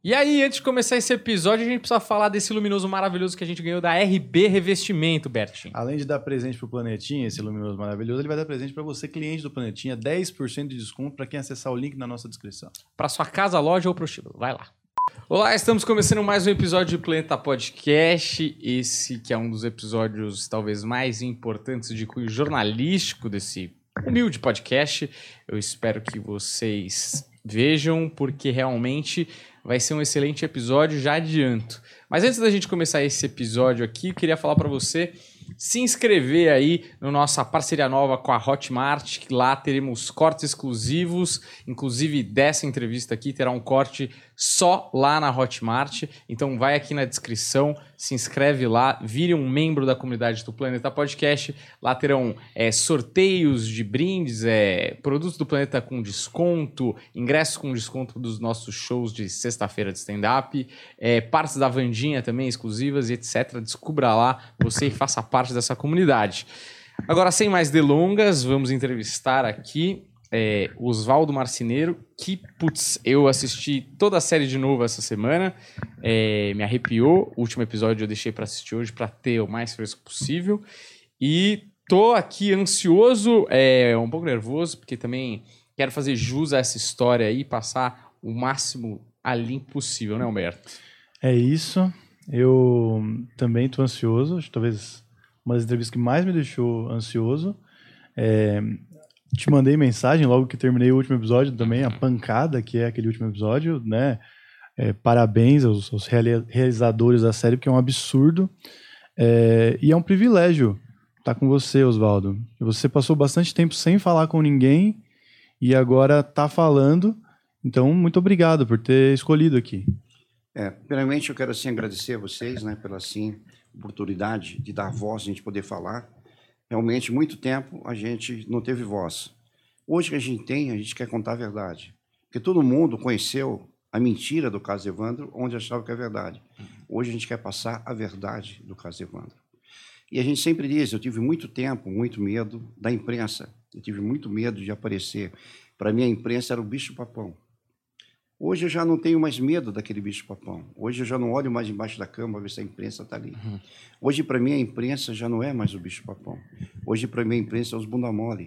E aí, antes de começar esse episódio, a gente precisa falar desse luminoso maravilhoso que a gente ganhou da RB Revestimento, Bertinho. Além de dar presente pro Planetinha, esse luminoso maravilhoso, ele vai dar presente para você, cliente do Planetinha, 10% de desconto para quem acessar o link na nossa descrição. Para sua casa, loja ou prostíbulo. Vai lá. Olá, estamos começando mais um episódio do Planeta Podcast. Esse que é um dos episódios talvez mais importantes de cunho jornalístico desse humilde podcast. Eu espero que vocês vejam, porque realmente vai ser um excelente episódio, já adianto. Mas antes da gente começar esse episódio aqui, eu queria falar para você se inscrever aí na nossa parceria nova com a Hotmart, que lá teremos cortes exclusivos, inclusive dessa entrevista aqui terá um corte só lá na Hotmart. Então vai aqui na descrição, se inscreve lá, vire um membro da comunidade do Planeta Podcast. Lá terão sorteios de brindes, produtos do Planeta com desconto, ingressos com desconto dos nossos shows de sexta-feira de stand-up, partes da Vandinha também exclusivas e etc. Descubra lá, você faça parte dessa comunidade. Agora, sem mais delongas, vamos entrevistar aqui o Oswaldo Marceneiro, que, putz, eu assisti toda a série de novo essa semana, me arrepiou. O último episódio eu deixei para assistir hoje para ter o mais fresco possível. E tô aqui ansioso, um pouco nervoso, porque também quero fazer jus a essa história aí e passar o máximo a limpo possível, né, Humberto? É isso. Eu também tô ansioso. Acho que talvez uma das entrevistas que mais me deixou ansioso. Te mandei mensagem logo que terminei o último episódio também, a pancada que é aquele último episódio, né? Parabéns aos realizadores da série, porque é um absurdo. E é um privilégio estar com você, Oswaldo. Você passou bastante tempo sem falar com ninguém e agora está falando. Então, muito obrigado por ter escolhido aqui. Primeiramente, eu quero assim, agradecer a vocês, né, pela assim, oportunidade de dar voz, a gente poder falar. Realmente, muito tempo a gente não teve voz. Hoje que a gente tem, a gente quer contar a verdade. Porque todo mundo conheceu a mentira do caso Evandro, onde achava que é verdade. Hoje a gente quer passar a verdade do caso Evandro. E a gente sempre diz, eu tive muito tempo, muito medo da imprensa. Eu tive muito medo de aparecer. Para mim, a imprensa era o bicho-papão. Hoje eu já não tenho mais medo daquele bicho-papão. Hoje eu já não olho mais embaixo da cama para ver se a imprensa está ali. Hoje, para mim, a imprensa já não é mais o bicho-papão. Hoje, para mim, a imprensa é os bunda-mole.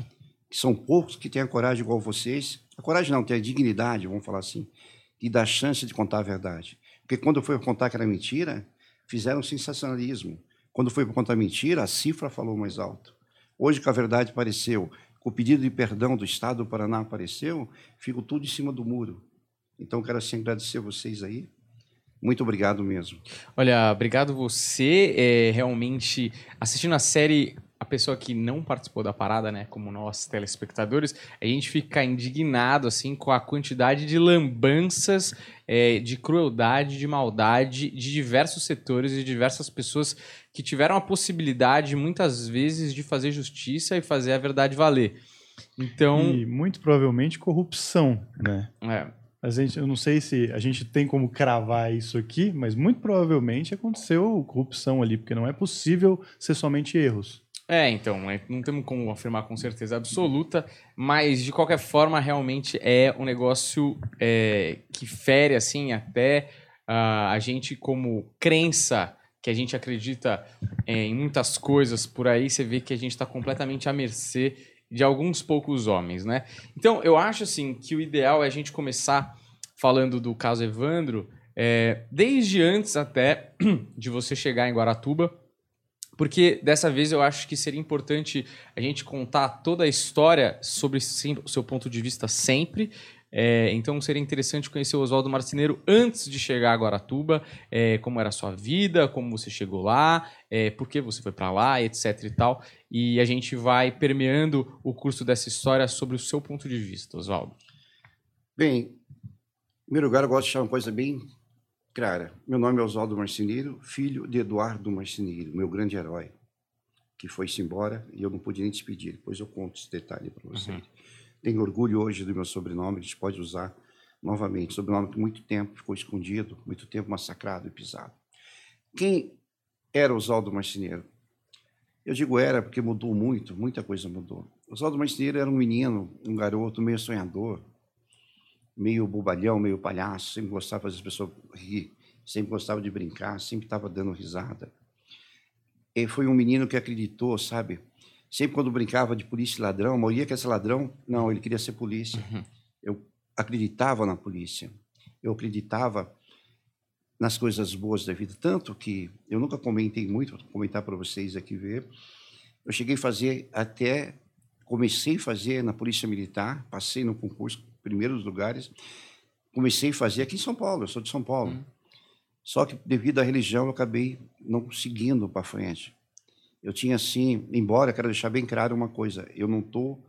São poucos que têm a coragem igual vocês. A coragem não, tem a dignidade, vamos falar assim, de dar chance de contar a verdade. Porque quando foi contar que era mentira, fizeram sensacionalismo. Quando foi para contar mentira, a cifra falou mais alto. Hoje que a verdade apareceu, com o pedido de perdão do Estado do Paraná apareceu, ficou tudo em cima do muro. Então, quero assim agradecer vocês aí. Muito obrigado mesmo. Olha, obrigado você. Realmente, assistindo a série, a pessoa que não participou da parada, né, como nós, telespectadores, a gente fica indignado, assim, com a quantidade de lambanças, de crueldade, de maldade de diversos setores e diversas pessoas que tiveram a possibilidade, muitas vezes, de fazer justiça e fazer a verdade valer. Então... E, muito provavelmente, corrupção, né? Eu não sei se a gente tem como cravar isso aqui, mas muito provavelmente aconteceu corrupção ali, porque não é possível ser somente erros. Então, não temos como afirmar com certeza absoluta, mas de qualquer forma, realmente é um negócio que fere, assim, até a gente como crença, que a gente acredita em muitas coisas por aí, você vê que a gente está completamente à mercê de alguns poucos homens, né? Então, eu acho, assim, que o ideal é a gente começar falando do caso Evandro, desde antes até de você chegar em Guaratuba, porque dessa vez eu acho que seria importante a gente contar toda a história sobre o seu ponto de vista sempre. Então seria interessante conhecer o Oswaldo Marceneiro antes de chegar a Guaratuba, como era a sua vida, como você chegou lá, por que você foi para lá, etc e tal. E a gente vai permeando o curso dessa história sobre o seu ponto de vista, Oswaldo. Bem, em primeiro lugar, eu gosto de deixar uma coisa bem clara. Meu nome é Oswaldo Marceneiro, filho de Eduardo Marceneiro, meu grande herói, que foi-se embora e eu não pude nem despedir. Depois eu conto esse detalhe para vocês. Tenho orgulho hoje do meu sobrenome, a gente pode usar novamente. Sobrenome que muito tempo ficou escondido, muito tempo massacrado e pisado. Quem era Oswaldo Marceneiro? Eu digo era porque mudou muito, muita coisa mudou. Oswaldo Marceneiro era um menino, um garoto meio sonhador, meio bobalhão, meio palhaço, sempre gostava de fazer as pessoas rir, sempre gostava de brincar, sempre estava dando risada. Ele foi um menino que acreditou, sabe? Sempre quando brincava de polícia e ladrão, a maioria quer ser ladrão, não, ele queria ser polícia. Eu acreditava na polícia, eu acreditava nas coisas boas da vida, tanto que eu nunca comentei muito, vou comentar para vocês aqui ver. Eu cheguei a fazer comecei a fazer na Polícia Militar, passei no concurso, primeiros lugares, comecei a fazer aqui em São Paulo, eu sou de São Paulo. Só que devido à religião eu acabei não seguindo para frente. Eu tinha assim, embora, quero deixar bem claro uma coisa, eu não estou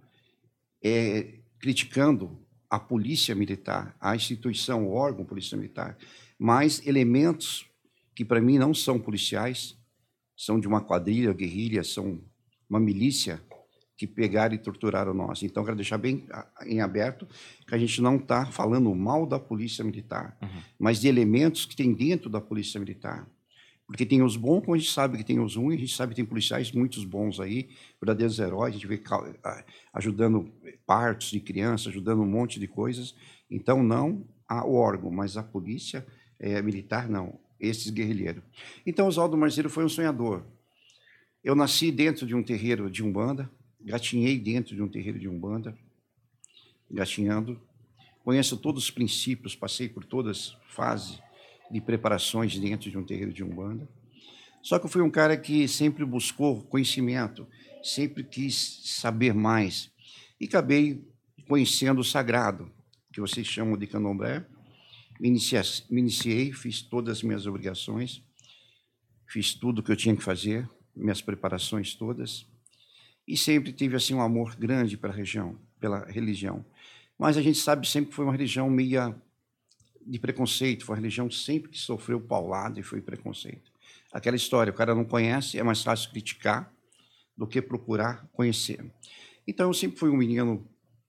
criticando a Polícia Militar, a instituição, o órgão Polícia Militar, mas elementos que para mim não são policiais, são de uma quadrilha, guerrilha, são uma milícia que pegaram e torturaram nós. Então, quero deixar bem em aberto que a gente não está falando mal da Polícia Militar, mas de elementos que tem dentro da Polícia Militar. Porque tem os bons, como a gente sabe que tem os ruins, a gente sabe que tem policiais muitos bons aí, verdadeiros heróis, a gente vê ajudando partos de crianças, ajudando um monte de coisas. Então, não o órgão, mas a Polícia Militar, não, esses guerrilheiros. Então, Oswaldo Marziero foi um sonhador. Eu nasci dentro de um terreiro de Umbanda, gatinhei dentro de um terreiro de Umbanda, gatinhando. Conheço todos os princípios, passei por todas as fases de preparações dentro de um terreiro de Umbanda. Só que eu fui um cara que sempre buscou conhecimento, sempre quis saber mais. E acabei conhecendo o sagrado, que vocês chamam de candomblé. Me iniciei, fiz todas as minhas obrigações, fiz tudo o que eu tinha que fazer, minhas preparações todas. E sempre tive assim um amor grande pela religião. Mas a gente sabe sempre que foi uma religião meia de preconceito, foi uma religião sempre que sofreu paulada e foi preconceito. Aquela história, o cara não conhece, é mais fácil criticar do que procurar conhecer. Então, eu sempre fui um menino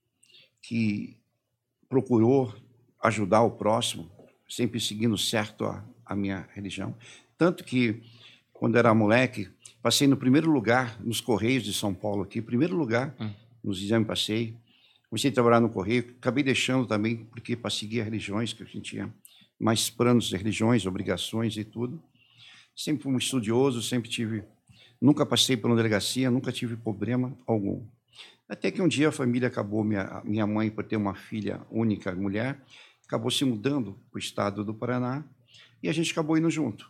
que procurou ajudar o próximo, sempre seguindo certo a minha religião. Tanto que, quando era moleque, passei no primeiro lugar nos Correios de São Paulo aqui, primeiro lugar nos exames passei. Comecei a trabalhar no Correio, acabei deixando também, porque para seguir as religiões, que a gente tinha mais planos de religiões, obrigações e tudo. Sempre fui um estudioso, nunca passei por uma delegacia, nunca tive problema algum. Até que um dia a família acabou, minha mãe, por ter uma filha única, mulher, acabou se mudando para o estado do Paraná e a gente acabou indo junto.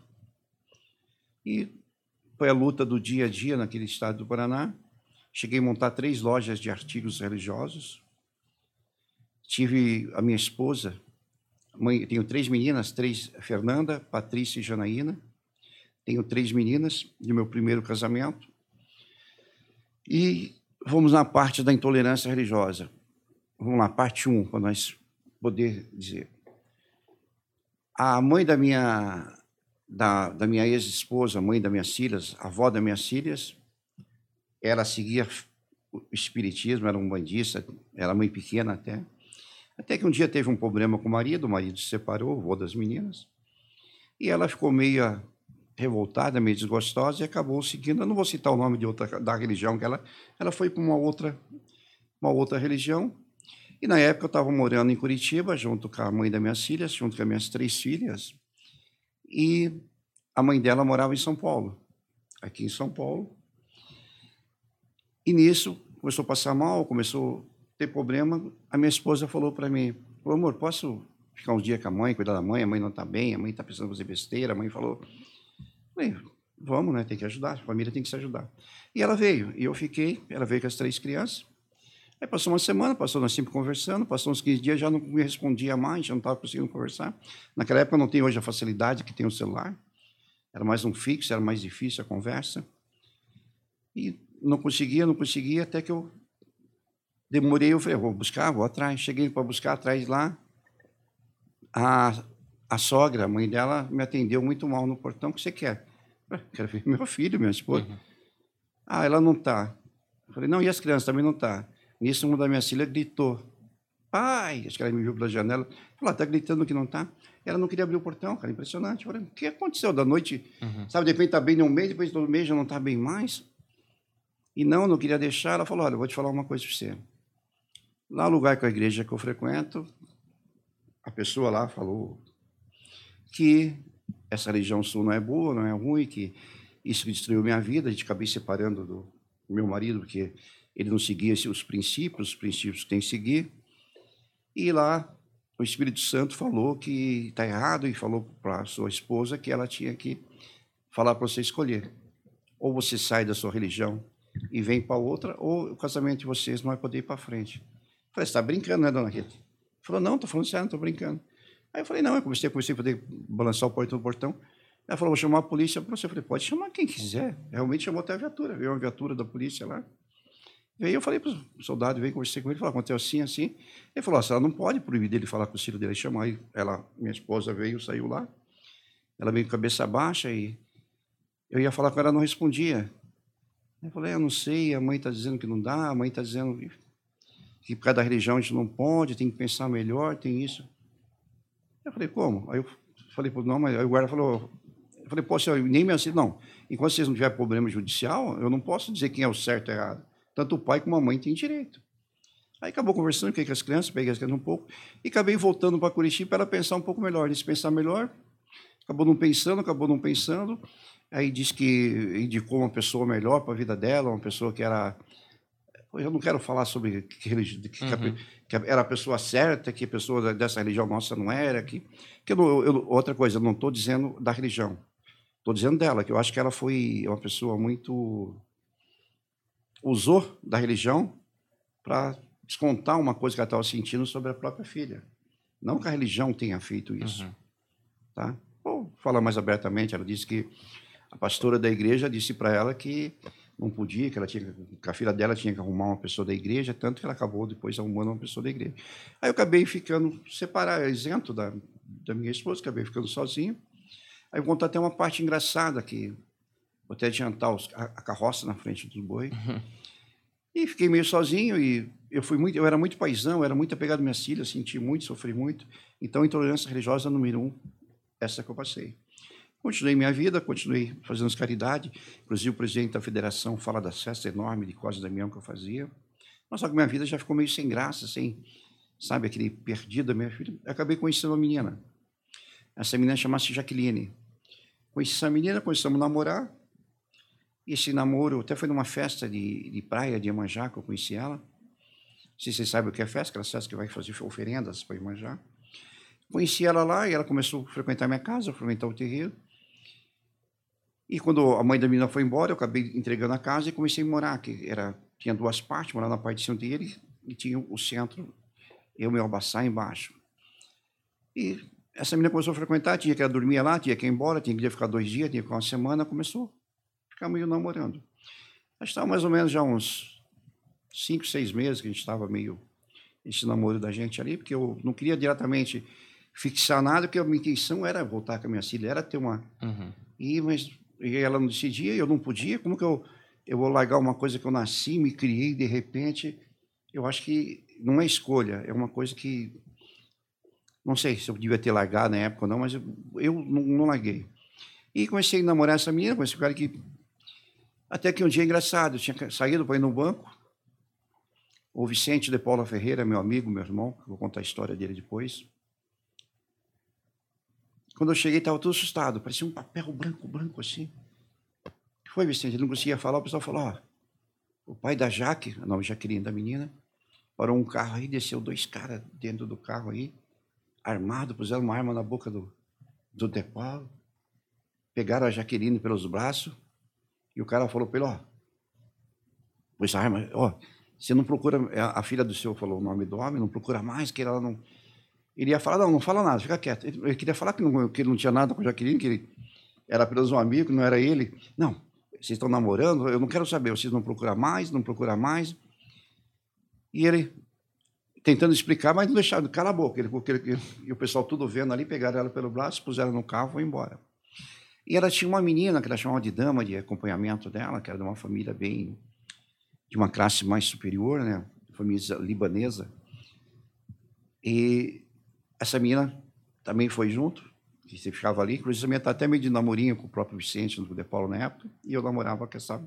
E foi a luta do dia a dia naquele estado do Paraná. Cheguei a montar 3 lojas de artigos religiosos. Tive a minha esposa, tenho 3 meninas, Fernanda, Patrícia e Janaína. Tenho 3 meninas de meu primeiro casamento. E vamos na parte da intolerância religiosa. Vamos lá, parte 1, para nós poder dizer. A mãe da minha ex-esposa, mãe das minhas filhas, avó das minhas filhas, ela seguia o espiritismo, era um bandista, era mãe pequena até. Até que um dia teve um problema com o marido se separou, o avô das meninas, e ela ficou meio revoltada, meio desgostosa, e acabou seguindo, eu não vou citar o nome da religião, que ela foi para uma outra religião, e na época eu estava morando em Curitiba, junto com a mãe das minhas filhas, junto com as minhas 3 filhas, e a mãe dela morava em São Paulo, aqui em São Paulo, e nisso começou a passar mal, começou a ter problema. A minha esposa falou para mim, amor, posso ficar uns dias com a mãe, cuidar da mãe? A mãe não está bem, a mãe está precisando fazer besteira. A mãe falou, vamos, né? Tem que ajudar, a família tem que se ajudar. E ela veio, e eu fiquei, ela veio com as 3 crianças. Aí passou uma semana, nós sempre conversando, passou uns 15 dias, já não me respondia mais, já não estava conseguindo conversar. Naquela época não tem hoje a facilidade que tem o celular, era mais um fixo, era mais difícil a conversa. E não conseguia, até que eu demorei, eu falei, vou atrás. Cheguei para buscar atrás lá, a sogra, a mãe dela, me atendeu muito mal no portão. O que você quer? Quero ver meu filho, minha esposa. Ela não está. Eu falei, não, e as crianças também não estão. Nisso, uma das minhas filhas gritou, pai, acho que ela me viu pela janela, falou, está gritando que não está. Ela não queria abrir o portão, cara, impressionante. Eu falei, o que aconteceu da noite? Sabe, de repente está bem um mês, depois de todo mês já não está bem mais. E não queria deixar. Ela falou, olha, eu vou te falar uma coisa para você. Lá no lugar com a igreja que eu frequento, a pessoa lá falou que essa religião sul não é boa, não é ruim, que isso que destruiu minha vida. A gente acabei separando do meu marido, porque ele não seguia os princípios que tem que seguir. E lá o Espírito Santo falou que está errado e falou para a sua esposa que ela tinha que falar para você escolher. Ou você sai da sua religião e vem para outra, ou o casamento de vocês não vai poder ir para frente. Eu falei, você está brincando, né, dona Rita? Ele falou, não, estou falando sério, não estou brincando. Aí eu falei, não, eu comecei a poder balançar o portão do portão. Ela falou, vou chamar a polícia para você. Eu falei, pode chamar quem quiser. Realmente chamou até a viatura. Veio uma viatura da polícia lá. Veio, eu falei para o soldado, veio, conversei com ele, falou, aconteceu assim, assim. Ele falou, ela não pode proibir dele falar com o filho dele. Chamou aí, ela, minha esposa veio, saiu lá. Ela veio com a cabeça baixa e eu ia falar com ela, não respondia. Eu falei, eu não sei, a mãe está dizendo que não dá, a mãe está dizendo que por causa da religião a gente não pode, tem que pensar melhor, tem isso. Eu falei, como? Aí eu falei, não, mas aí o guarda falou, eu falei, pô, senhor, nem me assiste, não. Enquanto vocês não tiverem problema judicial, eu não posso dizer quem é o certo e errado. Tanto o pai como a mãe têm direito. Aí acabou conversando com as crianças, peguei as crianças um pouco, e acabei voltando para Curitiba para ela pensar um pouco melhor. Nesse pensar melhor, acabou não pensando. Aí disse que indicou uma pessoa melhor para a vida dela, uma pessoa que era... Eu não quero falar sobre que era a pessoa certa, que a pessoa dessa religião nossa não era. Outra coisa, eu não estou dizendo da religião. Estou dizendo dela, que eu acho que ela foi uma pessoa muito... Usou da religião para descontar uma coisa que ela estava sentindo sobre a própria filha. Não que a religião tenha feito isso. Tá? Vou falar mais abertamente, ela disse que a pastora da igreja disse para ela que não podia, que a filha dela tinha que arrumar uma pessoa da igreja, tanto que ela acabou depois arrumando uma pessoa da igreja. Aí eu acabei ficando isento da minha esposa, acabei ficando sozinho. Aí eu vou contar até uma parte engraçada, que vou até adiantar a carroça na frente do boi. E fiquei meio sozinho, e eu era muito paizão, eu era muito apegado às minhas filhas, senti muito, sofri muito. Então, intolerância religiosa número 1, essa que eu passei. Continuei minha vida, continuei fazendo caridade. Inclusive, o presidente da federação fala das festas enormes de Cosme Damião que eu fazia. Mas só que minha vida já ficou meio sem graça, sabe, aquele perdido da minha filha. Eu acabei conhecendo uma menina. Essa menina chama-se Jaqueline. Conheci essa menina, começamos a namorar. E esse namoro até foi numa festa de praia de Iemanjá que eu conheci ela. Não sei se vocês sabem o que é festa, aquelas festas que vai fazer oferendas para Iemanjá. Conheci ela lá e ela começou a frequentar minha casa, frequentar o terreiro. E quando a mãe da menina foi embora, eu acabei entregando a casa e comecei a morar, tinha duas partes, morar na parte de cima dele e tinha o centro, eu e o Albaçá embaixo. E essa menina começou a frequentar, tinha que ela dormia lá, tinha que ir embora, tinha que ficar 2 dias, tinha que ficar uma semana, começou a ficar meio namorando. Acho que estava mais ou menos já uns 5, 6 meses que a gente estava meio esse namoro da gente ali, porque eu não queria diretamente fixar nada, porque a minha intenção era voltar com a minha filha, era ter uma... Mas ela não decidia, eu não podia. Como que eu vou largar uma coisa que eu nasci, me criei, de repente? Eu acho que não é escolha, é uma coisa que... Não sei se eu devia ter largado na época ou não, mas eu não larguei. E comecei a namorar essa menina, com esse cara que... Até que um dia engraçado, eu tinha saído para ir no banco, o Vicente de Paula Ferreira, meu amigo, meu irmão, vou contar a história dele depois. Quando eu cheguei, estava todo assustado, parecia um papel branco assim. O que foi, Vicente? Ele não conseguia falar, o pessoal falou, o pai da Jaque, a nome Jaqueline da menina, parou um carro aí, desceu 2 caras dentro do carro aí, armado, puseram uma arma na boca do De Paula, pegaram a Jaqueline pelos braços, e o cara falou para ele, pôs a arma, você não procura, a filha do senhor falou o nome do homem, não procura mais, que ela não... Ele ia falar, não fala nada, fica quieto. Ele queria falar que ele não tinha nada com a Jaqueline, que ele era apenas um amigo, que não era ele. Não, vocês estão namorando, eu não quero saber, vocês não procuram mais. E ele tentando explicar, mas não deixaram, cala a boca. E o pessoal tudo vendo ali, pegaram ela pelo braço, puseram no carro e foi embora. E ela tinha uma menina que ela chamava de dama de acompanhamento dela, que era de uma família de uma classe mais superior, né? Família libanesa. E essa menina também foi junto, que você ficava ali, inclusive a menina está até meio de namorinho com o próprio Vicente, no De Paulo na época, e eu namorava com essa...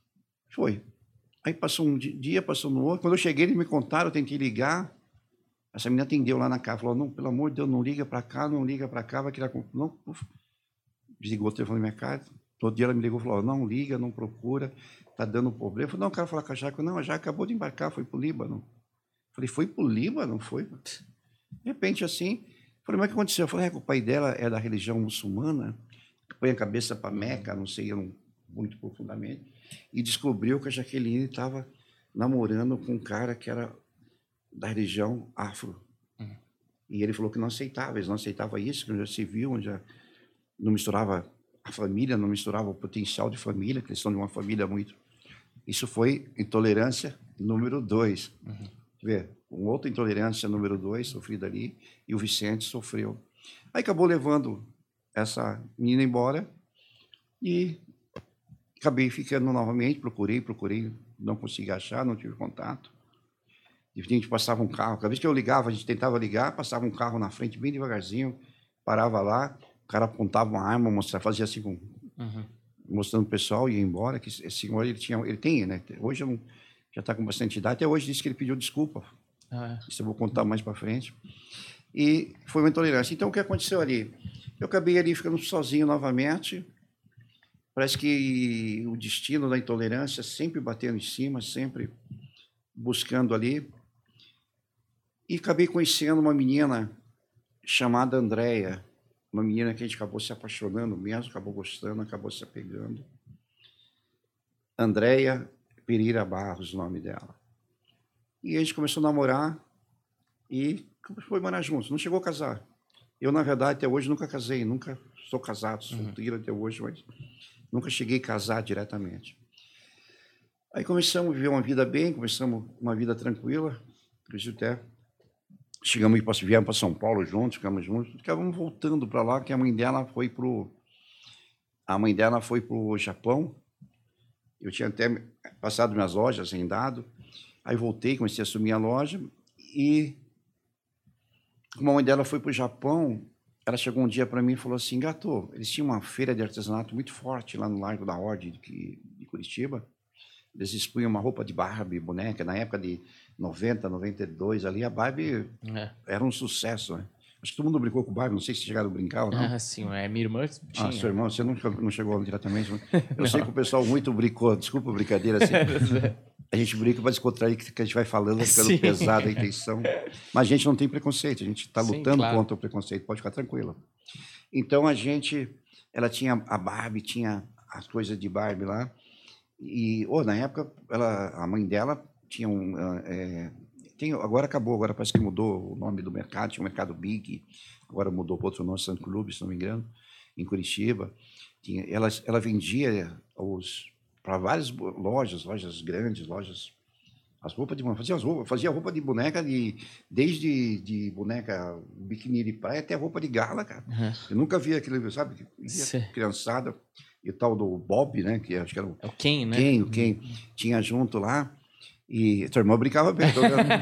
Foi. Aí passou um dia, passou no outro, quando eu cheguei eles me contaram, eu tentei ligar, Essa menina atendeu lá na casa, falou, não, pelo amor de Deus, não liga para cá, vai criar... Não, desligou o telefone na minha casa. Todo dia ela me ligou e falou, não liga, não procura, tá dando problema. Eu falei, não, eu quero falar com a Jaque. Não, a Jaque acabou de embarcar, foi pro Líbano. Eu falei, foi pro Líbano? Foi? De repente, assim, eu falei, mas o que aconteceu? Eu falei, o pai dela é da religião muçulmana, põe a cabeça para Meca, não sei muito profundamente, e descobriu que a Jaqueline estava namorando com um cara que era da religião afro. E ele falou que não aceitava, eles não aceitavam isso, que já se viu, já não misturava a família, não misturava o potencial de família, que eles são de uma família muito... Isso foi intolerância número 2. Vê, uma outra intolerância número 2, sofrida ali, e o Vicente sofreu. Aí acabou levando essa menina embora e acabei ficando novamente, procurei, não consegui achar, não tive contato. E a gente passava um carro, cada vez que eu ligava, a gente tentava ligar, passava um carro na frente bem devagarzinho, parava lá, o cara apontava uma arma, mostrava, fazia assim, mostrando o pessoal e ia embora, que esse senhor, ele tem, né? Hoje já está com bastante idade, até hoje disse que ele pediu desculpa. Isso eu vou contar mais para frente. E foi uma intolerância. Então, o que aconteceu ali? Eu acabei ali ficando sozinho novamente. Parece que o destino da intolerância sempre batendo em cima, sempre buscando ali. E acabei conhecendo uma menina chamada Andréia, uma menina que a gente acabou se apaixonando mesmo, acabou gostando, acabou se apegando. Andréia Pereira Barros, o nome dela. E a gente começou a namorar e foi morar juntos, não chegou a casar. Eu, na verdade, até hoje nunca casei, nunca sou casado, solteiro até hoje, mas nunca cheguei a casar diretamente. Aí começamos a viver uma vida bem, começamos uma vida tranquila, inclusive até viemos para São Paulo juntos, ficamos juntos, acabamos voltando para lá, que a mãe dela foi pro Japão. Eu tinha até passado minhas lojas, rendado, aí voltei, comecei a assumir a loja e como a mãe dela foi para o Japão, ela chegou um dia para mim e falou assim, Gato, eles tinham uma feira de artesanato muito forte lá no Largo da Ordem de Curitiba. Eles expunham uma roupa de Barbie, boneca, na época de 90, 92, ali a Barbie era um sucesso, né? Acho que todo mundo brincou com o Barbie, não sei se chegaram a brincar ou não. Sim, minha irmã tinha. Seu irmão, você não chegou diretamente. Eu sei que o pessoal muito brincou, desculpa a brincadeira, assim. A gente brinca para descontrair que a gente vai falando, ficando pesada a intenção. Mas a gente não tem preconceito, a gente está lutando contra o preconceito, pode ficar tranquila. Então ela tinha a Barbie, tinha as coisas de Barbie lá. E na época, a mãe dela tinha agora acabou, agora parece que mudou o nome do mercado, tinha o Mercado Big, agora mudou para outro nome, Sun Club, se não me engano, em Curitiba. Ela vendia para várias lojas grandes, as roupas de fazia roupa de boneca, desde de boneca biquíni de praia até roupa de gala, cara. Eu nunca vi aquele, sabe, criançada, e o tal do Bob, né, que acho que era o Ken, né? O Ken tinha junto lá, e sua irmã brincava bem,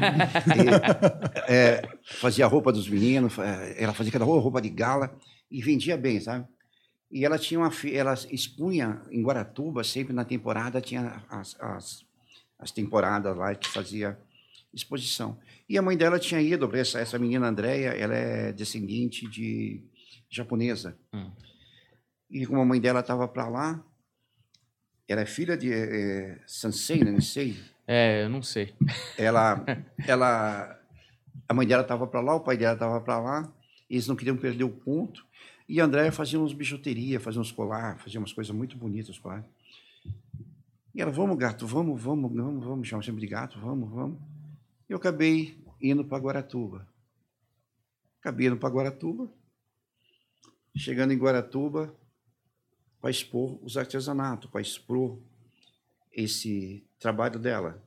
fazia a roupa dos meninos, ela fazia cada roupa de gala, e vendia bem, sabe? E ela ela expunha em Guaratuba, sempre na temporada, tinha as temporadas lá que fazia exposição. E a mãe dela tinha ido, essa menina Andréia, ela é descendente de japonesa. E como a mãe dela estava para lá, ela é filha de Sansei, né? Não sei. Eu não sei. A mãe dela estava para lá, o pai dela estava para lá, eles não queriam perder o ponto. E a Andréia fazia uns bijuteria, fazia uns colar, fazia umas coisas muito bonitas, colar. E ela, vamos, gato, vamos, chama sempre de gato, vamos. Eu acabei indo para Guaratuba. Chegando em Guaratuba, para expor os artesanatos, para expor esse trabalho dela.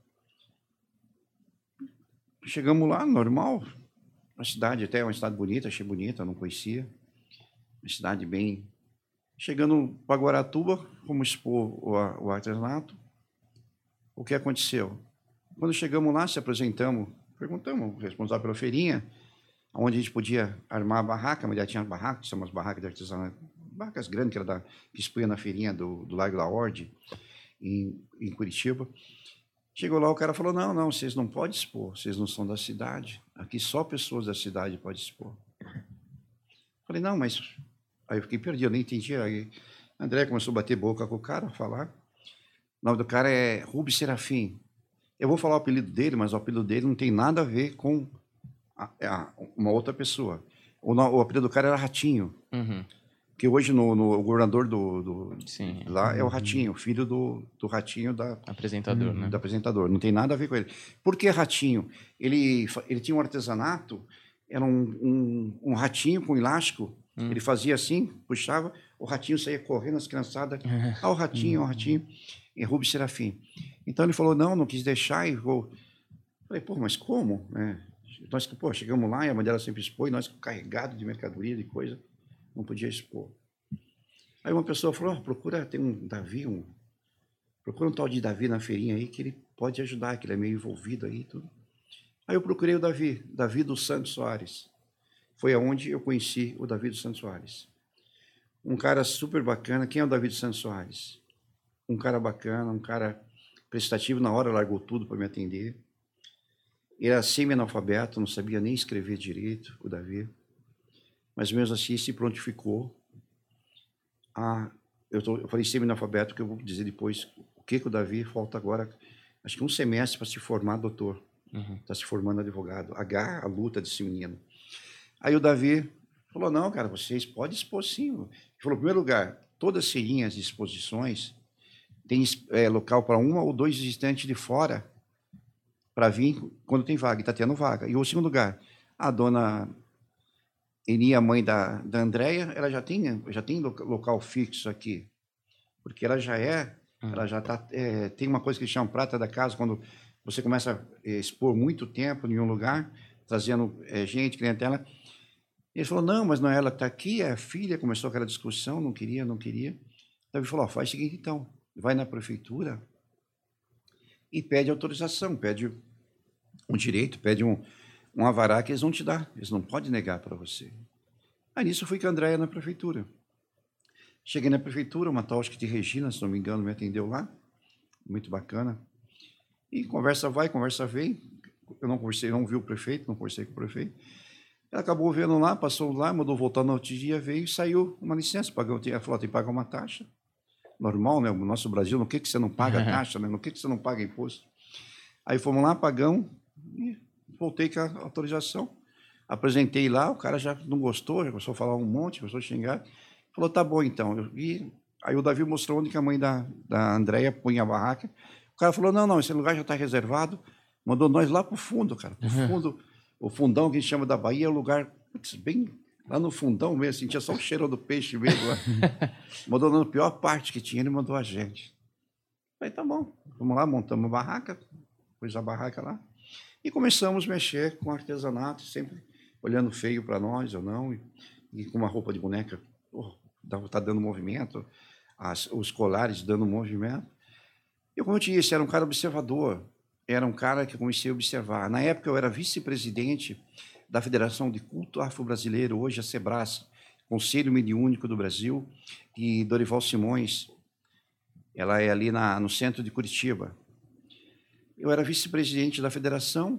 Chegamos lá, normal, a cidade até é uma cidade bonita, achei bonita, não conhecia. Uma cidade bem... Chegando para Guaratuba, fomos expor o artesanato. O que aconteceu? Quando chegamos lá, se apresentamos, perguntamos, o responsável pela feirinha, onde a gente podia armar a barraca, mas já tinha barracas, são umas barracas de artesanato, barracas grandes, que expunha na feirinha do Largo da Ordem, em Curitiba. Chegou lá, o cara falou, não, vocês não podem expor, vocês não são da cidade. Aqui só pessoas da cidade podem expor. Falei, não, mas... Aí eu fiquei perdido, eu nem entendi. Aí André começou a bater boca com o cara, a falar. O nome do cara é Rubens Serafim. Eu vou falar o apelido dele, mas o apelido dele não tem nada a ver com uma outra pessoa. O apelido do cara era Ratinho. Uhum. Que hoje o governador Sim. lá é o Ratinho, filho do Ratinho Apresentador, né? do apresentador. Não tem nada a ver com ele. Por que Ratinho? Ele tinha um artesanato, era um ratinho com elástico. Ele fazia assim, puxava, o ratinho saía correndo, as criançadas. O ratinho, e Rubens Serafim. Então ele falou, não quis deixar e vou. Falei, pô, mas como? Nós, pô, chegamos lá e a mãe dela sempre expôs, nós carregados de mercadoria, de coisa, não podia expor. Aí uma pessoa falou, procura, tem um Davi, procura um tal de Davi na feirinha aí, que ele pode ajudar, que ele é meio envolvido aí e tudo. Aí eu procurei o Davi dos Santos Soares. Foi aonde eu conheci o Davi dos Santos Soares. Um cara super bacana. Quem é o Davi dos Santos Soares? Um cara bacana, um cara prestativo, na hora largou tudo para me atender. Ele era semi-analfabeto, não sabia nem escrever direito, o Davi. Mas mesmo assim se prontificou. Eu falei semi-analfabeto, que eu vou dizer depois o que o Davi falta agora. Acho que um semestre para se formar doutor. Está se formando advogado. A luta desse menino. Aí o Davi falou, não, cara, vocês podem expor sim. Ele falou, em primeiro lugar, todas as feirinhas de exposições tem local para 1 ou 2 visitantes de fora para vir quando tem vaga, e está tendo vaga. E o segundo lugar, a dona Eni, a mãe da Andréia, ela já tem local fixo aqui, porque ela já tem uma coisa que chama prata da casa, quando você começa a expor muito tempo em um lugar, trazendo gente, clientela. Ele falou, não, mas não é ela que está aqui, é a filha. Começou aquela discussão, não queria. Davi falou, faz o seguinte então, vai na prefeitura e pede autorização, pede um direito, pede um avará que eles vão te dar, eles não podem negar para você. Aí nisso eu fui com a Andréia na prefeitura. Cheguei na prefeitura, uma tal, acho que de Regina, se não me engano, me atendeu lá, muito bacana. E conversa vai, conversa vem. Eu não conversei, não vi o prefeito, não conversei com o prefeito. Ela acabou vendo lá, passou lá, mandou voltar no outro dia, veio e saiu uma licença. Ela falou, tem que pagar uma taxa. Normal, né? No nosso Brasil, no que você não paga taxa, né? No que você não paga imposto? Aí fomos lá, pagamos e voltei com a autorização. Apresentei lá, o cara já não gostou, já começou a falar um monte, começou a xingar. Falou, tá bom então. Aí o Davi mostrou onde que a mãe da Andréia punha a barraca. O cara falou, não, esse lugar já está reservado. Mandou nós lá para o fundo, cara, para o fundo. O fundão que a gente chama da Bahia é um lugar bem lá no fundão mesmo, sentia só o cheiro do peixe mesmo lá. Mandou na pior parte que tinha, ele mandou a gente. Falei, tá bom, vamos lá, montamos a barraca, pus a barraca lá, e começamos a mexer com artesanato, sempre olhando feio para nós ou não, e com uma roupa de boneca, tá dando movimento, os colares dando movimento. E como eu te disse, era um cara observador, era um cara que eu comecei a observar. Na época eu era vice-presidente da Federação de Culto Afro-Brasileiro, hoje a SEBRAS, Conselho Mediúnico do Brasil, e Dorival Simões, ela é ali no centro de Curitiba. Eu era vice-presidente da federação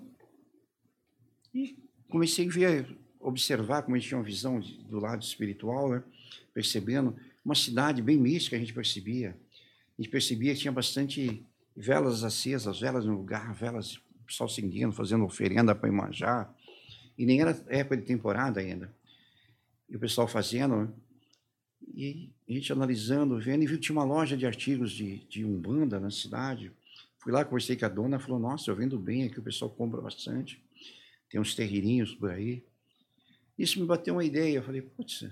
e comecei a observar como a gente tinha uma visão do lado espiritual, né? Percebendo uma cidade bem mística, a gente percebia. A gente percebia que tinha bastante velas acesas, velas no lugar, velas, o pessoal seguindo, fazendo oferenda para Iemanjá. E nem era época de temporada ainda. E o pessoal fazendo, né? E a gente analisando, vendo, e viu que tinha uma loja de artigos de Umbanda na cidade. Fui lá, conversei com a dona, falou, nossa, eu vendo bem aqui, o pessoal compra bastante. Tem uns terreirinhos por aí. Isso me bateu uma ideia, eu falei, putz,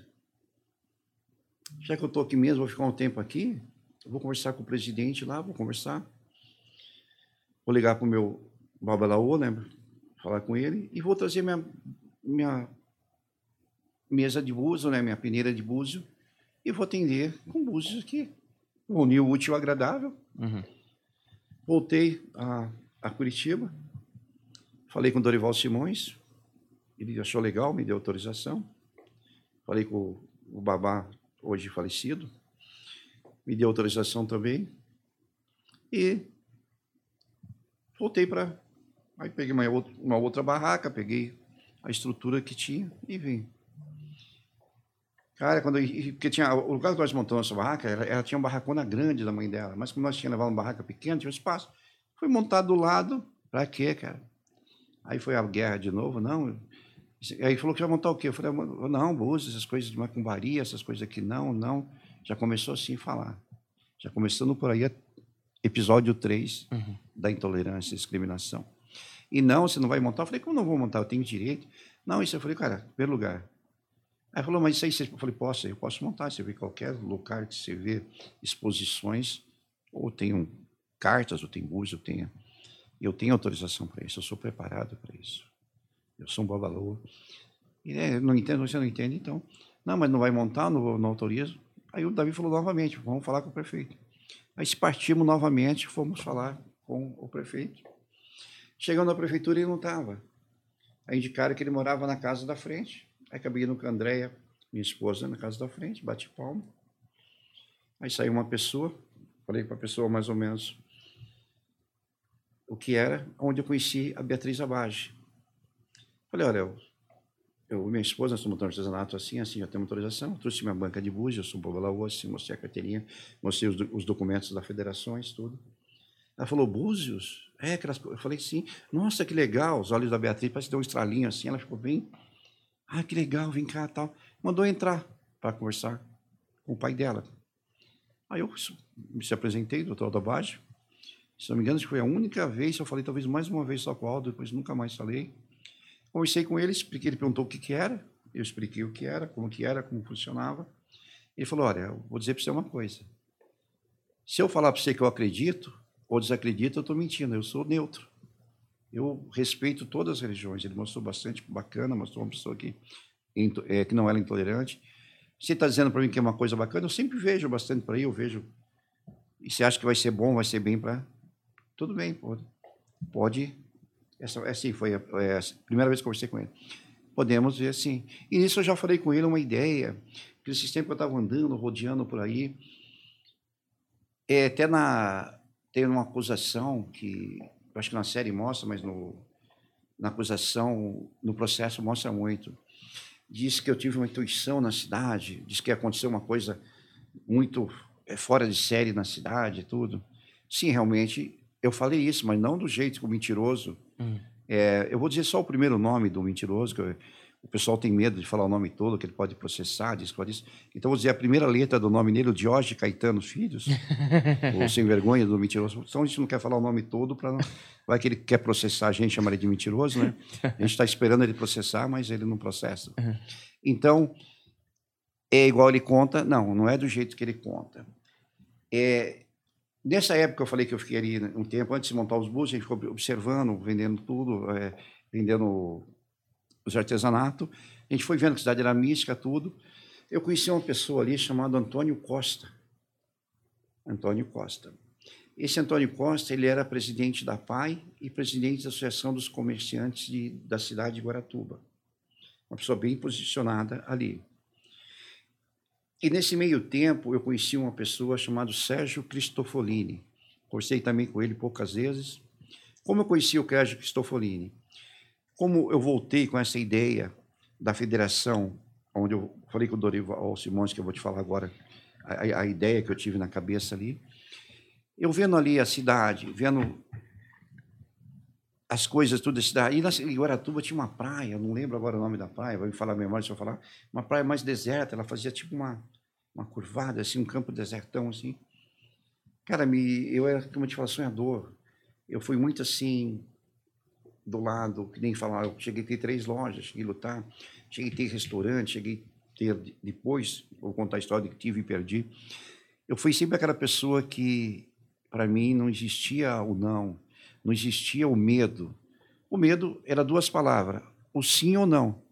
já que eu estou aqui mesmo, vou ficar um tempo aqui, eu vou conversar com o presidente lá, vou conversar. Vou ligar para o meu babalaô, né, falar com ele, e vou trazer minha mesa de búzio, né, minha peneira de búzio, e vou atender com búzios aqui. Unir o útil ao agradável. Uhum. Voltei a Curitiba, falei com o Dorival Simões, ele achou legal, me deu autorização. Falei com o babá, hoje falecido, me deu autorização também. E voltei para... Aí peguei uma outra barraca, peguei a estrutura que tinha e vim. Cara, porque tinha, o lugar que nós montamos essa barraca, ela tinha uma barracona grande da mãe dela, mas como nós tínhamos levado uma barraca pequena, tinha um espaço. Foi montado do lado, para quê, cara? Aí foi a guerra de novo, não. Aí falou que ia montar o quê? Eu falei, não, Búzios, essas coisas de macumbaria, essas coisas aqui, não. Já começou assim a falar. Já começando por aí, episódio 3 da intolerância e discriminação. E não, você não vai montar? Eu falei, como não vou montar? Eu tenho direito. Não, isso eu falei, cara, primeiro lugar. Aí falou, mas isso aí, eu falei, eu posso montar. Você vê qualquer lugar que você vê exposições, ou tem cartas, ou tem búzios, eu tenho autorização para isso, eu sou preparado para isso. Eu sou um babalô. E não entendo, você não entende, então. Não, mas não vai montar, não autorizo. Aí o Davi falou novamente, vamos falar com o prefeito. Aí se partimos novamente, fomos falar com o prefeito. Chegando na prefeitura, ele não estava. Aí indicaram que ele morava na casa da frente. Aí acabei indo com a Andréia, minha esposa, na casa da frente, bate palma. Aí saiu uma pessoa, falei para a pessoa mais ou menos o que era, onde eu conheci a Beatriz Abage. Falei, olha, eu e minha esposa, nós estamos montando artesanato assim, já temos autorização. Eu trouxe minha banca de búzios, eu sou um babalaô, assim, mostrei a carteirinha, mostrei os documentos das federações, tudo. Ela falou, búzios? Eu falei, sim. Nossa, que legal. Os olhos da Beatriz parece que deu um estralinho assim, ela ficou bem... Ah, que legal, vem cá, tal. Mandou entrar para conversar com o pai dela. Aí eu me apresentei, doutor Aldo Abage. Se não me engano, acho que foi a única vez, eu falei talvez mais uma vez só com o Aldo, depois nunca mais falei. Conversei com ele, expliquei, ele perguntou o que era, eu expliquei o que era, como funcionava. Ele falou, olha, eu vou dizer para você uma coisa. Se eu falar para você que eu acredito ou desacredito, eu estou mentindo, eu sou neutro. Eu respeito todas as religiões. Ele mostrou bastante bacana, mostrou uma pessoa que não era intolerante. Você está dizendo para mim que é uma coisa bacana, eu sempre vejo bastante por aí, eu vejo. E você acha que vai ser bom, vai ser bem para... Tudo bem, pode. Assim, foi a primeira vez que eu conversei com ele. Podemos ver assim. E nisso eu já falei com ele uma ideia, que esses tempos que eu estava andando, rodeando por aí, até tem uma acusação que... Eu acho que na série mostra, mas na acusação, no processo mostra muito. Diz que eu tive uma intuição na cidade, diz que aconteceu uma coisa muito fora de série na cidade e tudo. Sim, realmente, eu falei isso, mas não do jeito que o mentiroso... eu vou dizer só o primeiro nome do mentiroso, que o pessoal tem medo de falar o nome todo, que ele pode processar, diz que pode isso. Então, eu vou dizer a primeira letra do nome dele, o Diógenes Caetano Filhos, o sem vergonha do mentiroso. Então, a gente não quer falar o nome todo, para não... Vai que ele quer processar a gente, chama ele de mentiroso, né? A gente está esperando ele processar, mas ele não processa. Então, é igual ele conta? Não é do jeito que ele conta. Nessa época, eu falei que eu fiquei ali um tempo, antes de montar os búzios, a gente ficou observando, vendendo tudo, vendendo os artesanatos. A gente foi vendo que a cidade era mística, tudo. Eu conheci uma pessoa ali chamada Antônio Costa. Antônio Costa. Esse Antônio Costa, ele era presidente da PAI e presidente da Associação dos Comerciantes da cidade de Guaratuba. Uma pessoa bem posicionada ali. E nesse meio tempo, eu conheci uma pessoa chamada Sérgio Cristofolini. Conversei também com ele poucas vezes. Como eu conheci o Sérgio Cristofolini? Como eu voltei com essa ideia da federação, onde eu falei com o Dorival Simões, que eu vou te falar agora, a ideia que eu tive na cabeça ali, eu vendo ali a cidade, vendo as coisas, tudo da cidade. E em Guaratuba tinha uma praia, não lembro agora o nome da praia, vai me falar a memória se eu falar, uma praia mais deserta, ela fazia tipo uma curvada, assim, um campo desertão, assim. Cara, eu era, como eu te falo, sonhador. Eu fui muito assim... do lado, que nem falar, eu cheguei a ter 3 lojas, cheguei a lutar, cheguei a ter restaurante, cheguei a ter, depois, vou contar a história que tive e perdi. Eu fui sempre aquela pessoa que, para mim, não existia o não existia o medo. O medo era 2 palavras, o sim ou não.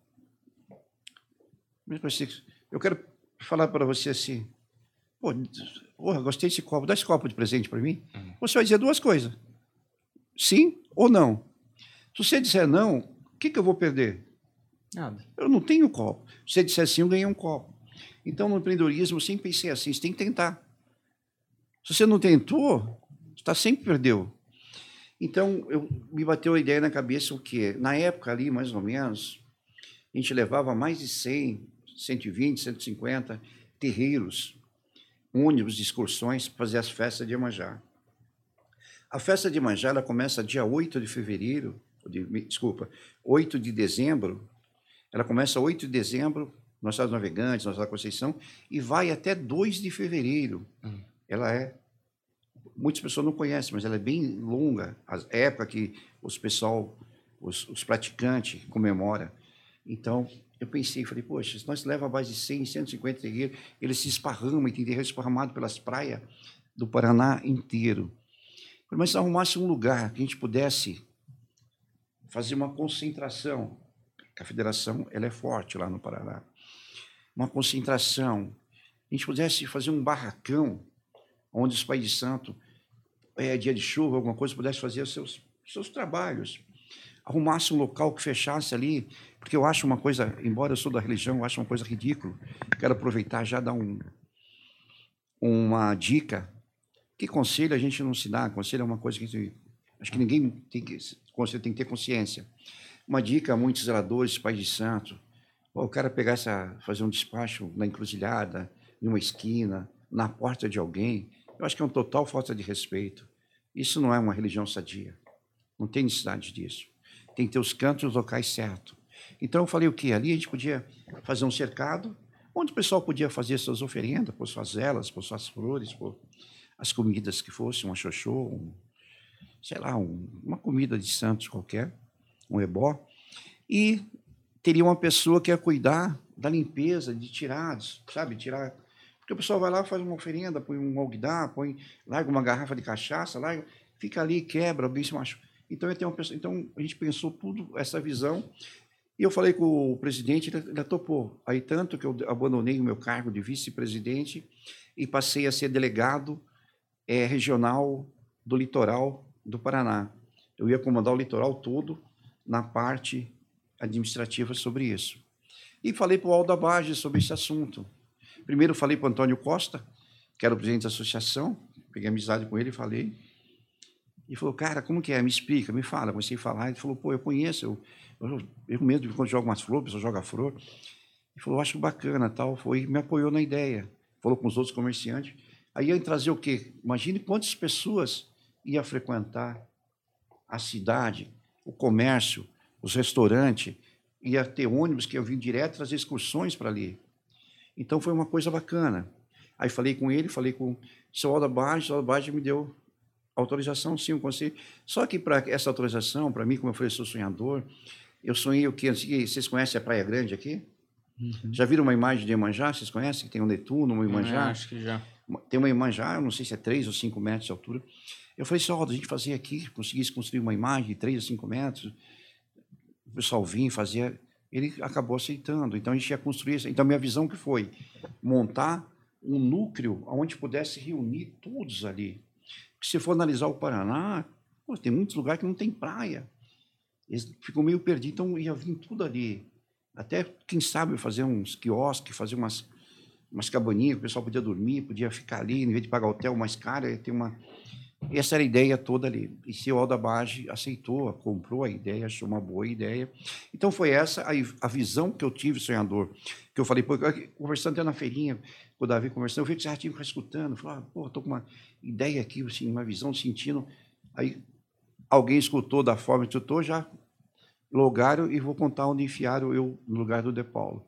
Eu quero falar para você assim, gostei desse copo, dá esse copo de presente para mim. Você vai dizer 2 coisas, sim ou não. Se você disser não, o que eu vou perder? Nada. Eu não tenho copo. Se você disser sim, eu ganhei um copo. Então, no empreendedorismo, eu sempre pensei assim, você tem que tentar. Se você não tentou, você sempre perdeu. Então, me bateu a ideia na cabeça o quê? Na época ali, mais ou menos, a gente levava mais de 100, 120, 150 terreiros, ônibus de excursões para fazer as festas de Iemanjá. A festa de Iemanjá ela começa dia 8 de fevereiro, desculpa, 8 de dezembro. Ela começa 8 de dezembro, no Estado Navegantes, na Cidade da Conceição, e vai até 2 de fevereiro. Ela é... Muitas pessoas não conhecem, mas ela é bem longa. A época que os praticantes comemoram. Então, eu pensei, falei, poxa, se nós levamos a base de 100, 150 terreiros, eles se esparramam, e tem terreiro esparramado pelas praias do Paraná inteiro. Mas se arrumasse um lugar que a gente pudesse fazer uma concentração, a federação ela é forte lá no Paraná, uma concentração, a gente pudesse fazer um barracão, onde os pais de santo, dia de chuva, alguma coisa, pudesse fazer os seus trabalhos. Arrumasse um local que fechasse ali, porque eu acho uma coisa, embora eu sou da religião, eu acho uma coisa ridícula. Quero aproveitar já dar uma dica. Que conselho a gente não se dá? Conselho é uma coisa que acho que ninguém conselho tem que ter consciência. Uma dica a muitos zeladores, pais de santo, o cara fazer um despacho na encruzilhada, em uma esquina, na porta de alguém, eu acho que é uma total falta de respeito. Isso não é uma religião sadia. Não tem necessidade disso. Tem que ter os cantos e os locais certos. Então, eu falei o quê? Ali a gente podia fazer um cercado, onde o pessoal podia fazer suas oferendas, pôr suas velas, pôr suas flores, pôr as comidas que fossem, um xoxô, uma comida de santos qualquer, um ebó. E teria uma pessoa que ia cuidar da limpeza, de tirados, sabe? Tirar... Porque o pessoal vai lá, faz uma oferenda, põe um alguidar, larga uma garrafa de cachaça, fica ali, quebra, alguém se machuca. Então, a gente pensou tudo, essa visão, e eu falei com o presidente, ele topou. Aí, tanto que eu abandonei o meu cargo de vice-presidente e passei a ser delegado regional do litoral do Paraná. Eu ia comandar o litoral todo na parte administrativa sobre isso. E falei para o Aldo Abage sobre esse assunto. Primeiro falei para o Antônio Costa, que era o presidente da associação, peguei amizade com ele e falei. E falou, cara, como que é? Me explica, me fala. Comecei a falar, ele falou, pô, eu conheço, eu mesmo, quando jogo umas flores, a pessoa joga flor. Ele falou, acho bacana, tal, me apoiou na ideia. Falou com os outros comerciantes. Aí ia trazer o quê? Imagine quantas pessoas ia frequentar a cidade, o comércio, os restaurantes, ia ter ônibus que iam vir direto trazer excursões para ali. Então, foi uma coisa bacana. Aí falei com ele, falei com o seu Aldo Abage me deu autorização, sim, o conselho. Só que para essa autorização, para mim, como eu falei, eu sou sonhador, eu sonhei o quê? Vocês conhecem a Praia Grande aqui? Uhum. Já viram uma imagem de Iemanjá? Vocês conhecem? Que tem um Netuno, uma Iemanjá? Acho que já. Tem uma Iemanjá, eu não sei se é 3 ou 5 metros de altura. Eu falei, só, a gente fazia aqui, conseguisse construir uma imagem de 3 ou 5 metros, o pessoal vinha, fazia... Ele acabou aceitando, então a gente ia construir isso. Então, a minha visão que foi montar um núcleo onde pudesse reunir todos ali. Se for analisar o Paraná, tem muitos lugares que não tem praia. Eles ficam meio perdidos, então ia vir tudo ali. Até, quem sabe, fazer uns quiosques, fazer umas cabaninhas, que o pessoal podia dormir, podia ficar ali, em vez de pagar hotel mais caro, ia ter uma... Essa era a ideia toda ali. E o Aldo Abage aceitou, comprou a ideia, achou uma boa ideia. Então, foi essa a visão que eu tive, sonhador. Que eu falei, pô, conversando até na feirinha, com o Davi conversando, eu vi que você já tinha escutando. Eu falei, pô, estou com uma ideia aqui, assim, uma visão, sentindo. Aí, alguém escutou da forma que eu estou, já logaram e vou contar onde enfiaram eu no lugar do De Paulo.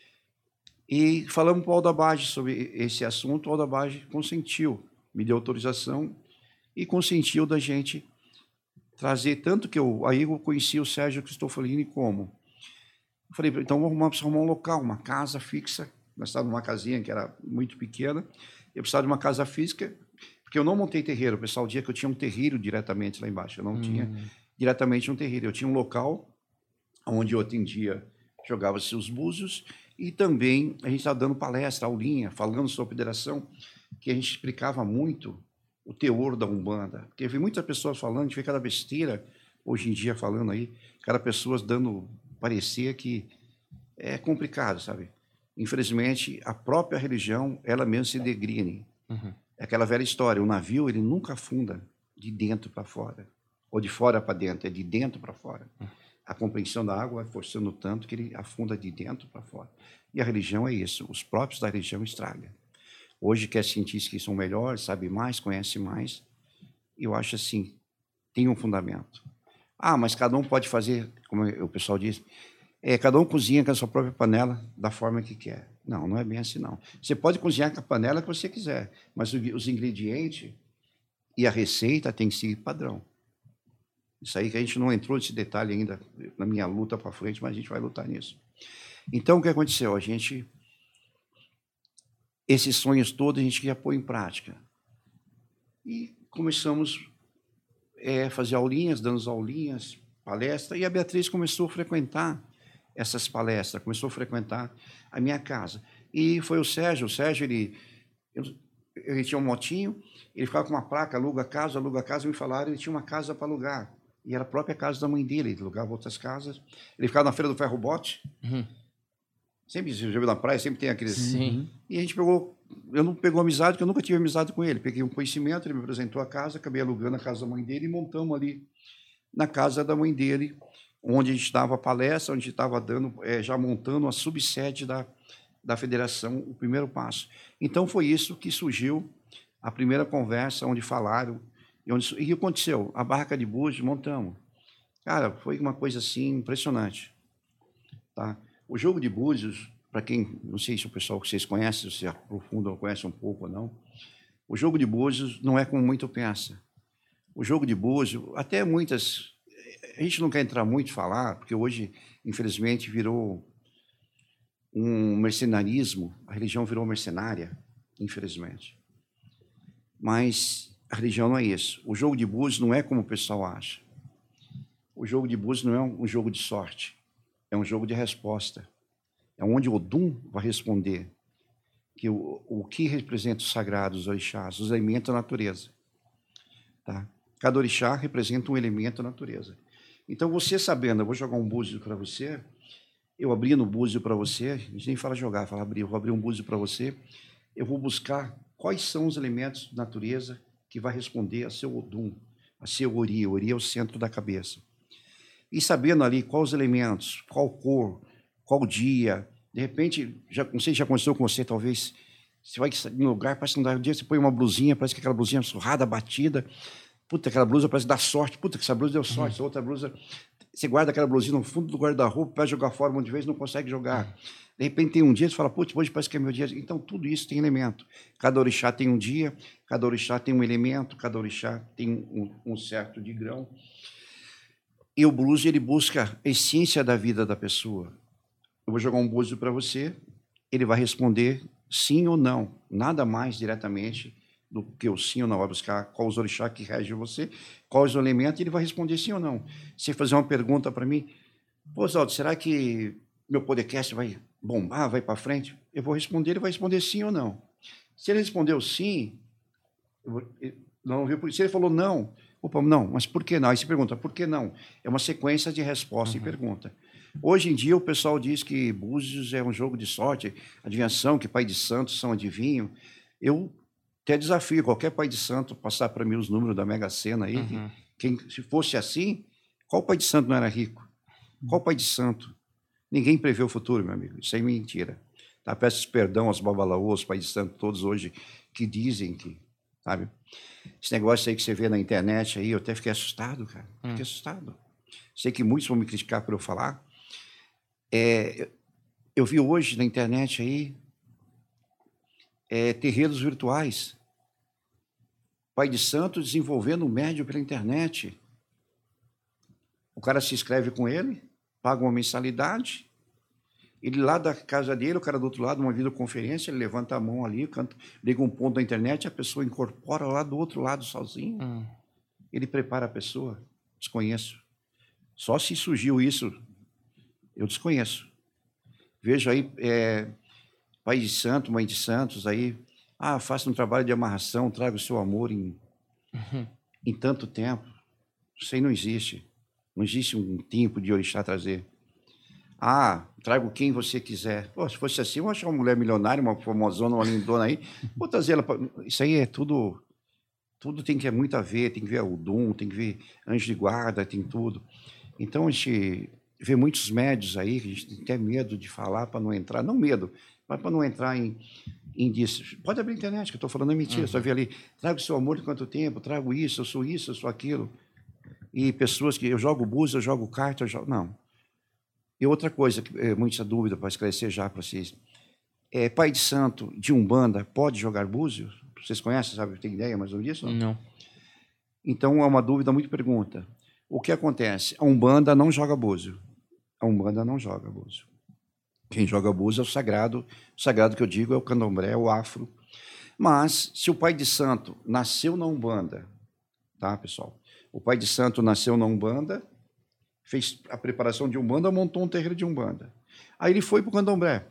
E falamos para o Aldo Abage sobre esse assunto, o Aldo Abage consentiu, me deu autorização e consentiu da gente trazer, tanto que aí eu conheci o Sérgio Cristofolini como. Eu falei, então vamos arrumar um local, uma casa fixa. Nós estávamos numa casinha que era muito pequena, eu precisava de uma casa física, porque eu não montei terreiro, o pessoal dizia que eu tinha um terreiro diretamente lá embaixo, eu não tinha diretamente um terreiro, eu tinha um local onde eu atendia, jogava-se os búzios, e também a gente estava dando palestra, aulinha, falando sobre a federação, que a gente explicava muito o teor da Umbanda. Porque eu vi muitas pessoas falando, a gente vê cada besteira, hoje em dia falando aí, cada pessoa dando parecer que é complicado, sabe? Infelizmente, a própria religião, ela mesma se degrine. Uhum. É aquela velha história, o navio, ele nunca afunda de dentro para fora. ou de fora para dentro, é de dentro para fora. A compreensão da água vai forçando tanto que ele afunda de dentro para fora. E a religião é isso, os próprios da religião estragam. Hoje, quer cientistas que são melhores, sabem mais, conhecem mais, eu acho assim, tem um fundamento. Ah, mas cada um pode fazer, como o pessoal diz, cada um cozinha com a sua própria panela da forma que quer. Não, não é bem assim, não. Você pode cozinhar com a panela que você quiser, mas os ingredientes e a receita tem que seguir padrão. Isso aí que a gente não entrou nesse detalhe ainda na minha luta para frente, mas a gente vai lutar nisso. Então, o que aconteceu? Esses sonhos todos a gente já pôr em prática. E começamos a fazer aulinhas, dando aulinhas, palestras, e a Beatriz começou a frequentar essas palestras, começou a frequentar a minha casa. E foi o Sérgio, ele tinha um motinho, ele ficava com uma placa, aluga casa, me falaram, ele tinha uma casa para alugar. E era a própria casa da mãe dele, ele alugava outras casas. Ele ficava na Feira do Ferro Bote. Sempre, você já viu na praia, sempre tem aqueles... Sim. E a gente eu não pegou amizade, porque eu nunca tive amizade com ele. Peguei um conhecimento, ele me apresentou a casa, acabei alugando a casa da mãe dele e montamos ali na casa da mãe dele, onde a gente dava palestra, onde a gente estava dando, já montando a subsede da federação, o primeiro passo. Então, foi isso que surgiu a primeira conversa, onde falaram. E o que aconteceu? A barraca de Búzios, montamos. Cara, foi uma coisa assim impressionante. Tá? O jogo de Búzios, para quem, não sei se o pessoal que vocês conhecem, se aprofundam ou conhecem um pouco ou não, o jogo de Búzios não é como muito pensa. O jogo de Búzios, até muitas... A gente não quer entrar muito e falar, porque hoje, infelizmente, virou um mercenarismo, a religião virou mercenária, infelizmente. Mas a religião não é isso. O jogo de Búzios não é como o pessoal acha. O jogo de Búzios não é um jogo de sorte, é um jogo de resposta. É onde Odum vai responder que o que representa os sagrados, os orixás, os elementos da natureza. Tá? Cada orixá representa um elemento da natureza. Então, você sabendo, eu vou jogar um búzio para você, eu abri no búzio para você, a gente nem fala jogar, fala abrir, eu vou abrir um búzio para você, eu vou buscar quais são os elementos da natureza que vai responder a seu Odum, a seu Ori. Ori é o centro da cabeça. E sabendo ali quais os elementos, qual cor, qual dia, de repente, não sei se já aconteceu com você, talvez, você vai em um lugar, parece que não dá um dia, você põe uma blusinha, parece que aquela blusinha surrada, batida, puta, aquela blusa parece dar sorte, puta, que essa blusa deu sorte, essa outra blusa, você guarda aquela blusinha no fundo do guarda-roupa, vai jogar fora um monte de vezes, não consegue jogar. De repente tem um dia, você fala, putz, hoje parece que é meu dia. Então, tudo isso tem elemento. Cada orixá tem um dia, cada orixá tem um elemento, cada orixá tem um certo de grão. E o búzio, ele busca a essência da vida da pessoa. Eu vou jogar um búzio para você, ele vai responder sim ou não, nada mais diretamente do que o sim ou não. Vai buscar qual os orixá que regem você, quais os elementos, e ele vai responder sim ou não. Se fazer uma pergunta para mim, pô, Oswaldo, será que meu podcast vai bombar, vai para frente? Eu vou responder, ele vai responder sim ou não. Se ele respondeu sim, se ele falou não, opa, não, mas por que não? Aí você pergunta, por que não? É uma sequência de resposta e pergunta. Hoje em dia o pessoal diz que Búzios é um jogo de sorte, adivinhação, que pai de santo são adivinho. Eu até desafio qualquer pai de santo passar para mim os números da Mega Sena aí. Se fosse assim, qual pai de santo não era rico? Qual pai de santo? Ninguém prevê o futuro, meu amigo. Isso aí é mentira. Tá? Peço perdão aos babalaôs, pais de santo, todos hoje que dizem que, sabe? Esse negócio aí que você vê na internet aí, eu até fiquei assustado, cara. Fiquei assustado. Sei que muitos vão me criticar por eu falar. Eu vi hoje na internet aí terreiros virtuais. Pai de santo desenvolvendo um médium pela internet. O cara se inscreve com ele, paga uma mensalidade, ele lá da casa dele, o cara do outro lado, uma videoconferência, ele levanta a mão ali, liga um ponto da internet, a pessoa incorpora lá do outro lado sozinho. Ele prepara a pessoa. Desconheço. Só se surgiu isso, eu desconheço. Vejo aí pai de santo, mãe de santos aí, faça um trabalho de amarração, traga o seu amor em tanto tempo. Isso aí não existe. Não existe um tempo de orixá trazer. Trago quem você quiser. Pô, se fosse assim, eu vou achar uma mulher milionária, uma famosona, uma lindona aí, vou trazer ela para... Isso aí é tudo Tudo tem que ter muito a ver, tem que ver o Dom, tem que ver anjo de guarda, tem tudo. Então a gente vê muitos médios aí, que a gente tem até medo de falar para não entrar, não medo, mas para não entrar em disso. Pode abrir a internet, que eu estou falando é mentira, só ver ali, trago o seu amor de quanto tempo, trago isso, eu sou aquilo. E pessoas que eu jogo búzio, eu jogo carta, eu jogo. Não. E outra coisa, muita dúvida para esclarecer já para vocês. Pai de santo de Umbanda pode jogar búzio? Vocês conhecem, sabe? Tem ideia mais ou menos disso? Não. Então é uma dúvida muito pergunta. O que acontece? A Umbanda não joga búzio. A Umbanda não joga búzio. Quem joga búzio é o sagrado. O sagrado que eu digo é o candomblé, o afro. Mas se o pai de santo nasceu na Umbanda, tá, pessoal? O pai de santo nasceu na Umbanda, fez a preparação de Umbanda, montou um terreiro de Umbanda. Aí ele foi para o candomblé.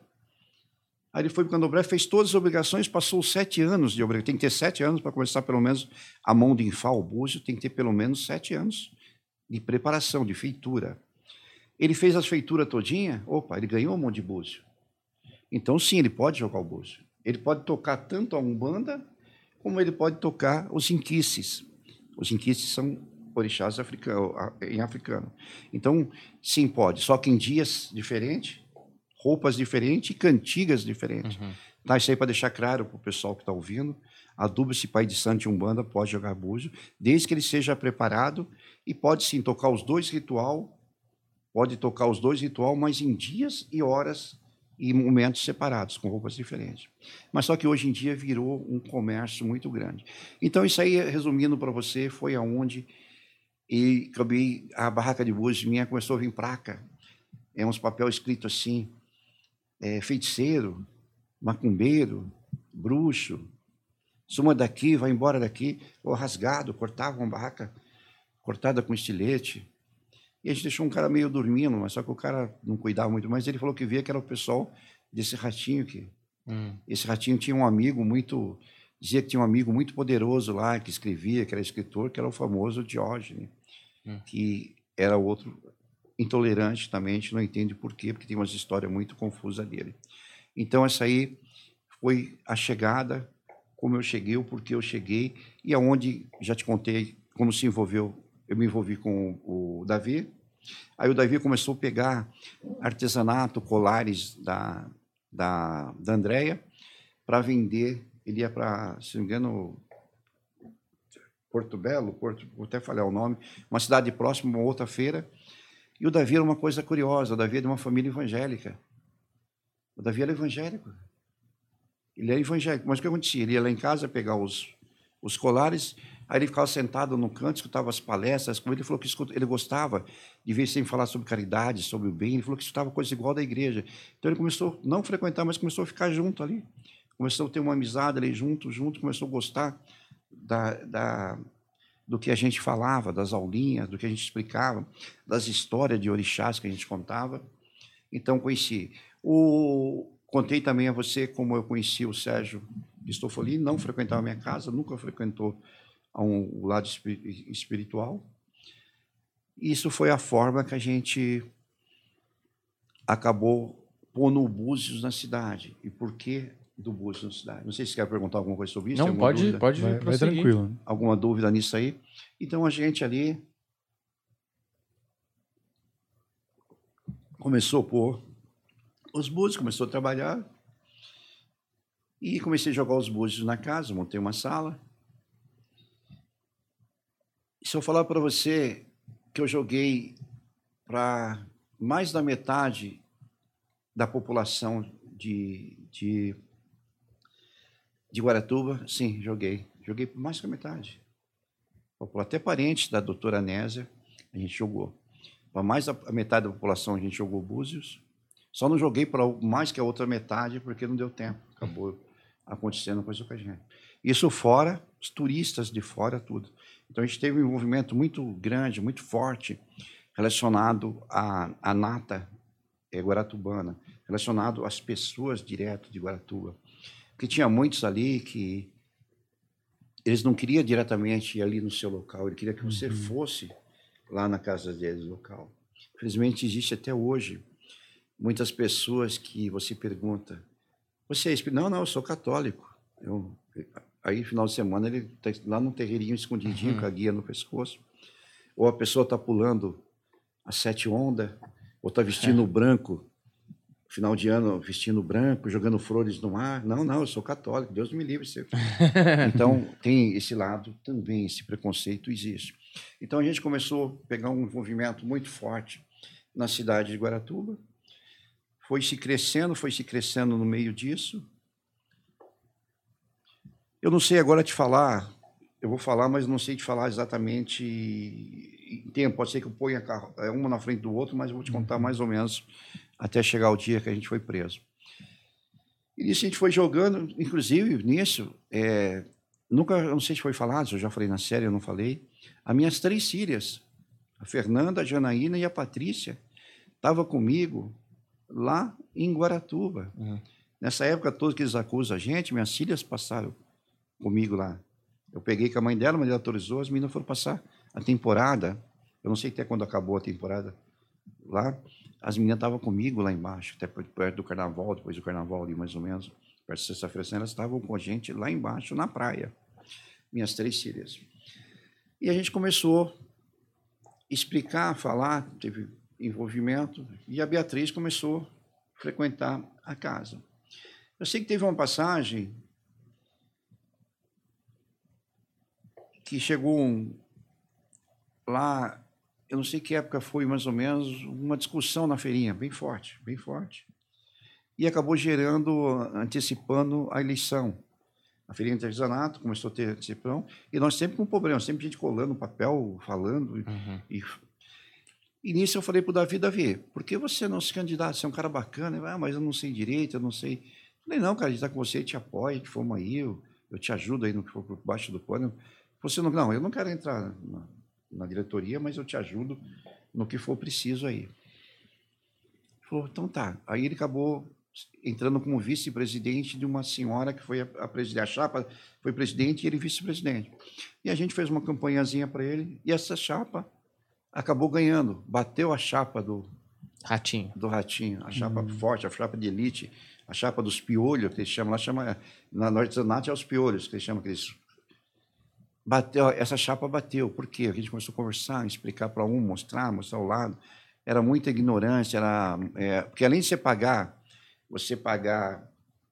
Fez todas as obrigações, passou 7 anos de obrigação. Tem que ter 7 anos para começar, pelo menos, a mão de infar o búzio, tem que ter pelo menos 7 anos de preparação, de feitura. Ele fez as feituras todinha, ele ganhou um monte de búzio. Então, sim, ele pode jogar o búzio. Ele pode tocar tanto a Umbanda, como ele pode tocar os inquices. Os inquices são orixás em africano. Então, sim, pode. Só que em dias diferentes, roupas diferentes e cantigas diferentes. Tá, isso aí para deixar claro para o pessoal que está ouvindo. A dúvida se pai de santo e Umbanda pode jogar búzio, desde que ele seja preparado, e pode sim tocar os dois ritual, mas em dias e horas e momentos separados, com roupas diferentes. Mas só que hoje em dia virou um comércio muito grande. Então, isso aí, resumindo para você, foi aonde a barraca de búzios minha começou a vir placa. Uns papel escrito assim, feiticeiro, macumbeiro, bruxo, suma daqui, vai embora daqui, ou rasgado, cortava uma barraca cortada com estilete. E a gente deixou um cara meio dormindo, mas só que o cara não cuidava muito mais. Ele falou que via que era o pessoal desse ratinho que esse ratinho tinha um amigo dizia que tinha um amigo muito poderoso lá, que escrevia, que era escritor, que era o famoso Diógenes, que era outro intolerante também, a gente não entende por quê, porque tem umas histórias muito confusas dele. Então, essa aí foi a chegada, como eu cheguei, o porquê eu cheguei, e aonde, já te contei como se envolveu, eu me envolvi com o Davi. Aí o Davi começou a pegar artesanato, colares da Andréia, para vender. Ele ia para, se não me engano, Porto Belo, vou até falhar o nome, uma cidade próxima, uma outra feira. E o Davi era uma coisa curiosa, o Davi é de uma família evangélica. O Davi era evangélico. Ele era evangélico, mas o que acontecia? Ele ia lá em casa pegar os colares, aí ele ficava sentado no canto, escutava as palestras, como ele falou que ele gostava de ver sempre falar sobre caridade, sobre o bem, ele falou que escutava coisa igual da igreja. Então ele começou, não frequentar, mas começou a ficar junto ali. Começou a ter uma amizade ali junto, começou a gostar do que a gente falava, das aulinhas, do que a gente explicava, das histórias de orixás que a gente contava. Então, conheci. Contei também a você como eu conheci o Sérgio Cristofoli, não frequentava a minha casa, nunca frequentou o lado espiritual. Isso foi a forma que a gente acabou pondo o Búzios na cidade. E por que do Búzios na cidade? Não sei se você quer perguntar alguma coisa sobre isso. Não, pode vai tranquilo. Alguma dúvida nisso aí? Então, a gente ali começou a pôr os búzios, começou a trabalhar, e comecei a jogar os búzios na casa, montei uma sala. E se eu falar para você que eu joguei para mais da metade da população de Guaratuba, sim, joguei. Joguei por mais que a metade. Até parentes da doutora Nésia, a gente jogou. Para mais da metade da população, a gente jogou búzios. Só não joguei para mais que a outra metade, porque não deu tempo. Acabou acontecendo coisa com a gente. Isso fora, os turistas de fora, tudo. Então, a gente teve um envolvimento muito grande, muito forte, relacionado à nata guaratubana, relacionado às pessoas direto de Guaratuba. Porque tinha muitos ali que eles não queriam diretamente ir ali no seu local, ele queria que você fosse lá na casa deles, local. Infelizmente, existe até hoje muitas pessoas que você pergunta, você é espírita? Não, eu sou católico. Aí, final de semana, ele tá lá num terreirinho escondidinho, com a guia no pescoço. Ou a pessoa está pulando as 7 ondas, ou está vestindo branco, final de ano vestindo branco, jogando flores no mar. Não, eu sou católico, Deus me livre. Então, tem esse lado também, esse preconceito existe. Então, a gente começou a pegar um envolvimento muito forte na cidade de Guaratuba, foi se crescendo no meio disso. Eu não sei agora te falar, eu vou falar, mas não sei te falar exatamente em tempo. Pode ser que eu ponha uma na frente do outro, mas eu vou te contar mais ou menos até chegar o dia que a gente foi preso. E nisso a gente foi jogando, inclusive nisso, nunca, eu não sei se foi falado, se eu já falei na série, eu não falei, as minhas 3 filhas, a Fernanda, a Janaína e a Patrícia, estavam comigo lá em Guaratuba. Nessa época, todos que eles acusam a gente, minhas filhas passaram comigo lá. Eu peguei com a mãe dela, mas ela autorizou, as meninas foram passar a temporada. Eu não sei até quando acabou a temporada lá. As meninas estavam comigo lá embaixo, até perto do carnaval, depois do carnaval ali, mais ou menos, perto de sexta-feira, elas estavam com a gente lá embaixo, na praia. Minhas 3 filhas. E a gente começou a explicar, falar, teve envolvimento, e a Beatriz começou a frequentar a casa. Eu sei que teve uma passagem que chegou lá, eu não sei que época foi, mais ou menos, uma discussão na feirinha, bem forte, e acabou antecipando a eleição. A feirinha de artesanato começou a ter antecipação, e nós sempre com problema, sempre a gente colando papel, falando, e nisso eu falei para o Davi, por que você não se candidata? Você é um cara bacana. Ele, mas eu não sei direito, eu não sei. Eu falei, não, cara, a gente está com você, te apoia, que fomos aí, eu te ajudo aí no que for por baixo do pano. Você não, eu não quero entrar na diretoria, mas eu te ajudo no que for preciso aí. Ele falou, então tá. Aí ele acabou entrando como vice-presidente de uma senhora que foi a presidente. A chapa foi presidente e ele vice-presidente. E a gente fez uma campanhazinha para ele, e essa chapa acabou ganhando, bateu a chapa do Ratinho, a chapa forte, a chapa de elite, a chapa dos piolhos, que eles chamam lá, na artesanato é os piolhos, que eles chamam aqueles. Bateu, essa chapa bateu, por quê? A gente começou a conversar, explicar para mostrar o lado, era muita ignorância, porque além de você pagar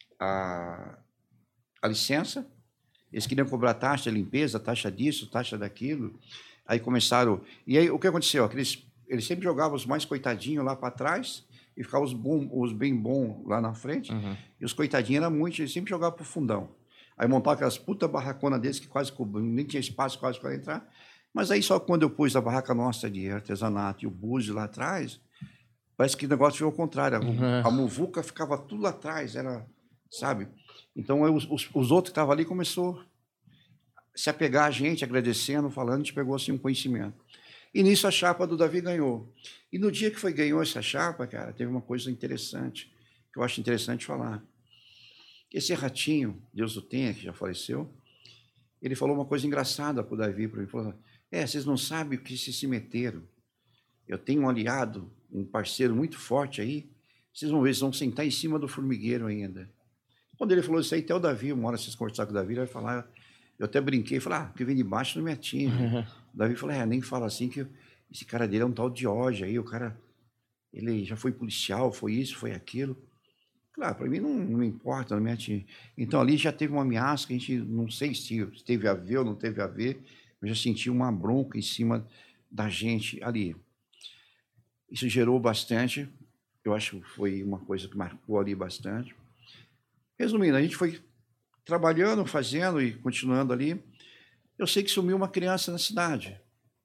a licença, eles queriam cobrar taxa de limpeza, taxa disso, taxa daquilo. Aí começaram. E aí o que aconteceu? Eles sempre jogavam os mais coitadinhos lá para trás e ficavam os bem bons lá na frente. E os coitadinhos eram muitos, eles sempre jogavam para o fundão. Aí montavam aquelas puta barraconas deles que quase nem tinha espaço quase para entrar. Mas aí só quando eu pus a barraca nossa de artesanato e o búzio lá atrás, parece que o negócio foi ao contrário. A muvuca ficava tudo lá atrás, sabe? Então os outros que estavam ali começou se apegar a gente, agradecendo, falando, a gente pegou assim um conhecimento. E nisso a chapa do Davi ganhou. E no dia que ganhou essa chapa, cara, teve uma coisa interessante, que eu acho interessante falar. Esse Ratinho, Deus o tenha, que já faleceu, ele falou uma coisa engraçada para o Davi, para mim, falou, vocês não sabem o que se meteram. Eu tenho um aliado, um parceiro muito forte aí, vocês vão ver, eles vão sentar em cima do formigueiro ainda. Quando ele falou isso aí, até o Davi, uma hora vocês conversaram com o Davi, ele vai falar... Eu até brinquei, falei, que vem de baixo não me atinge. O Davi falou, nem fala assim, que esse cara dele é um tal de Diógenes aí, o cara, ele já foi policial, foi isso, foi aquilo. Claro, para mim não me importa, não me atinge. Então ali já teve uma ameaça que a gente não sei se teve a ver ou não teve a ver, eu já senti uma bronca em cima da gente ali. Isso gerou bastante, eu acho que foi uma coisa que marcou ali bastante. Resumindo, a gente foi trabalhando, fazendo e continuando ali. Eu sei que sumiu uma criança na cidade.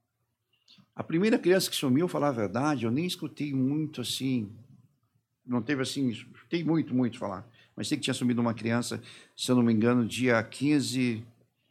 A primeira criança que sumiu, falar a verdade, eu nem escutei muito assim, não teve assim, escutei muito falar, mas sei que tinha sumido uma criança, se eu não me engano, dia 15,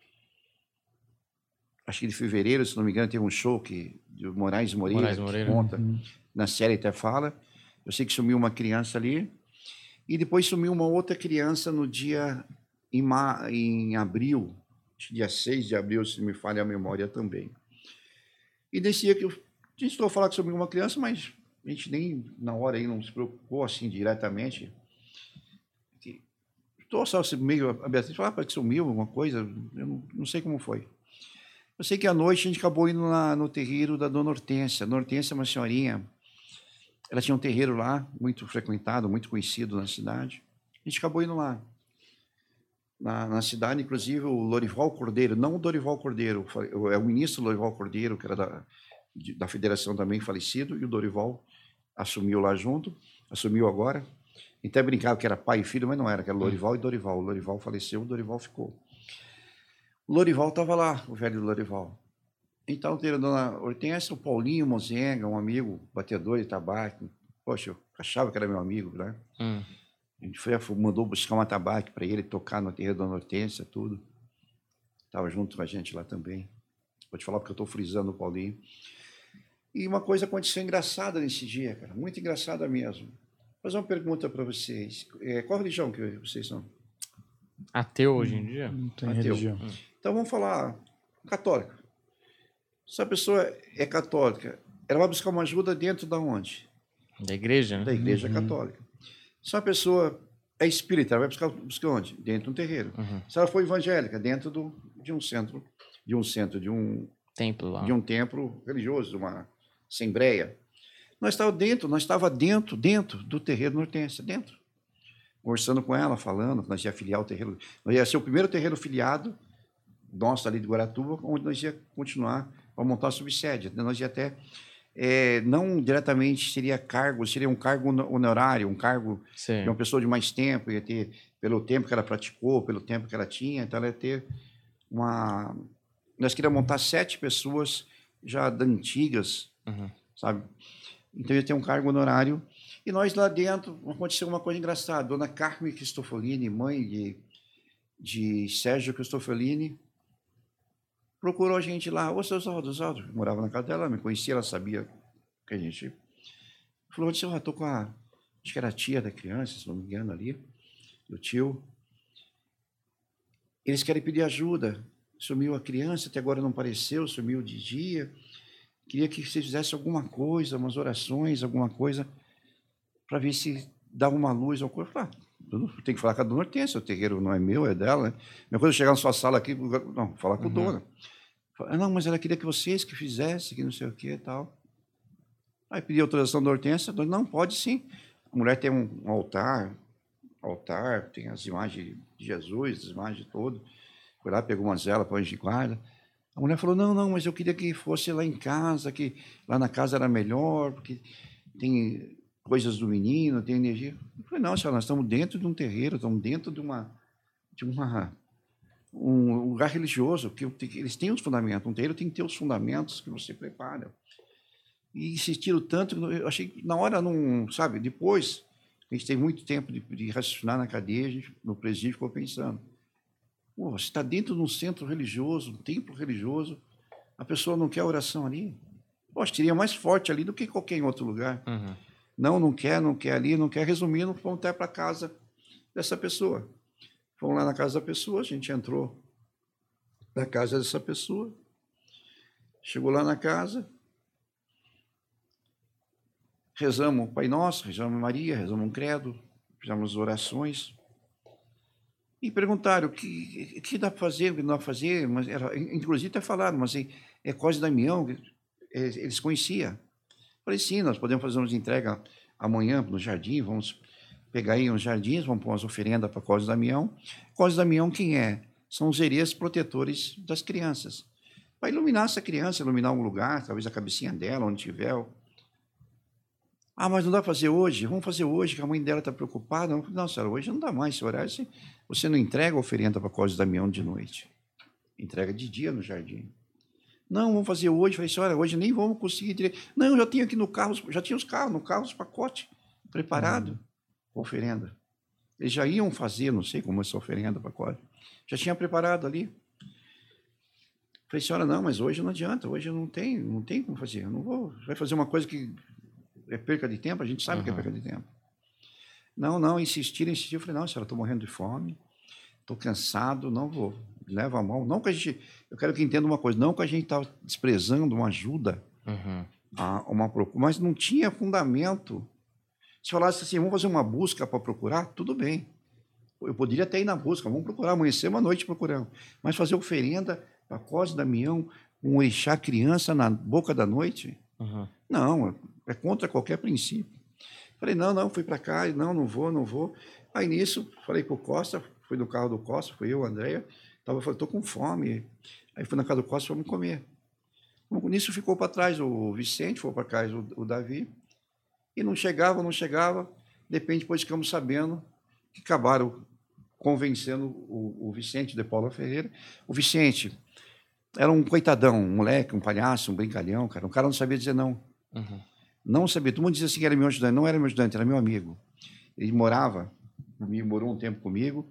acho que de fevereiro, se não me engano, teve um show de Moraes Moreira, que conta, na série até fala. Eu sei que sumiu uma criança ali, e depois sumiu uma outra criança no dia... Em abril, dia 6 de abril, se me falha a memória também. E nesse dia que a gente estou a falar sobre uma criança, mas a gente nem na hora aí não se preocupou assim diretamente. Estou só meio... A Beatriz falou, parece que sumiu alguma coisa. Eu não sei como foi. Eu sei que à noite a gente acabou indo lá no terreiro da Dona Hortência. A Dona Hortência é uma senhorinha. Ela tinha um terreiro lá, muito frequentado, muito conhecido na cidade. A gente acabou indo lá. Na cidade, inclusive, o Lorival Cordeiro, não o Dorival Cordeiro, é o ministro Lorival Cordeiro, que era da federação também falecido, e o Dorival assumiu lá junto, assumiu agora. Até brincava que era pai e filho, mas não era, que era Lorival e Dorival. O Lorival faleceu, o Dorival ficou. O Lorival estava lá, o velho Lorival. Então, teve a Dona Hortência, o Paulinho Mozenga, um amigo, batedor de tabaco. Poxa, eu achava que era meu amigo, né? A gente mandou buscar uma tabaco para ele tocar no terreiro da Dona Hortência, tudo. Estava junto com a gente lá também. Vou te falar porque eu estou frisando o Paulinho. E uma coisa aconteceu engraçada nesse dia, cara. Muito engraçada mesmo. Vou fazer uma pergunta para vocês. Qual religião que vocês são? Ateu hoje em dia? Não tem Ateu. religião. Então vamos falar católica. Se a pessoa é católica, ela vai buscar uma ajuda dentro da onde? Da igreja, né? Da igreja católica. Se uma pessoa é espírita, ela vai buscar onde? Dentro de um terreiro. Se ela for evangélica, dentro de um Templo lá. de um templo religioso, de uma assembleia. Nós estava dentro do terreiro da Hortência, dentro. Conversando com ela, falando que nós ia filiar o terreiro. Nós ia ser o primeiro terreiro filiado nosso ali de Guaratuba, onde nós ia continuar para montar a subsede. Nós ia até, não diretamente seria um cargo honorário, um cargo Sim. de uma pessoa de mais tempo, ia ter, pelo tempo que ela praticou, pelo tempo que ela tinha, então ela ia ter uma... Nós queríamos montar 7 pessoas já antigas, sabe? Então ia ter um cargo honorário. E nós lá dentro, aconteceu uma coisa engraçada. Dona Carmen Cristofolini, mãe de Sérgio Cristofolini, procurou a gente lá. Ô, seu Oswaldo, eu morava na casa dela, ela me conhecia, ela sabia que a gente... Falou, estou com a... Acho que era a tia da criança, se não me engano ali, do tio. Eles querem pedir ajuda. Sumiu a criança, até agora não apareceu, sumiu de dia. Queria que vocês fizessem alguma coisa, umas orações, alguma coisa, para ver se dá uma luz ou coisa. Eu falei, tem que falar com a Dona Hortência, o terreiro não é meu, é dela. Né? Minha coisa é chegar na sua sala aqui, não, falar com o dono. Não, mas ela queria que vocês que fizessem, que não sei o que e tal. Aí pedi a autorização da Hortência, não, pode sim. A mulher tem um altar, tem as imagens de Jesus, as imagens de todo. Foi lá, pegou umas velas para a gente guarda. A mulher falou, não, mas eu queria que fosse lá em casa, que lá na casa era melhor, porque tem coisas do menino, tem energia. Eu falei, não, senhora, nós estamos dentro de um terreiro, estamos dentro de um lugar religioso, que eles têm os fundamentos, um terreiro tem que ter os fundamentos que você prepara. E insistiram tanto, eu achei que na hora não, sabe, depois, a gente tem muito tempo de raciocinar na cadeia, no presídio ficou pensando, você está dentro de um centro religioso, um templo religioso, a pessoa não quer oração ali? Poxa, seria mais forte ali do que qualquer outro lugar. Não quer ali, não quer. Resumindo, vamos até para a casa dessa pessoa. Fomos lá na casa da pessoa, a gente entrou na casa dessa pessoa, chegou lá na casa, rezamos o Pai Nosso, rezamos Maria, rezamos um credo, fizemos orações. E perguntaram o que dá para fazer, o que não dá para fazer. Mas inclusive até falaram, mas é Cosme Damião, eles conheciam. Falei, sim, nós podemos fazer umas entregas amanhã no jardim, vamos pegar aí uns jardins, vamos pôr umas oferendas para Cosme Damião. Cosme Damião quem é? São os herês protetores das crianças. Para iluminar essa criança, iluminar um lugar, talvez a cabecinha dela, onde tiver. Mas não dá para fazer hoje? Vamos fazer hoje, que a mãe dela está preocupada. Não, senhora, hoje não dá mais. Esse horário, você não entrega a oferenda para Cosme Damião de noite. Entrega de dia no jardim. Não, vamos fazer hoje. Falei, senhora, hoje nem vamos conseguir. Não, eu já tenho aqui no carro, já tinha os carros, no carro os pacotes preparados com oferenda. Eles já iam fazer, não sei como essa oferenda, pacote. Já tinha preparado ali. Falei, senhora, não, mas hoje não adianta, hoje não tem como fazer. Eu não vou. Vai fazer uma coisa que é perca de tempo, a gente sabe que é perca de tempo. Não, insistir. Eu falei, não, senhora, estou morrendo de fome, estou cansado, não vou. Leva a mão. Não que a gente... Eu quero que entenda uma coisa, não que a gente estava desprezando uma ajuda, uma procura, mas não tinha fundamento. Se falasse assim, vamos fazer uma busca para procurar, tudo bem. Eu poderia até ir na busca, vamos procurar, amanhecer uma noite procurando. Mas fazer oferenda para Cosme e Damião, um orixá criança na boca da noite? Uhum. Não, é contra qualquer princípio. Falei, não, fui para cá, não vou. Aí nisso, falei com o Costa, fui no carro do Costa, fui eu, a Andréia, falei, estou com fome. Aí fui na casa do Costa, vamos comer. Nisso ficou para trás o Vicente, foi para trás o Davi, e não chegava. De repente, depois ficamos sabendo que acabaram convencendo o Vicente de Paula Ferreira. O Vicente era um coitadão, um moleque, um palhaço, um brincalhão, cara. O cara não sabia dizer não. Uhum. Não sabia. Todo mundo dizia assim que era meu ajudante. Não era meu ajudante, era meu amigo. Ele morou um tempo comigo,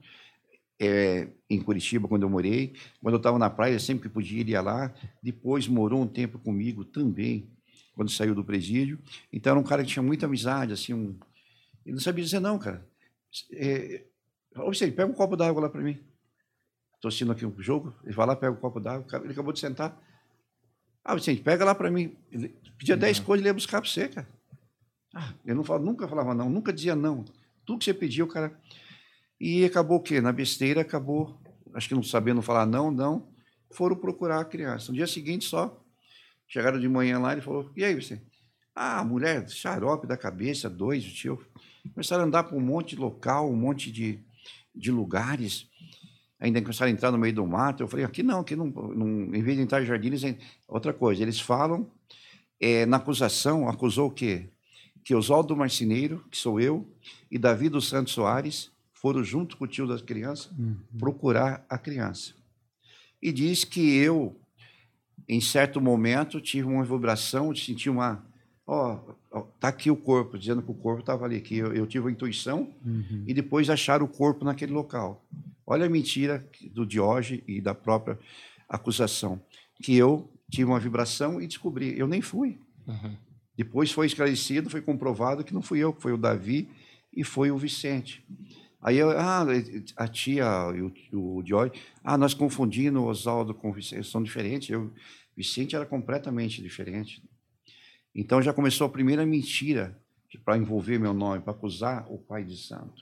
em Curitiba, quando eu morei. Quando eu estava na praia, sempre que podia, ele ia lá. Depois morou um tempo comigo também, quando saiu do presídio. Então era um cara que tinha muita amizade, assim, ele não sabia dizer não, cara. Ô, Vicente, pega um copo d'água lá para mim. Estou assistindo aqui um jogo, ele vai lá, pega um copo d'água, ele acabou de sentar. Vicente, pega lá para mim. Ele pedia 10 coisas, ele ia buscar para você, cara. Eu nunca falava não, nunca dizia não. Tudo que você pedia, o cara... E acabou o quê? Na besteira, acho que não sabendo falar não, foram procurar a criança. No dia seguinte só, chegaram de manhã lá, ele falou, e aí, Vicente? Mulher, xarope da cabeça, dois, o tio. Começaram a andar por um monte de local, um monte de lugares. Ainda começaram a entrar no meio do mato. Eu falei, aqui não, em vez de entrar em jardim, outra coisa. Eles falam, na acusação, acusou o quê? Que Oswaldo Marceneiro, que sou eu, e Davi dos Santos Soares foram junto com o tio da criança procurar a criança. E diz que eu, em certo momento, tive uma vibração, senti uma... tá aqui o corpo, dizendo que o corpo estava ali, que eu tive a intuição, e depois acharam o corpo naquele local. Olha a mentira do Diógenes e da própria acusação, que eu tive uma vibração e descobri, eu nem fui. Uhum. Depois foi esclarecido, foi comprovado que não fui eu, foi o Davi e foi o Vicente. Aí a tia e o Diógenes, nós confundimos o Oswaldo com o Vicente, são diferentes, Vicente era completamente diferente. Então já começou a primeira mentira para envolver meu nome, para acusar o pai de santo.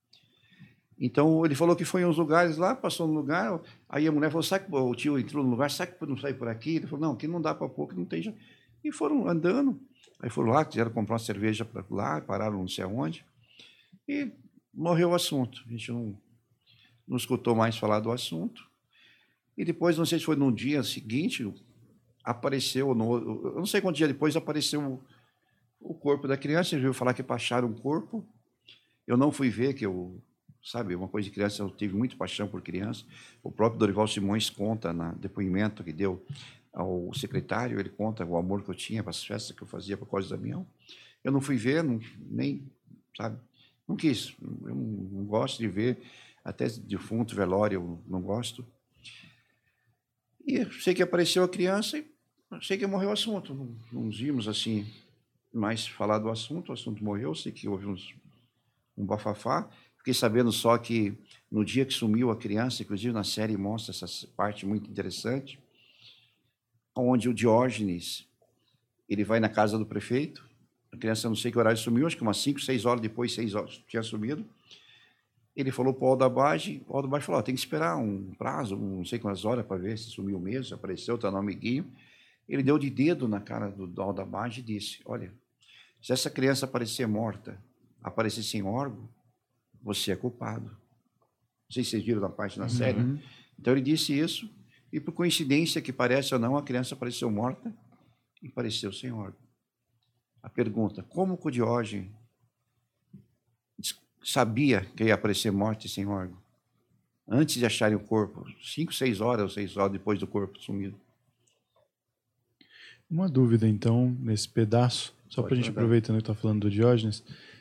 Então ele falou que foi em uns lugares lá, passou no lugar, aí a mulher falou, sabe que o tio entrou no lugar, sabe que não sai por aqui? Ele falou, não, aqui não dá para pôr, que não tem jeito. E foram andando, aí foram lá, quiseram comprar uma cerveja para lá, pararam não sei aonde, e morreu o assunto. A gente não escutou mais falar do assunto. E depois, não sei se foi no dia seguinte, apareceu, eu não sei quanto dia depois, apareceu o corpo da criança. Ele veio falar que acharam um corpo. Eu não fui ver, sabe, uma coisa de criança, eu tive muito paixão por criança. O próprio Dorival Simões conta, no depoimento que deu ao secretário, ele conta o amor que eu tinha para as festas que eu fazia para Cosme e Damião. Eu não fui ver, nem, sabe, não quis. Eu não gosto de ver, até defunto, velório, eu não gosto. E sei que apareceu a criança e sei que morreu o assunto. Não vimos assim mais falar do assunto, o assunto morreu, sei que houve um bafafá. Fiquei sabendo só que no dia que sumiu a criança, inclusive na série mostra essa parte muito interessante, onde o Diógenes, ele vai na casa do prefeito, a criança não sei que horário sumiu, acho que umas 5, 6 horas depois, 6 horas tinha sumido. Ele falou para o Aldabage, o Aldabage falou, tem que esperar um prazo, não sei quantas horas para ver se sumiu mesmo, se apareceu, está no amiguinho. Ele deu de dedo na cara do Aldabage e disse, olha, se essa criança aparecer morta, aparecer sem órgão, você é culpado. Não sei se vocês viram na parte da série. Né? Então ele disse isso, e por coincidência, que parece ou não, a criança apareceu morta e apareceu sem órgão. A pergunta, como que o Diógenes sabia que ia aparecer morte sem órgão? Antes de acharem o corpo, 5, 6 horas ou 6 horas depois do corpo sumido. Uma dúvida, então, nesse pedaço, só para a gente aproveitando que está falando do Diógenes,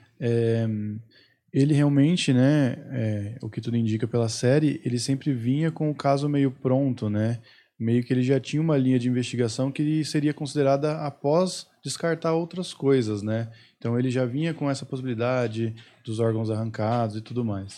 ele realmente, né, o que tudo indica pela série, ele sempre vinha com o caso meio pronto, né? Meio que ele já tinha uma linha de investigação que seria considerada após descartar outras coisas, né? Então ele já vinha com essa possibilidade dos órgãos arrancados e tudo mais.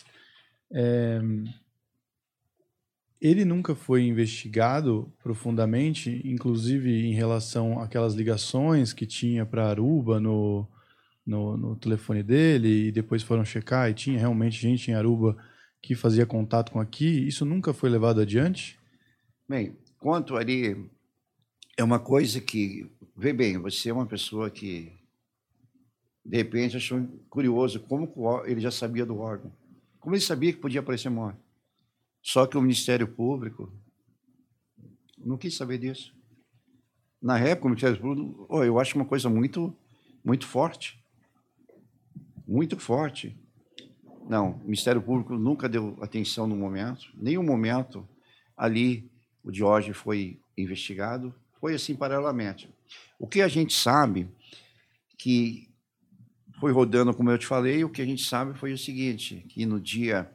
Ele nunca foi investigado profundamente, inclusive em relação àquelas ligações que tinha para Aruba no telefone dele, e depois foram checar e tinha realmente gente em Aruba que fazia contato com aqui, isso nunca foi levado adiante? Bem, quanto ali, é uma coisa que, vê bem, você é uma pessoa que, de repente, achou curioso como ele já sabia do órgão. Como ele sabia que podia aparecer morte. Só que o Ministério Público não quis saber disso. Na época, o Ministério Público, eu acho uma coisa muito, muito forte. Muito forte. Não, o Ministério Público nunca deu atenção no momento. Nenhum momento ali o Diógenes foi investigado. Foi assim paralelamente. O que a gente sabe que foi rodando, como eu te falei, o que a gente sabe foi o seguinte, que no dia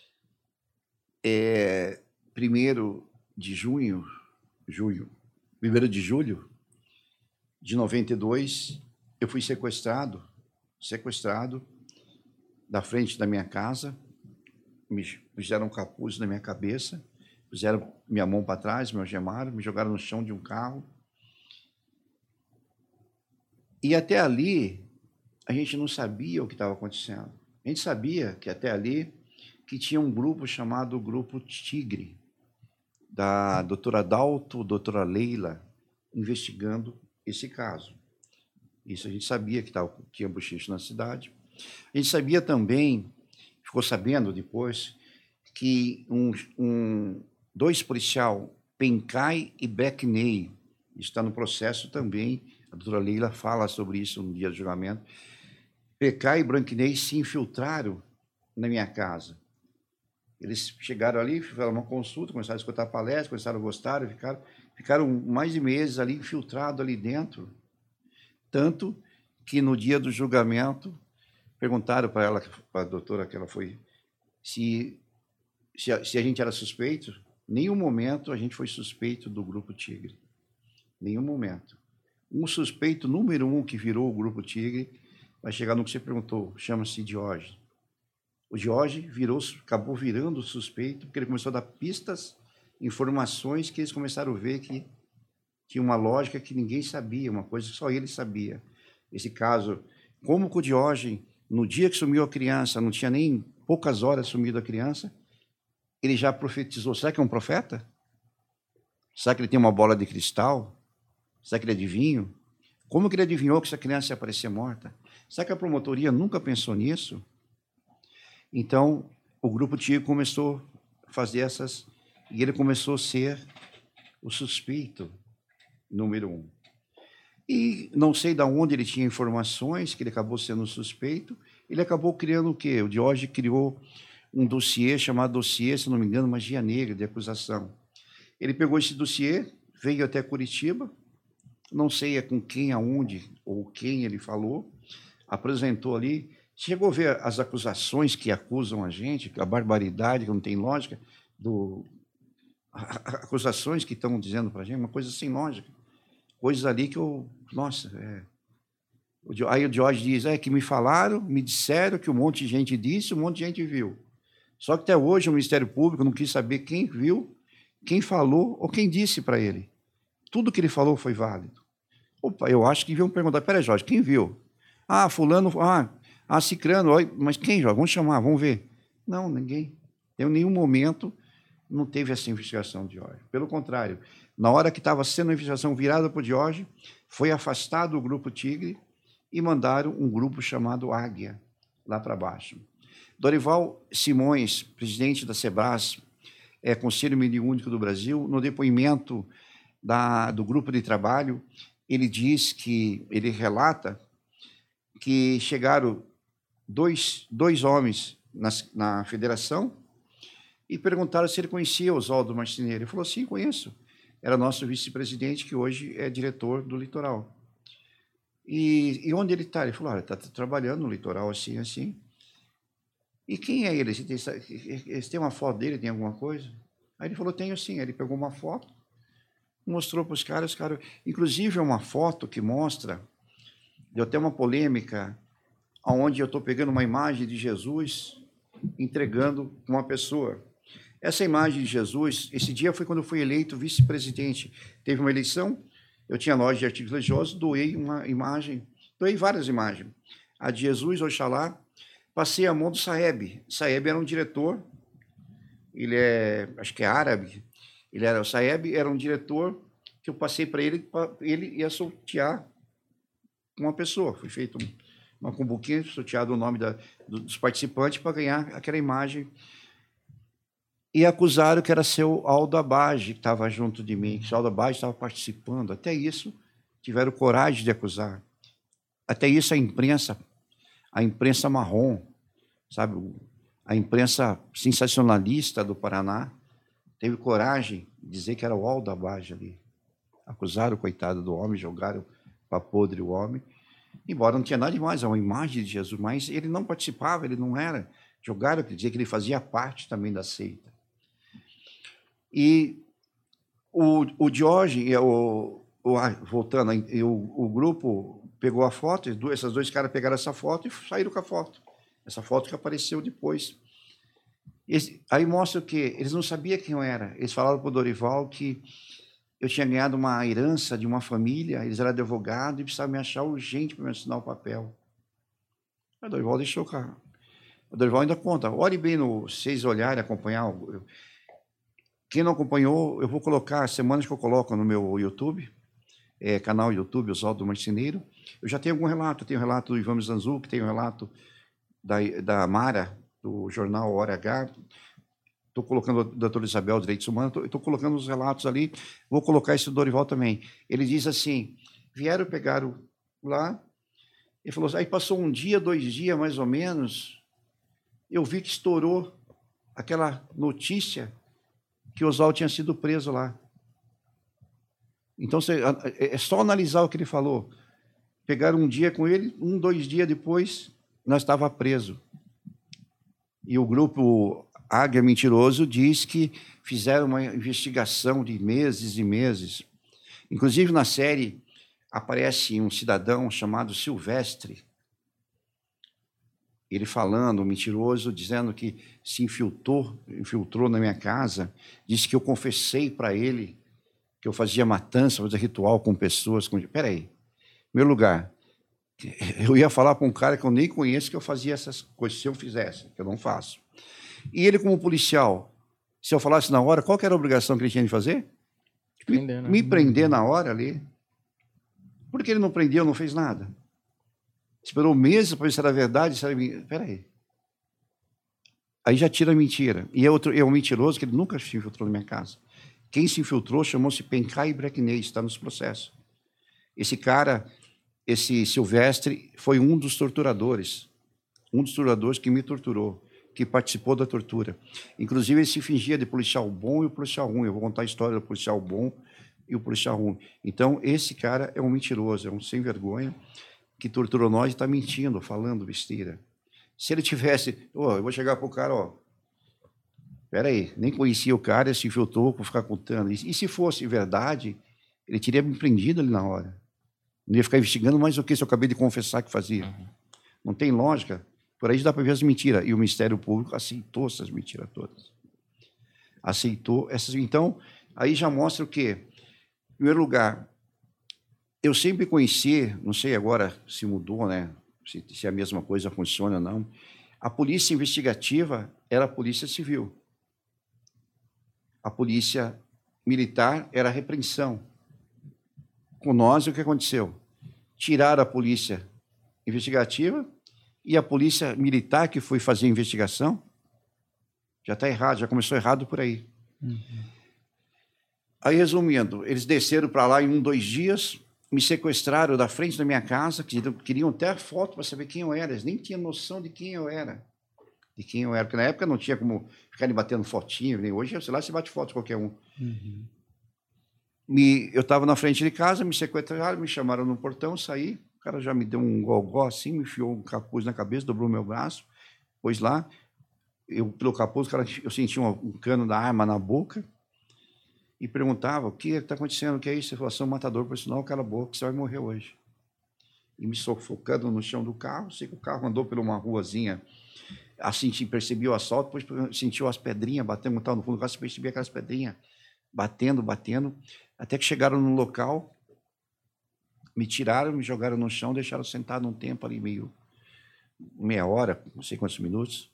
1º de julho de 92, eu fui sequestrado da frente da minha casa, me puseram um capuz na minha cabeça, puseram minha mão para trás, me algemaram, me jogaram no chão de um carro. E até ali, a gente não sabia o que estava acontecendo. A gente sabia que até ali, que tinha um grupo chamado Grupo Tigre, da doutora Dalto, doutora Leila, investigando esse caso. Isso a gente sabia que tinha bochicho na cidade. A gente sabia também, ficou sabendo depois, que dois policiais, Pencai e Beckney, está no processo também, a doutora Leila fala sobre isso no dia do julgamento. Pencai e Beckney se infiltraram na minha casa. Eles chegaram ali, fizeram uma consulta, começaram a escutar palestras, começaram a gostar, ficaram mais de meses ali, infiltrados ali dentro. Tanto que no dia do julgamento, perguntaram para ela, para a doutora, que ela foi, se a gente era suspeito. Nenhum momento a gente foi suspeito do Grupo Tigre. Nenhum momento. Um suspeito número 1 que virou o Grupo Tigre vai chegar no que você perguntou, chama-se Diógenes. O Diógenes acabou virando suspeito, porque ele começou a dar pistas, informações que eles começaram a ver que tinha uma lógica que ninguém sabia, uma coisa que só ele sabia. Esse caso, como que o Diógenes, no dia que sumiu a criança, não tinha nem poucas horas sumido a criança, ele já profetizou. Será que é um profeta? Será que ele tem uma bola de cristal? Será que ele adivinha? Como que ele adivinhou que essa criança ia aparecer morta? Será que a promotoria nunca pensou nisso? Então, o Grupo Tigre começou a fazer essas... E ele começou a ser o suspeito número 1. E não sei de onde ele tinha informações, que ele acabou sendo suspeito. Ele acabou criando o quê? O Diógenes criou um dossiê chamado dossiê, se não me engano, Magia Negra, de acusação. Ele pegou esse dossiê, veio até Curitiba, não sei com quem, aonde ou quem ele falou, apresentou ali, chegou a ver as acusações que acusam a gente, a barbaridade, que não tem lógica, acusações que estão dizendo para a gente, uma coisa sem lógica. Coisas ali que Aí o Diógenes diz, que me falaram, me disseram que um monte de gente disse, um monte de gente viu. Só que até hoje o Ministério Público não quis saber quem viu, quem falou ou quem disse para ele. Tudo que ele falou foi válido. Opa, eu acho que deviam perguntar, peraí, Jorge, quem viu? Fulano, cicrano, mas quem, Jorge? Vamos chamar, vamos ver. Não, ninguém. Em nenhum momento não teve essa investigação de Diógenes. Pelo contrário, na hora que estava sendo a investigação virada para o Diógenes, foi afastado o Grupo Tigre e mandaram um grupo chamado Águia lá para baixo. Dorival Simões, presidente da SEBRAS, Conselho Mediúnico do Brasil, no depoimento do grupo de trabalho, ele relata que chegaram dois homens na federação e perguntaram se ele conhecia Oswaldo Marceneiro. Ele falou, sim, conheço. Era nosso vice-presidente, que hoje é diretor do Litoral. E onde ele está? Ele falou, está trabalhando no Litoral, assim, assim. E quem é ele? Você tem uma foto dele, tem alguma coisa? Aí ele falou, tenho sim. Aí ele pegou uma foto, mostrou para os caras. Inclusive, é uma foto que mostra, deu até uma polêmica, onde eu estou pegando uma imagem de Jesus entregando uma pessoa. Essa imagem de Jesus, esse dia foi quando eu fui eleito vice-presidente. Teve uma eleição, eu tinha loja de artigos religiosos, doei uma imagem, doei várias imagens. A de Jesus, Oxalá, passei a mão do Saeb. Saeb era um diretor ele acho que é árabe, o Saeb era um diretor que eu passei para ele ia sortear uma pessoa. Foi feito uma cumbuquinha, sorteado o nome dos participantes para ganhar aquela imagem. E acusaram que era seu Aldo Abage, que estava junto de mim, que o Aldo Abage estava participando. Até isso, tiveram coragem de acusar. Até isso, a imprensa marrom, sabe, a imprensa sensacionalista do Paraná, teve coragem de dizer que era o Aldo Abage ali. Acusaram o coitado do homem, jogaram para podre o homem, embora não tinha nada demais, é uma imagem de Jesus, mas ele não participava, ele não era. Jogaram, quer dizer que ele fazia parte também da seita. E o Jorge, voltando, o grupo pegou a foto, esses dois caras pegaram essa foto e saíram com a foto. Essa foto que apareceu depois. Aí mostra o quê? Eles não sabiam quem eu era. Eles falaram para o Dorival que eu tinha ganhado uma herança de uma família, eles eram advogados e precisavam me achar urgente para me assinar o papel. O Dorival deixou o carro. O Dorival ainda conta, olhe bem, vocês olharem, acompanhar. Quem não acompanhou, eu vou colocar, semanas que eu coloco no meu YouTube, canal YouTube, Oswaldo Marceneiro. Eu já tenho algum relato, eu tenho o relato do Ivan Mizanzuki, tenho o relato da Mara, do jornal Hora H. Estou colocando a doutora Isabel, Direitos Humanos, estou colocando os relatos ali, vou colocar esse do Dorival também. Ele diz assim, vieram, pegaram lá, ele falou, aí passou um dia, 2 dias, mais ou menos, eu vi que estourou aquela notícia que o Oswaldo tinha sido preso lá. Então, é só analisar o que ele falou. Pegaram um dia com ele, 2 dias depois, nós estávamos presos. E o grupo Águia Mentiroso diz que fizeram uma investigação de meses e meses. Inclusive, na série, aparece um cidadão chamado Silvestre, ele falando, um mentiroso, dizendo que se infiltrou na minha casa, disse que eu confessei para ele que eu fazia matança, fazia ritual com pessoas. Espera aí, em primeiro lugar, eu ia falar para um cara que eu nem conheço que eu fazia essas coisas, se eu fizesse, que eu não faço. E ele, como policial, se eu falasse na hora, qual que era a obrigação que ele tinha de fazer? Prender, né? Me prender na hora ali. Por que ele não prendeu, não fez nada? Esperou meses para ver se era verdade, se era mentira. Espera aí. Aí já tira a mentira. E é um mentiroso que ele nunca se infiltrou na minha casa. Quem se infiltrou chamou-se Pencai Breckney, está nos processos. Esse cara, esse Silvestre, foi um dos torturadores que me torturou, que participou da tortura. Inclusive, ele se fingia de policial bom e o policial ruim. Eu vou contar a história do policial bom e o policial ruim. Então, esse cara é um mentiroso, é um sem vergonha, que torturou nós e está mentindo, falando besteira. Se ele tivesse... eu vou chegar para o cara, espera aí, nem conhecia o cara, se infiltrou para ficar contando. E se fosse verdade, ele teria me prendido ali na hora. Não ia ficar investigando mais o que se eu acabei de confessar que fazia. Uhum. Não tem lógica. Por aí dá para ver as mentiras. E o Ministério Público aceitou essas mentiras todas. Aceitou essas... Então, aí já mostra o quê? Em primeiro lugar, eu sempre conheci, não sei agora se mudou, né? Se a mesma coisa funciona ou não, a polícia investigativa era a polícia civil. A polícia militar era a repreensão. Com nós, o que aconteceu? Tiraram a polícia investigativa e a polícia militar que foi fazer a investigação já está errado, já começou errado por aí. Uhum. Aí, resumindo, eles desceram para lá em 2 dias, me sequestraram da frente da minha casa, queriam até a foto para saber quem eu era, eles nem tinham noção de quem eu era. Porque na época não tinha como ficar me batendo fotinho, nem hoje, sei lá, se bate foto de qualquer um. Uhum. Eu estava na frente de casa, me sequestraram, me chamaram no portão, saí, o cara já me deu um gogó assim, me enfiou um capuz na cabeça, dobrou meu braço, pôs lá, pelo capuz, eu senti um cano da arma na boca, e perguntava, o que está acontecendo, o que é isso? Ele falou, você é um matador profissional, cala a boca, você vai morrer hoje. E me sufocando no chão do carro, sei que o carro andou por uma ruazinha, assim, percebi o assalto, depois sentiu as pedrinhas batendo, estava no fundo do carro, percebi aquelas pedrinhas batendo, até que chegaram no local, me tiraram, me jogaram no chão, deixaram sentado um tempo ali, meia hora, não sei quantos minutos,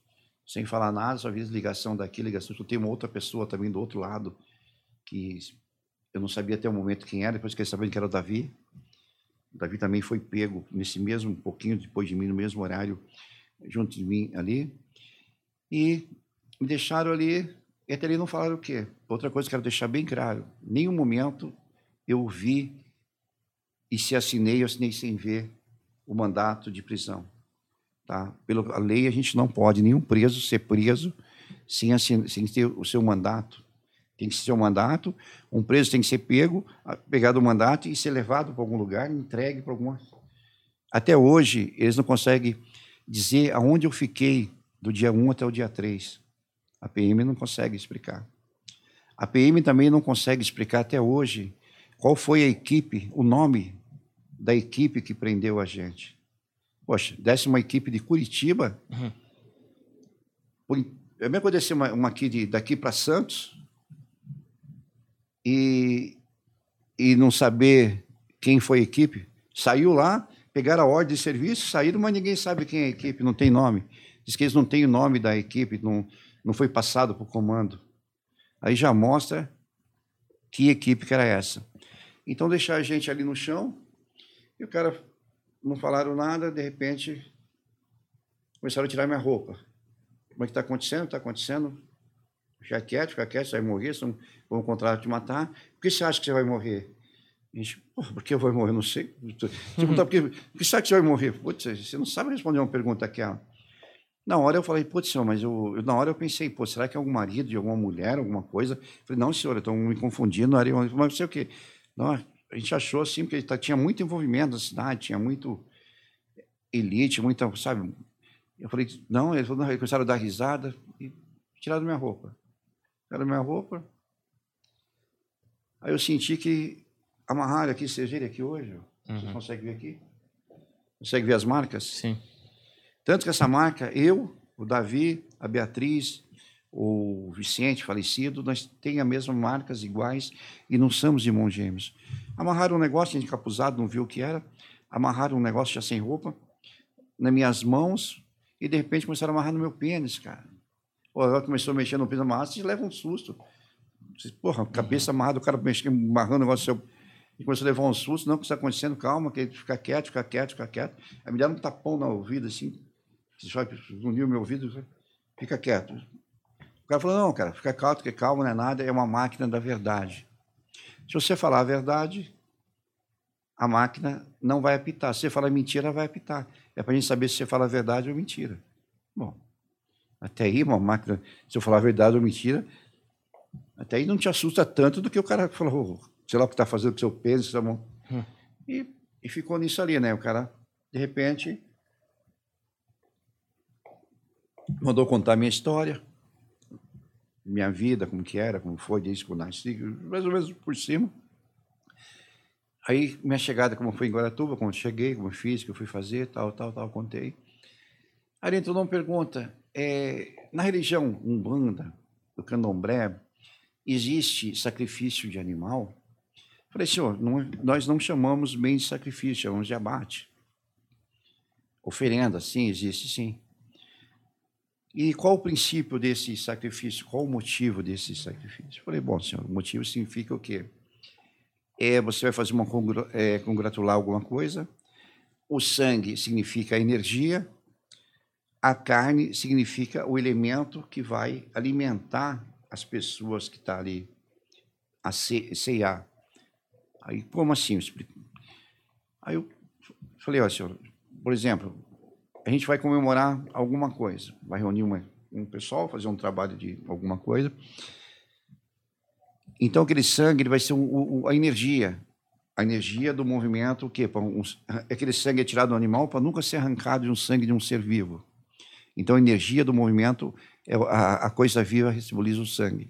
sem falar nada, só vi ligação daqui, ligação. Eu tenho uma outra pessoa também do outro lado, que eu não sabia até o momento quem era, depois fiquei sabendo que era o Davi. O Davi também foi pego nesse mesmo, um pouquinho depois de mim, no mesmo horário, junto de mim ali. E me deixaram ali, e até ali não falaram o quê? Outra coisa que eu quero deixar bem claro, em nenhum momento eu vi e se assinei, eu assinei sem ver o mandato de prisão. Tá? Pela lei, a gente não pode, nenhum preso ser preso sem ter o seu mandato. Tem que ser o mandato, um preso tem que ser pegado o mandato e ser levado para algum lugar, entregue para alguma... Até hoje, eles não conseguem dizer aonde eu fiquei do dia 1 até o dia 3. A PM não consegue explicar. A PM também não consegue explicar até hoje qual foi a equipe, o nome da equipe que prendeu a gente. Poxa, desce uma equipe de Curitiba, é mesmo que eu descer uma aqui daqui para Santos, e não saber quem foi a equipe. Saiu lá, pegaram a ordem de serviço, saíram, mas ninguém sabe quem é a equipe, não tem nome. Diz que eles não têm o nome da equipe, não foi passado para o comando. Aí já mostra que equipe que era essa. Então, deixar a gente ali no chão, e o cara não falaram nada, de repente, começaram a tirar minha roupa. Como é que está acontecendo? Está acontecendo. Fica quieto, você vai morrer, vão encontrar te matar. Por que você acha que você vai morrer? A gente, por que eu vou morrer? Não sei. Por que você acha que você vai morrer? Putz, você não sabe responder uma pergunta aquela. Na hora eu falei, putz, senhor, mas na hora eu pensei, pô, será que é algum marido de alguma mulher, alguma coisa? Eu falei, não, senhor, estão me confundindo. Mas não sei o quê. Não, a gente achou assim, porque tinha muito envolvimento na cidade, tinha muito elite, muita, sabe? Eu falei, não, eles começaram a dar risada e tiraram minha roupa. Tiraram minha roupa. Aí eu senti que amarraram aqui, vocês viram aqui hoje? Vocês conseguem ver aqui? Consegue ver as marcas? Sim. Tanto que essa marca, eu, o Davi, a Beatriz, o Vicente, falecido, nós temos as mesmas marcas iguais e não somos irmãos gêmeos. Amarraram um negócio, encapuzado, não viu o que era. Amarraram um negócio já sem roupa, nas minhas mãos, e de repente começaram a amarrar no meu pênis, cara. Ela começou a mexer no pênis amarrado, você leva um susto. Porra, cabeça amarrada, o cara amarrando o negócio seu. E começou a levar um susto, não, o que está acontecendo? Calma, que fica quieto, fica quieto, fica quieto. Aí me deram um tapão no ouvido, assim, uniu o meu ouvido, fica quieto. O cara falou, não, cara, fica calmo, não é nada, é uma máquina da verdade. Se você falar a verdade, a máquina não vai apitar. Se você falar mentira, vai apitar. É para a gente saber se você fala a verdade ou mentira. Bom, até aí, uma máquina, se eu falar a verdade ou mentira, até aí não te assusta tanto do que o cara falou, sei lá o que está fazendo com o seu peso, tá bom? E ficou nisso ali, né? O cara, de repente, mandou contar a minha história, minha vida, como que era, como foi, desde que eu nasci, mais ou menos por cima. Aí, minha chegada, como foi em Guaratuba, como eu cheguei, como eu fiz, o que eu fui fazer, tal, contei. Aí ele entrou numa pergunta, na religião Umbanda, do Candomblé, existe sacrifício de animal? Falei, senhor, nós não chamamos bem de sacrifício, chamamos de abate. Oferenda, sim, existe sim. E qual o princípio desse sacrifício? Qual o motivo desse sacrifício? Falei, bom, senhor, o motivo significa o quê? Você vai fazer congratular alguma coisa, o sangue significa a energia, a carne significa o elemento que vai alimentar as pessoas que estão ali a ceiar. Aí, como assim? Eu explico. Aí eu falei, ó, senhor, por exemplo, a gente vai comemorar alguma coisa, vai reunir um pessoal, fazer um trabalho de alguma coisa. Então, aquele sangue ele vai ser a energia do movimento, o quê? Aquele sangue é tirado do animal para nunca ser arrancado de um sangue de um ser vivo. Então, a energia do movimento, a coisa viva simboliza o sangue.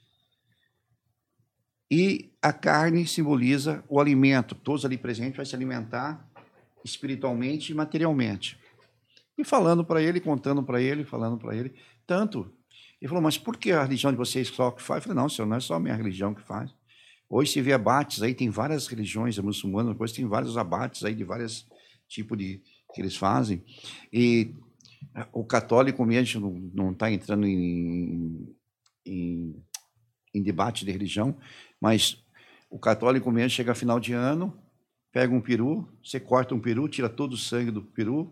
E a carne simboliza o alimento. Todos ali presentes vão se alimentar espiritualmente e materialmente. E falando para ele, contando para ele, falando para ele. Tanto. Ele falou, mas por que a religião de vocês só que faz? Eu falei, não, senhor, não é só a minha religião que faz. Hoje se vê abates, aí tem várias religiões muçulmanas, depois tem vários abates aí de vários tipos que eles fazem. E O católico mesmo não está entrando em debate de religião, mas o católico mesmo chega a final de ano, pega um peru, você corta um peru, tira todo o sangue do peru,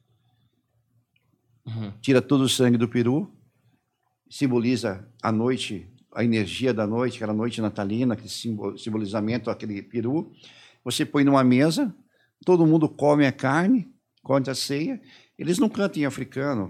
tira todo o sangue do peru, simboliza a noite, a energia da noite, aquela noite natalina, aquele simbolizamento, aquele peru. Você põe numa mesa, todo mundo come a carne, come a ceia. Eles não cantam em africano,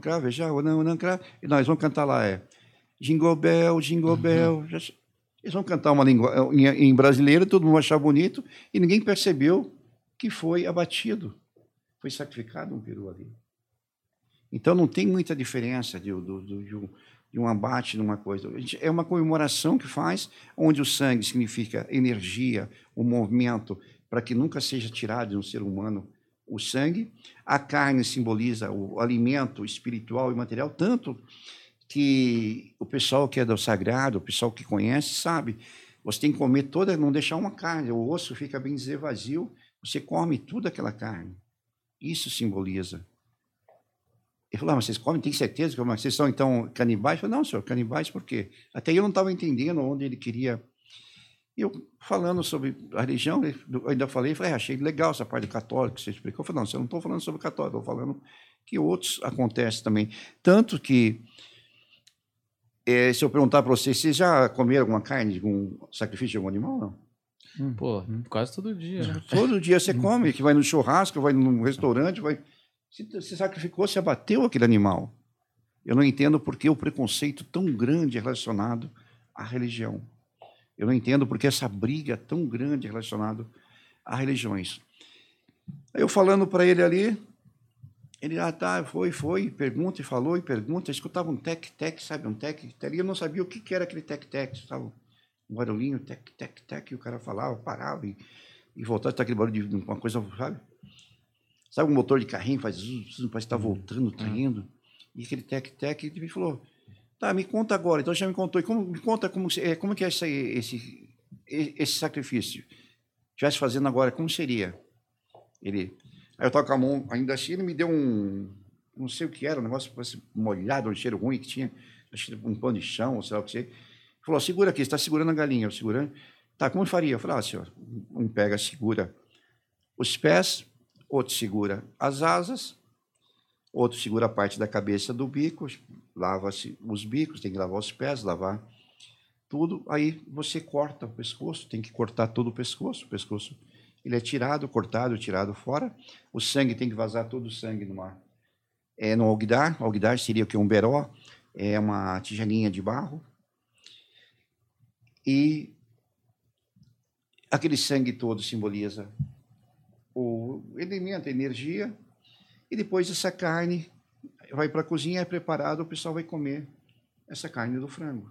nós vamos cantar lá, Jingle Bell, Jingle Bell. Eles vão cantar uma língua em brasileiro, todo mundo vai achar bonito, e ninguém percebeu que foi abatido, foi sacrificado um peru ali. Então não tem muita diferença de um abate, de uma coisa. É uma comemoração que faz, onde o sangue significa energia, o movimento, para que nunca seja tirado de um ser humano o sangue. A carne simboliza o alimento espiritual e material, tanto que o pessoal que é do sagrado, o pessoal que conhece, sabe, você tem que comer toda, não deixar uma carne, o osso fica, bem dizer, vazio, você come toda aquela carne. Isso simboliza. Ele falou, mas vocês comem, tem certeza que vocês são, então, canibais? Eu falei, não, senhor, canibais por quê? Até eu não estava entendendo onde ele queria. E eu, falando sobre a religião, eu ainda falei, achei legal essa parte católica que você explicou. Eu falei, não, eu não estou falando sobre católico, estou falando que outros acontecem também. Tanto que, se eu perguntar para vocês já comeram alguma carne de um sacrifício de algum animal? Não. Pô, quase todo dia, né? Todo dia você come, que vai no churrasco, vai num restaurante, vai... Se sacrificou, se abateu aquele animal. Eu não entendo por que o preconceito tão grande relacionado à religião. Eu não entendo por que essa briga tão grande relacionada a religiões. Aí eu falando para ele ali, ele, foi, pergunta e falou, e pergunta, eu escutava um tec-tec, sabe, um tec-tec, e eu não sabia o que era aquele tec-tec, estava um barulhinho, tec-tec-tec, e o cara falava, parava, e voltava, tá aquele barulho de uma coisa, sabe um motor de carrinho, faz parece que está voltando, está indo, e aquele tec-tec, e ele me falou, tá, me conta agora. Então já me contou. Me conta como que é esse sacrifício. Estivesse fazendo agora, como seria? Aí eu estava com a mão ainda assim, ele me deu não sei o que era, um negócio molhado, um cheiro ruim que tinha, acho que um pano de chão, ou sei lá o que seja. Ele falou, segura aqui, você está segurando a galinha. Eu segurando. Tá, como eu faria? Eu falei, senhor, um pega, segura os pés, outro segura as asas, outro segura a parte da cabeça do bico, lava-se os bicos, tem que lavar os pés, lavar tudo. Aí você corta o pescoço, tem que cortar todo o pescoço ele é cortado, tirado fora. O sangue tem que vazar todo o sangue no alguidar. O alguidar seria o que? Um beró, é uma tigelinha de barro. E aquele sangue todo simboliza o elemento, a energia. E depois essa carne vai para a cozinha, é preparado, o pessoal vai comer essa carne do frango.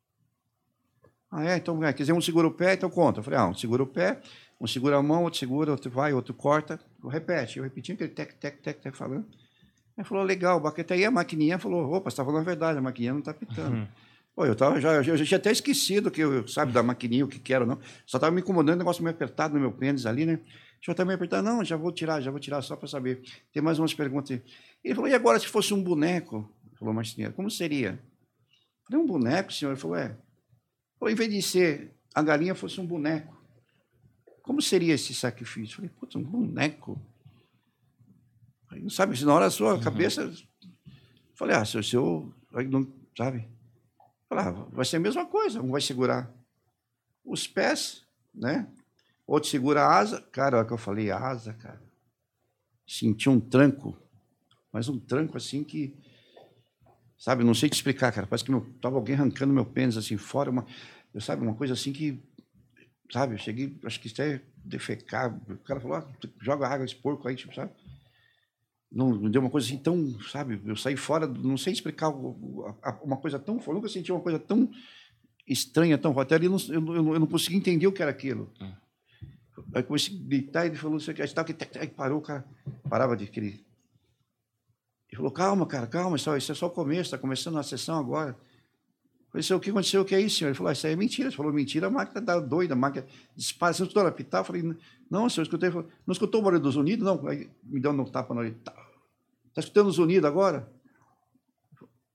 Então, quer dizer, um segura o pé, então conta. Eu falei, um segura o pé, um segura a mão, outro segura, outro vai, outro corta. Eu repeti aquele tec, falando. Ele falou, legal, baqueta. Aí a maquininha falou, opa, você está falando a verdade, a maquininha não está pitando. Pô, eu já tinha até esquecido da maquininha, o que era, não. Só estava me incomodando, um negócio meio apertado no meu pênis ali, né? Já está meio apertado. Não, já vou tirar, só para saber. Tem mais umas perguntas. Ele falou, e agora se fosse um boneco? Ele falou, marceneiro, como seria? Eu falei, um boneco, senhor? Ele falou, Falou, em vez de ser a galinha, fosse um boneco. Como seria esse sacrifício? Eu falei, putz, um boneco? Aí, não sabe, na hora da sua cabeça... Eu falei, senhor, não sabe? Falei, vai ser a mesma coisa. Um vai segurar os pés, né? Outro segura a asa. Cara, a hora que eu falei asa, cara, senti um tranco, mas um tranco assim que, sabe, não sei te explicar, cara. Parece que estava alguém arrancando meu pênis assim fora, uma coisa assim que, sabe, eu cheguei, acho que isso é defecar. O cara falou, joga água esse porco aí, tipo, sabe? Não deu uma coisa assim tão, sabe, eu saí fora, não sei explicar uma coisa tão, eu nunca senti uma coisa tão estranha, tão forte. Até ali eu não consegui entender o que era aquilo. Aí comecei a gritar, ele falou, aí parou, o cara parava de querer. Ele falou, calma, cara, calma, isso é só o começo, está começando a sessão agora. Eu falei, o que aconteceu, o que é isso, senhor? Ele falou, isso aí é mentira. Ele falou, mentira, a máquina está doida, a máquina dispara, você não escutou ela apitar? Eu falei, não, senhor, eu escutei. Falei, não escutou o barulho dos unidos? Não, aí me deu um tapa na orelha. Está escutando os unidos agora?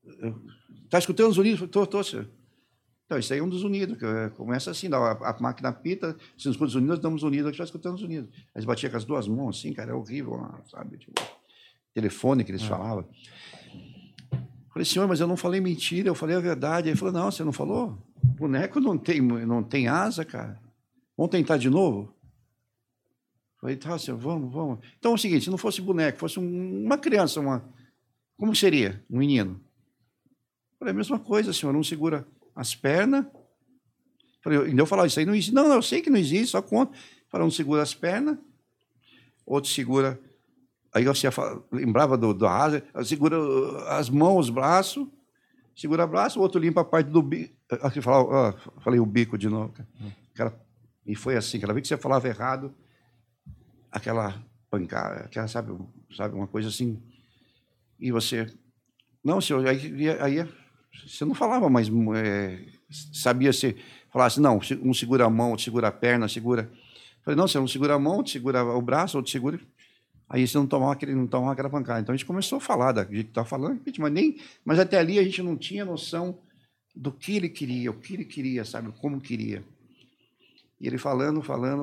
Está escutando os unidos? Tô, senhor. Então, isso aí é um dos unidos. Começa assim, a máquina apita, se não escuta os unidos, damos unidos, a gente vai escutando os unidos. Aí eles batiam com as duas mãos, assim, cara, é horrível, sabe? Tipo, telefone que eles falavam. Falei, senhor, mas eu não falei mentira, eu falei a verdade. Ele falou, não, você não falou? Boneco não tem asa, cara. Vamos tentar de novo? Falei, tá, senhor, vamos. Então é o seguinte, se não fosse boneco, fosse uma criança, como seria? Um menino. Falei, a mesma coisa, senhor, um segura as pernas. Falei, ainda eu falava, isso aí não existe. Não, eu sei que não existe, só conta. Falei, um segura as pernas, outro segura... Aí você lembrava da asa, segura as mãos, os braços, segura o braço, o outro limpa a parte do bico. Falei o bico de novo. E foi assim, cada vez que você falava errado, aquela pancada, sabe, uma coisa assim. E você... Não, senhor, aí você não falava mais... sabia se... Falasse, não, um segura a mão, outro segura a perna, segura... Falei, não, senhor, um segura a mão, outro segura o braço, outro segura... Aí você não tomava aquela pancada. Então a gente começou a falar da gente que estava falando, mas até ali a gente não tinha noção do que ele queria, o que ele queria, sabe, como queria. E ele falando.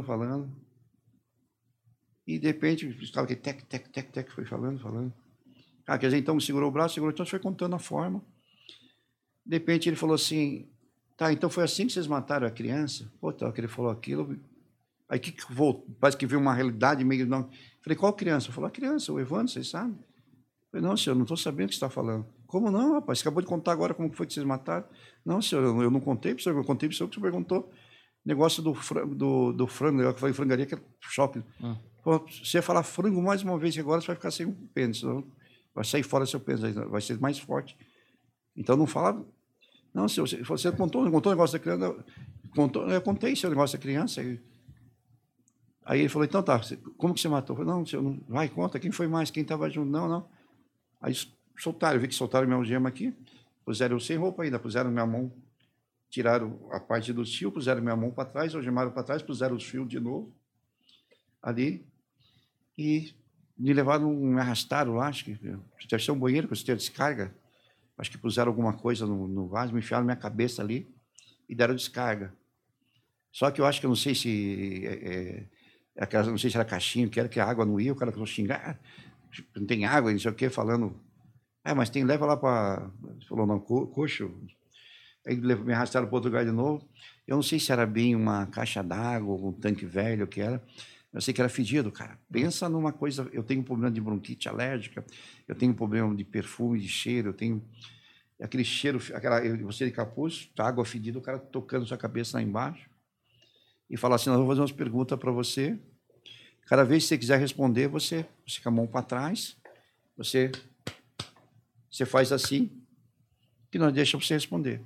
E de repente estava aquele tec, foi falando. Ah, quer dizer, então segurou o braço, então foi contando a forma. De repente ele falou assim, tá, então foi assim que vocês mataram a criança? Pô, tá, que ele falou aquilo. Aí que voltou, parece que viu uma realidade meio... Não. Falei, qual criança? Falou, a criança, o Evandro, vocês sabem? Falei, não, senhor, não estou sabendo o que você está falando. Como não, rapaz? Você acabou de contar agora como foi que vocês mataram. Não, senhor, eu não contei para o senhor, eu contei para o senhor que você perguntou. Negócio do frango, eu falei frangaria, que é shopping. Pô, se você falar frango mais uma vez agora, você vai ficar sem um pênis, senão vai sair fora seu pênis, vai ser mais forte. Então não fala... Não, senhor, você contou o negócio da criança? Eu contei seu negócio da criança. Aí ele falou, então tá, como que você matou? Eu falei, não, senhor, não, vai, conta, quem foi mais, quem estava junto? Não. Aí soltaram, eu vi que soltaram minha algema aqui, puseram eu sem roupa ainda, puseram minha mão, tiraram a parte do fio, puseram minha mão para trás, algemaram para trás, puseram os fios de novo, ali, e me levaram, me arrastaram lá, acho que deve ser um banheiro, que você tem a descarga, acho que puseram alguma coisa no vaso, me enfiaram minha cabeça ali, e deram descarga. Só que eu acho que eu não sei se... não sei se era caixinha, que era que a água não ia, o cara começou a xingar, não tem água, não sei o quê, falando, mas tem, leva lá para... Falou, não, coxo. Aí me arrastaram para outro lugar de novo. Eu não sei se era bem uma caixa d'água, um tanque velho, o que era. Eu sei que era fedido, cara. Pensa numa coisa, eu tenho um problema de bronquite alérgica, eu tenho um problema de perfume, de cheiro, eu tenho aquele cheiro, você de capuz, água fedida, o cara tocando sua cabeça lá embaixo. E falar assim, nós vamos fazer umas perguntas para você. Cada vez que você quiser responder, você com a mão para trás, você faz assim, que nós deixamos você responder.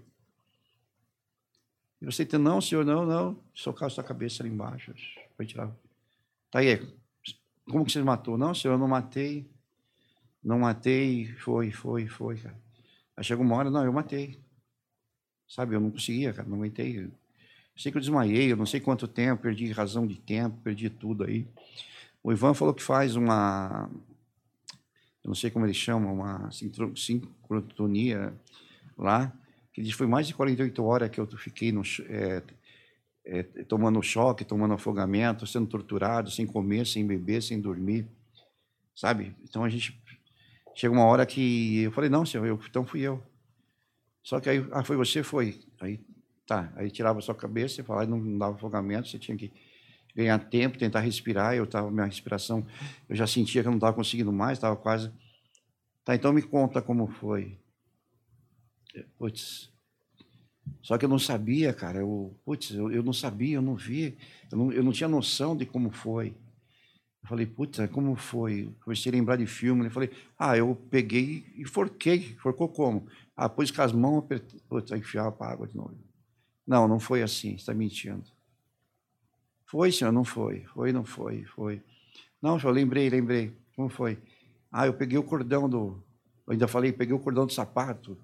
E você diz, não, senhor, não. Socar a sua cabeça ali embaixo. Foi tirar. Tá aí, como que você matou? Não, senhor, eu não matei. Não matei, foi, cara. Aí chegou uma hora, não, eu matei. Sabe, eu não conseguia, cara, não aguentei. Sei que eu desmaiei, eu não sei quanto tempo, perdi razão de tempo, perdi tudo aí. O Ivan falou que faz uma, eu não sei como ele chama, uma sincrotonia lá, que diz que foi mais de 48 horas que eu fiquei tomando choque, tomando afogamento, sendo torturado, sem comer, sem beber, sem dormir, sabe? Então a gente chega uma hora que eu falei, não, senhor, então fui eu. Só que aí, foi você? Foi. Tá, aí tirava a sua cabeça, você falava, não dava afogamento, você tinha que ganhar tempo, tentar respirar, minha respiração, eu já sentia que eu não estava conseguindo mais, estava quase... Tá, então me conta como foi. Putz, só que eu não sabia, cara, eu não sabia, eu não vi, eu não tinha noção de como foi. Eu falei, putz, como foi? Comecei a lembrar de filme, eu falei, eu peguei e forcou como? Pus com as mãos, apertei, putz, aí enfiava para a água de novo. Não foi assim, você está mentindo. Foi, senhor, não foi. Não, senhor, lembrei. Como foi? Eu peguei o cordão eu ainda falei, peguei o cordão do sapato.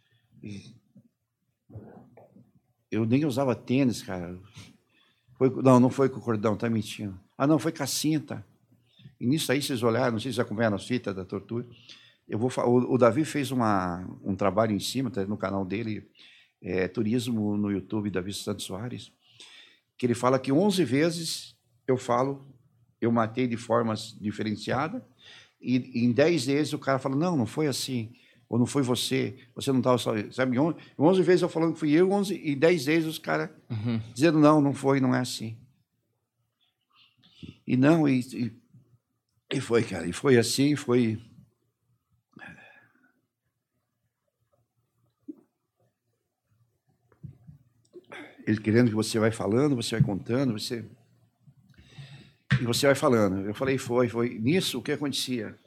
Eu nem usava tênis, cara. Não foi com o cordão, está mentindo. Não, foi com a cinta. E nisso aí vocês olharam, não sei se já acompanharam as fitas da tortura. O Davi fez um trabalho em cima, tá no canal dele, Turismo no YouTube, Davi Santos Soares, que ele fala que 11 vezes eu matei de formas diferenciadas, e em 10 vezes o cara fala, não foi assim, ou não foi você não estava só... Sabe, 11 vezes eu falando que fui eu, e 10 vezes os caras dizendo, não foi, não é assim. E não, e foi, cara, e foi assim, foi... Ele querendo que você vai falando, você vai contando, e você vai falando. Eu falei, foi. Nisso, o que acontecia?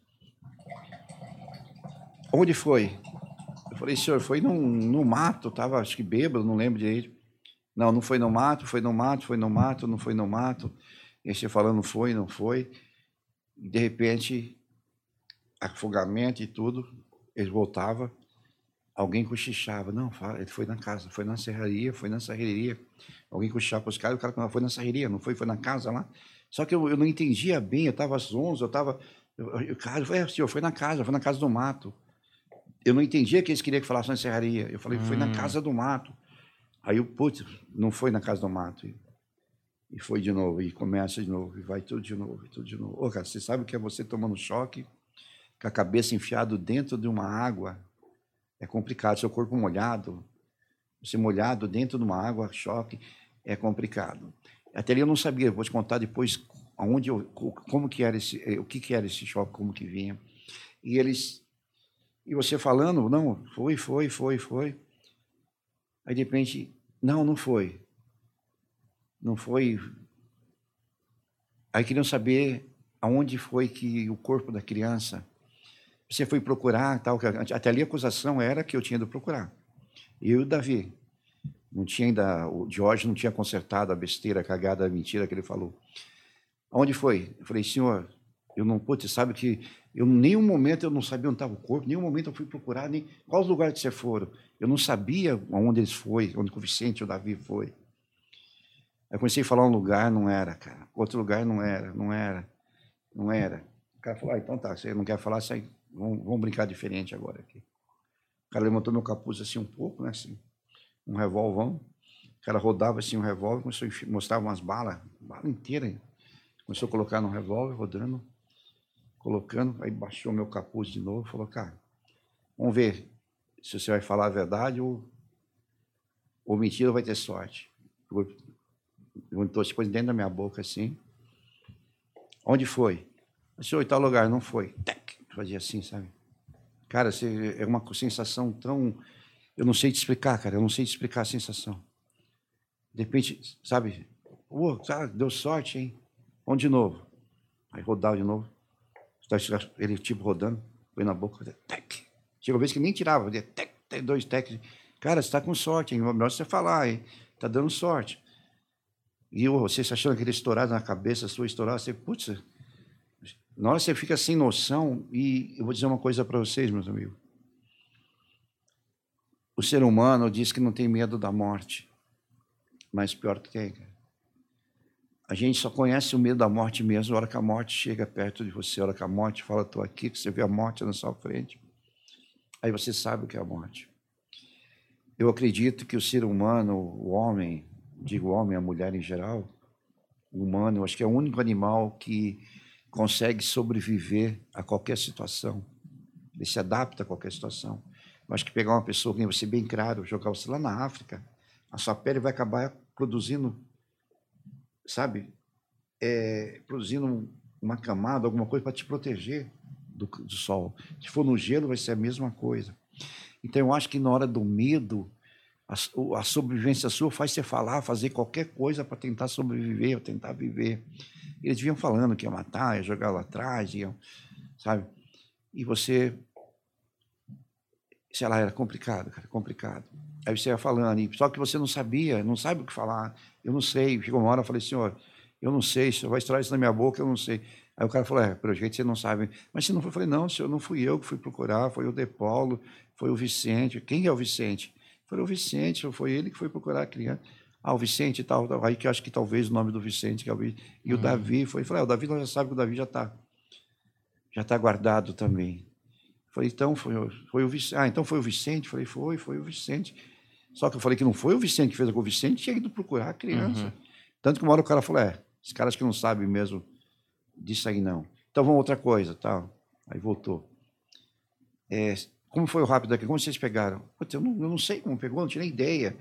Onde foi? Eu falei, senhor, foi no mato, estava, acho que bêbado, não lembro direito. Não foi no mato, foi no mato, não foi no mato. E aí você falando, não foi. E, de repente, afogamento e tudo, ele voltava, alguém cochichava. Não, ele foi na casa, foi na serraria. Alguém cochichava para os caras, o cara não foi na serraria, não foi na casa lá. Só que eu não entendia bem, eu estava às 11, o cara foi, senhor, foi na casa do mato. Eu não entendia que eles queriam que falasse na serraria. Eu falei, foi na casa do mato. Aí eu, putz, não foi na casa do mato. E foi de novo, e começa de novo, e vai tudo de novo. Ô, cara, você sabe o que é você tomando choque, com a cabeça enfiada dentro de uma água? É complicado, seu corpo molhado, você molhado dentro de uma água, choque, é complicado. Até ali eu não sabia, vou te contar depois como que era o que era esse choque, como que vinha. E você falando, não, foi. Aí de repente, não foi. Não foi. Aí queriam saber aonde foi que o corpo da criança, você foi procurar, tal, até ali a acusação era que eu tinha ido procurar. Eu e o Davi. Não tinha ainda, o Jorge não tinha consertado a besteira, a cagada, a mentira que ele falou. Onde foi? Eu falei, senhor, eu não, putz, sabe que em nenhum momento eu não sabia onde estava o corpo, em nenhum momento eu fui procurar, nem quais lugares que você foram. Eu não sabia aonde eles foram, onde o Vicente e o Davi foi. Aí eu comecei a falar um lugar, não era, cara. Outro lugar não era. O cara falou, então tá, você não quer falar, sai, vamos brincar diferente agora aqui. O cara levantou meu capuz assim um pouco, né, assim, um revólver. O cara rodava assim um revólver, começou a mostrar umas balas, bala inteira. Começou a colocar no revólver, rodando, colocando, aí baixou meu capuz de novo, falou, cara, vamos ver se você vai falar a verdade ou mentira, vai ter sorte. Levantou se pôs dentro da minha boca assim. Onde foi? Senhor, em tal lugar, não foi. Tec, fazia assim, sabe? Cara, é uma sensação tão... Eu não sei te explicar, cara, a sensação. De repente, sabe? Deu sorte, hein? Vamos de novo. Aí rodava de novo. Ele tipo rodando, foi na boca, tec. Chegou uma vez que nem tirava, tec, 2 tecs. Cara, você está com sorte, hein? Melhor você falar, hein? Tá dando sorte. E você achando aquele estourado na cabeça, sua estourada, você, putz, na hora você fica sem noção. E eu vou dizer uma coisa para vocês, meus amigos. O ser humano diz que não tem medo da morte, mas pior que tem, cara. A gente só conhece o medo da morte mesmo na hora que a morte chega perto de você, na hora que a morte fala, estou aqui, que você vê a morte na sua frente. Aí você sabe o que é a morte. Eu acredito que o ser humano, o homem, digo homem, a mulher em geral, o humano, eu acho que é o único animal que consegue sobreviver a qualquer situação. Ele se adapta a qualquer situação. Eu acho que pegar uma pessoa, que você bem claro, jogar você lá na África, a sua pele vai acabar produzindo, sabe, produzindo uma camada, alguma coisa para te proteger do sol. Se for no gelo, vai ser a mesma coisa. Então, eu acho que na hora do medo, a sobrevivência sua faz você fazer qualquer coisa para tentar sobreviver, ou tentar viver. Eles vinham falando que ia matar, ia jogar lá atrás, sabe? E você, sei lá, era complicado, cara, complicado. Aí você ia falando, só que você não sabia, não sabe o que falar. Eu não sei. Chegou uma hora, eu falei, senhor, eu não sei, o senhor vai estourar isso na minha boca, eu não sei. Aí o cara falou, pelo jeito você não sabe. Mas você não foi? Eu falei, não, senhor, não fui eu que fui procurar, foi o De Paulo, foi o Vicente. Quem é o Vicente? Foi o Vicente, foi ele que foi procurar a criança. O Vicente e tal. Aí que eu acho que talvez o nome do Vicente, que é o Vicente. E o Davi foi. Eu falei, o Davi, nós já sabe que o Davi já está guardado também. Falei, então foi o Vicente. Ah, então foi o Vicente? Falei, foi o Vicente. Só que eu falei que não foi o Vicente que fez, o Vicente tinha ido procurar a criança. Tanto que uma hora o cara falou, os caras que não sabem mesmo disso aí não. Então vamos outra coisa, tal. Aí voltou. Como foi o rápido aqui? Como vocês pegaram? Putz, eu não sei como pegou, não tinha nem ideia.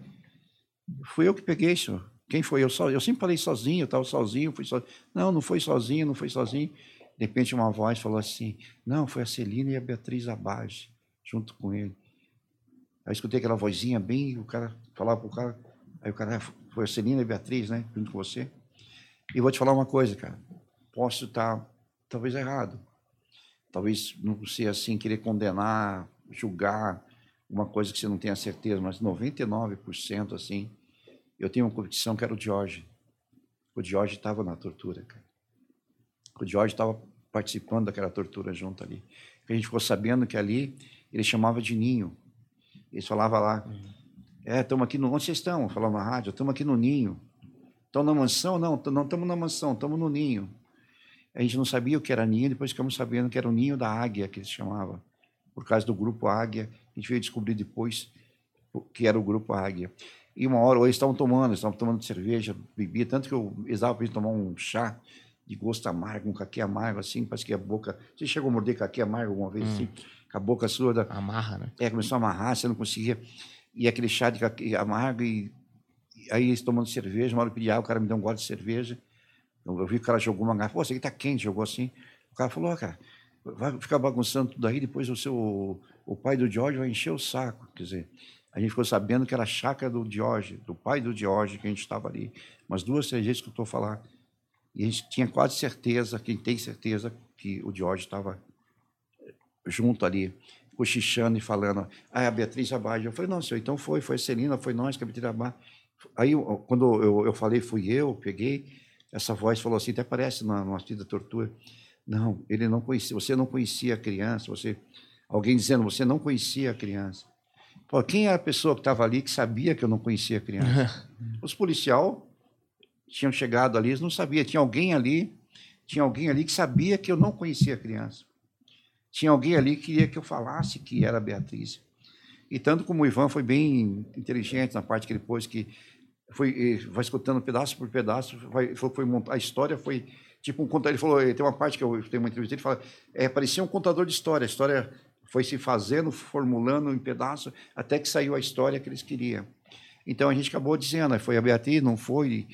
Fui eu que peguei, senhor. Quem foi? Eu sempre falei sozinho, eu estava sozinho, fui sozinho. Não foi sozinho, não foi sozinho. De repente uma voz falou assim, não, foi a Celina e a Beatriz Abage, junto com ele. Aí eu escutei aquela vozinha bem, o cara falava pro cara, aí o cara, foi a Celina e a Beatriz, né, junto com você. E vou te falar uma coisa, cara, posso estar talvez errado, talvez não ser assim, querer condenar, julgar uma coisa que você não tenha certeza, mas 99% assim, eu tenho uma convicção que era o Jorge. O Jorge estava na tortura, cara. O Jorge estava participando daquela tortura junto ali. A gente ficou sabendo que ali ele chamava de ninho. Eles falavam lá, estamos aqui no... Onde vocês estão? Falava na rádio, estamos aqui no ninho. Estão na mansão? Não estamos na mansão, estamos no ninho. A gente não sabia o que era ninho, depois ficamos sabendo que era o ninho da águia, que eles chamavam. Por causa do grupo Águia, a gente veio descobrir depois que era o grupo Águia. E uma hora, eles estavam tomando cerveja, bebia, tanto que eles davam para tomar um chá de gosto amargo, um caqui amargo, assim, parece que a boca... Você chegou a morder caqui amargo alguma vez, assim, com a boca surda? Amarra, né? Começou a amarrar, você não conseguia... E aquele chá de caqui amargo, e aí eles tomando cerveja, uma hora eu pedi água, o cara me deu um gole de cerveja, eu vi que o cara jogou uma garrafa, pô, isso aqui tá quente, jogou assim, o cara falou, cara, vai ficar bagunçando tudo aí, depois o pai do Jorge vai encher o saco, quer dizer, a gente ficou sabendo que era a chácara do Jorge, do pai do Jorge, que a gente estava ali, umas 2, 3 vezes que eu estou falando. E a gente tinha quase certeza, quem tem certeza, que o Jorge estava junto ali, cochichando e falando, a Beatriz Abage. Eu falei, não, senhor, então foi a Celina, foi nós, que a Beatriz Abage. Aí, quando eu falei, fui eu, peguei, essa voz falou assim, até parece numa da tortura. Não, ele não conhecia, você não conhecia a criança, alguém dizendo, você não conhecia a criança. Pô, quem era a pessoa que estava ali que sabia que eu não conhecia a criança? Os policiais tinham chegado ali, eles não sabiam. Tinha alguém ali que sabia que eu não conhecia a criança. Tinha alguém ali que queria que eu falasse que era a Beatriz. E tanto como o Ivan foi bem inteligente na parte que ele pôs, que vai escutando pedaço por pedaço, a história foi tipo um contador. Ele falou, tem uma parte que eu tenho uma entrevista, ele fala, parecia um contador de história. A história foi se fazendo, formulando em pedaços, até que saiu a história que eles queriam. Então a gente acabou dizendo, foi a Beatriz, não foi...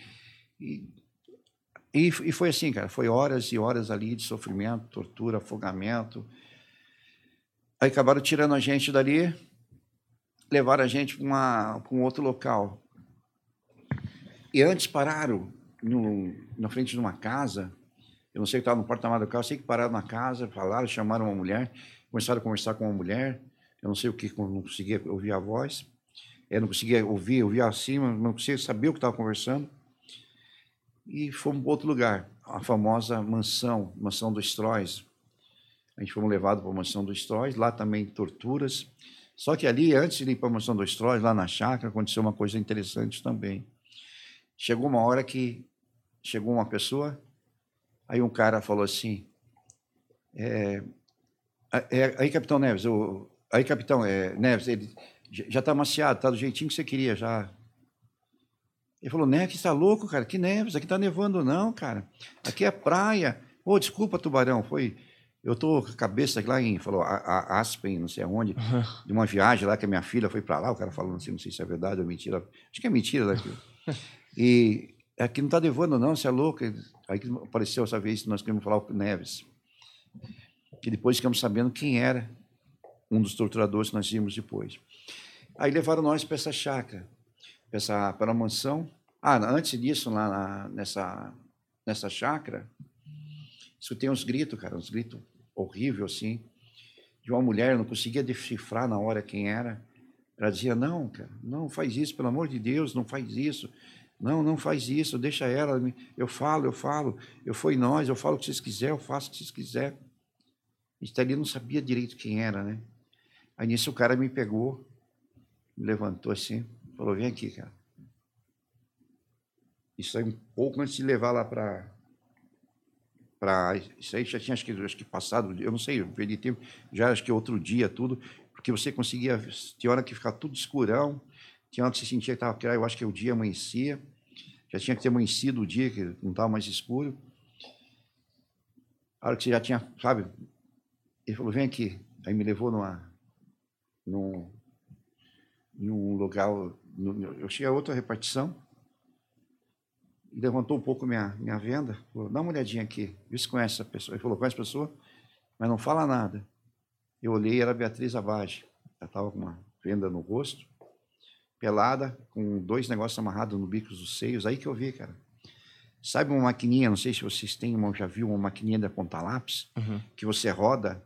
E foi assim, cara, foi horas e horas ali de sofrimento, tortura, afogamento. Aí acabaram tirando a gente dali, levaram a gente para um outro local. E antes pararam na frente de uma casa, eu não sei o que estava no porta-malas do carro, eu sei que pararam na casa, falaram, chamaram uma mulher, começaram a conversar com uma mulher, eu não sei o que, não conseguia ouvir a voz, eu não conseguia ouvir acima, não conseguia saber o que estava conversando. E fomos para outro lugar, a famosa mansão dos Trois. A gente fomos levados para a mansão dos Trois, lá também torturas. Só que ali, antes de ir para a mansão dos Trois, lá na chácara, aconteceu uma coisa interessante também. Chegou uma hora que chegou uma pessoa, aí um cara falou assim, aí, capitão Neves, Neves, ele já está maciado, está do jeitinho que você queria, já... Ele falou, Neves, você está louco, cara? Que Neves? Aqui está nevando não, cara. Aqui é praia. Ô, desculpa, Tubarão, eu estou com a cabeça lá falou, Aspen, não sei aonde, de uma viagem lá que a minha filha foi para lá, o cara falando assim, não sei se é verdade ou mentira. Acho que é mentira daquilo. E aqui não está nevando não, você é louco. Aí apareceu essa vez que nós queríamos falar com o Neves. Que depois ficamos sabendo quem era um dos torturadores que nós vimos depois. Aí levaram nós para essa chácara. Para a mansão. Antes disso, lá nessa chácara, escutei uns gritos, cara, uns gritos horríveis, assim, de uma mulher, eu não conseguia decifrar na hora quem era. Ela dizia, não, cara, não faz isso, pelo amor de Deus, não faz isso. Não faz isso, deixa ela, eu falo, foi nós, eu falo o que vocês quiserem, eu faço o que vocês quiserem. A gente ali não sabia direito quem era, né? Aí nisso o cara me pegou, me levantou assim, falou, vem aqui, cara. Isso aí um pouco antes de levar lá para para isso aí já tinha acho que passado, eu não sei, eu perdi tempo, já acho que outro dia tudo, porque você conseguia, tinha hora que ficava tudo escurão, tinha hora que você sentia que estava, eu acho que o dia amanhecia, já tinha que ter amanhecido o dia, que não estava mais escuro. A hora que você já tinha, sabe, ele falou, vem aqui, aí me levou num lugar, eu cheguei a outra repartição, levantou um pouco minha venda, falou, dá uma olhadinha aqui, vê se conhece essa pessoa. Ele falou, conhece a pessoa, mas não fala nada. Eu olhei, era a Beatriz Abage. Ela estava com uma venda no rosto, pelada, com 2 negócios amarrados no bico dos seios. Aí que eu vi, cara. Sabe uma maquininha, não sei se vocês têm, já viu uma maquininha de apontar lápis, que você roda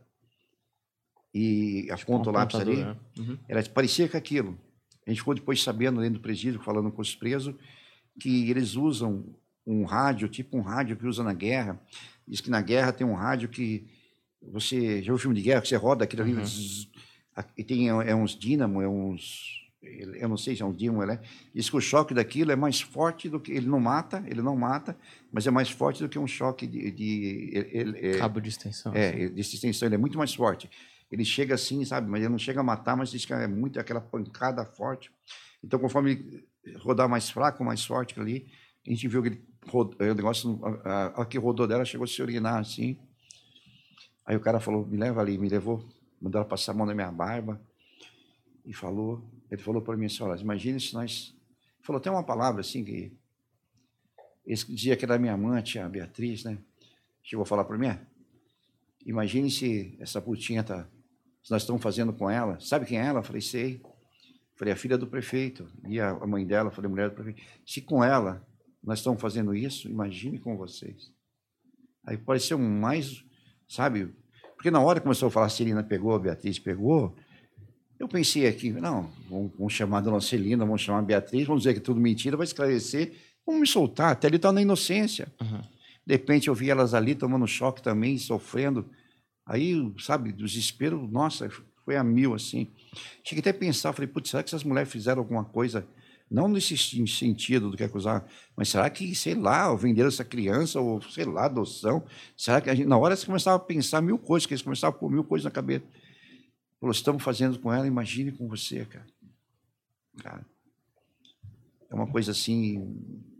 e aponta o lápis ali? Né? Ela parecia com aquilo. A gente ficou depois sabendo, dentro do presídio, falando com os presos, que eles usam um rádio, tipo um rádio que usa na guerra. Diz que na guerra tem um rádio que você já viu filme de guerra que você roda aquilo ali, e tem uns dínamo, eu não sei se é um dínamo, diz que o choque daquilo é mais forte do que ele não mata, mas é mais forte do que um choque de cabo de extensão. De extensão, ele é muito mais forte. Ele chega assim, sabe, mas ele não chega a matar, mas diz que é muito aquela pancada forte. Então, conforme ele rodar mais fraco, mais forte ali, a gente viu que ele o negócio, a que rodou dela chegou a se urinar assim. Aí o cara falou, me leva ali, me levou, mandou ela passar a mão na minha barba e ele falou para mim assim, olha, imagine se nós... Ele falou, tem uma palavra assim que... Esse dizia que era minha amante, a Beatriz, né? Chegou a falar para mim, imagine se essa putinha se nós estamos fazendo com ela, sabe quem é ela? Eu falei, sei. Falei, a filha do prefeito. E a mãe dela, falei, mulher do prefeito. Se com ela nós estamos fazendo isso, imagine com vocês. Aí pareceu mais, sabe? Porque na hora que começou a falar, a Celina pegou, a Beatriz pegou, eu pensei aqui, não, vamos chamar a dona Celina, vamos chamar a Beatriz, vamos dizer que é tudo mentira, vai esclarecer, vamos me soltar, até ele está na inocência. De repente eu vi elas ali tomando choque também, sofrendo. Aí, sabe, do desespero, nossa, foi a 1000, assim. Cheguei até a pensar, falei, putz, será que essas mulheres fizeram alguma coisa, não nesse sentido do que acusar, mas será que, sei lá, venderam essa criança, ou sei lá, adoção? Será que a gente, na hora você começava a pensar 1000 coisas, que eles começavam a pôr 1000 coisas na cabeça. Falou, estamos fazendo com ela, imagine com você, cara. Cara, é uma coisa assim,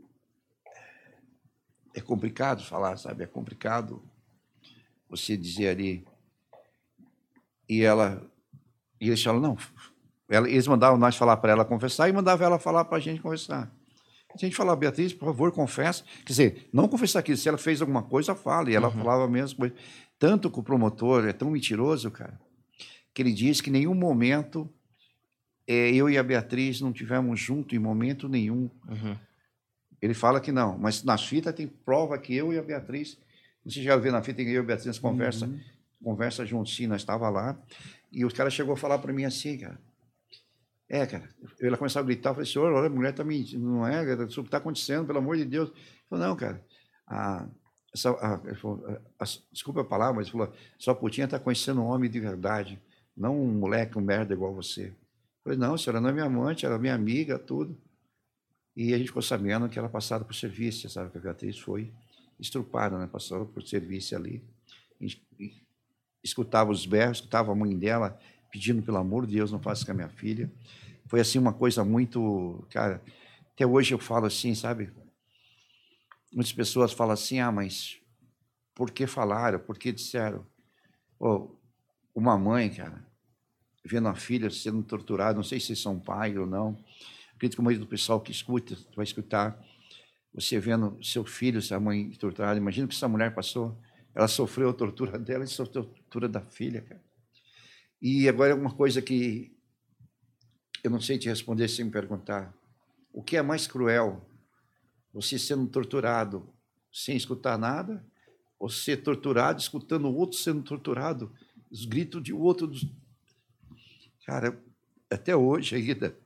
é complicado falar, sabe, é complicado você dizer ali, e eles falam, não, eles mandavam nós falar para ela confessar e mandavam ela falar para a gente confessar. Se a gente falar, Beatriz, por favor, confessa. Quer dizer, não confessar aquilo, se ela fez alguma coisa, fala. E ela falava a mesma coisa. Tanto que o promotor é tão mentiroso, cara, que ele diz que em nenhum momento eu e a Beatriz não tivemos junto em momento nenhum. Ele fala que não, mas nas fitas tem prova que eu e a Beatriz, você já vê na fita que eu e a Beatriz conversa juntos, sim, nós estávamos lá, e o cara chegou a falar para mim assim, cara, cara, ela começava a gritar, eu falei, senhor, olha, a mulher está mentindo, não é, o que está acontecendo, pelo amor de Deus. Ele falou, não, cara, ele falou, desculpa a palavra, mas ele falou, sua putinha está conhecendo um homem de verdade, não um moleque, um merda igual você. Eu falei, não, senhora, não é minha amante, ela é minha amiga, tudo. E a gente ficou sabendo que ela passava por serviço, sabe, que a Beatriz foi estrupada, né, passou por serviço ali. A gente escutava os berros, escutava a mãe dela pedindo, pelo amor de Deus, não faça com a minha filha. Foi, assim, uma coisa muito... Cara, até hoje eu falo assim, sabe? Muitas pessoas falam assim, mas por que falaram? Por que disseram? Uma mãe, cara, vendo a filha sendo torturada, não sei se são pai ou não, acredito que a maioria do pessoal que escuta, vai escutar, você vendo seu filho, sua mãe torturada, imagina o que essa mulher passou. Ela sofreu a tortura dela e sofreu a tortura da filha, cara. E agora é uma coisa que eu não sei te responder sem me perguntar. O que é mais cruel? Você sendo torturado sem escutar nada, ou ser torturado escutando o outro sendo torturado, os gritos de outro. Cara, até hoje ainda,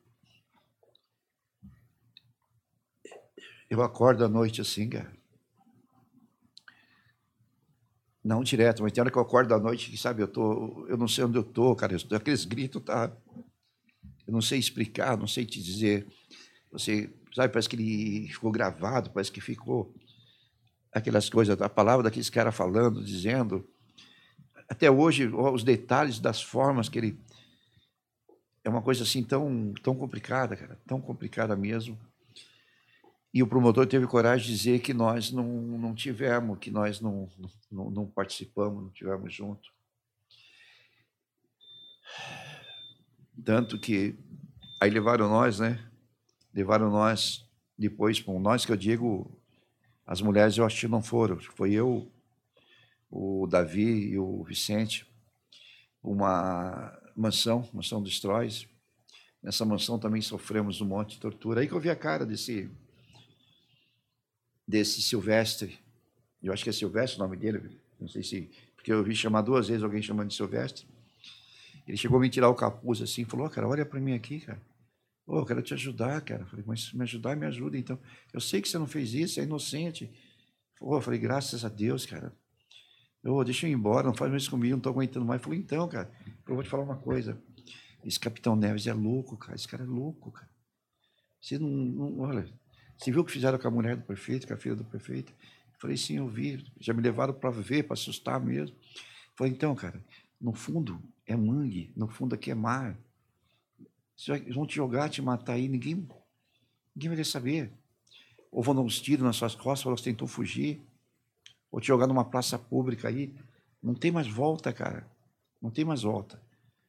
eu acordo à noite assim, cara. Não direto, mas tem hora que eu acordo à noite, que, sabe, eu não sei onde eu estou, cara, aqueles gritos, eu não sei explicar, não sei te dizer, você, sabe, parece que ele ficou gravado, parece que ficou, aquelas coisas, a palavra daqueles caras falando, dizendo. Até hoje, os detalhes das formas que ele... É uma coisa assim tão complicada, cara, tão complicada mesmo. E o promotor teve coragem de dizer que nós não tivemos, que nós não participamos, não tivemos junto. Tanto que aí levaram nós, né? Levaram nós depois, com nós que eu digo, as mulheres eu acho que não foram. Foi eu, o Davi e o Vicente, uma mansão dos Troyes. Nessa mansão também sofremos um monte de tortura. Aí que eu vi a cara desse Silvestre. Eu acho que é Silvestre o nome dele, não sei se... Porque eu vi chamar 2 vezes alguém chamando de Silvestre. Ele chegou a me tirar o capuz assim, falou, cara, olha para mim aqui, cara. Eu quero te ajudar, cara. Eu falei, mas se me ajudar, me ajuda, então. Eu sei que você não fez isso, é inocente. Eu falei, graças a Deus, cara. Deixa eu ir embora, não faz mais isso comigo, não estou aguentando mais. Eu falei, então, cara, eu vou te falar uma coisa. Esse Capitão Neves é louco, cara. Esse cara é louco, cara. Você não olha, você viu o que fizeram com a mulher do prefeito, com a filha do prefeito? Eu falei, sim, eu vi. Já me levaram para ver, para assustar mesmo. Eu falei, então, cara, no fundo é mangue, no fundo aqui é mar. Eles vão te jogar, te matar aí, ninguém vai querer saber. Ou vão dar uns tiros nas suas costas, falar que você tentou fugir. Ou te jogar numa praça pública aí. Não tem mais volta, cara. Não tem mais volta.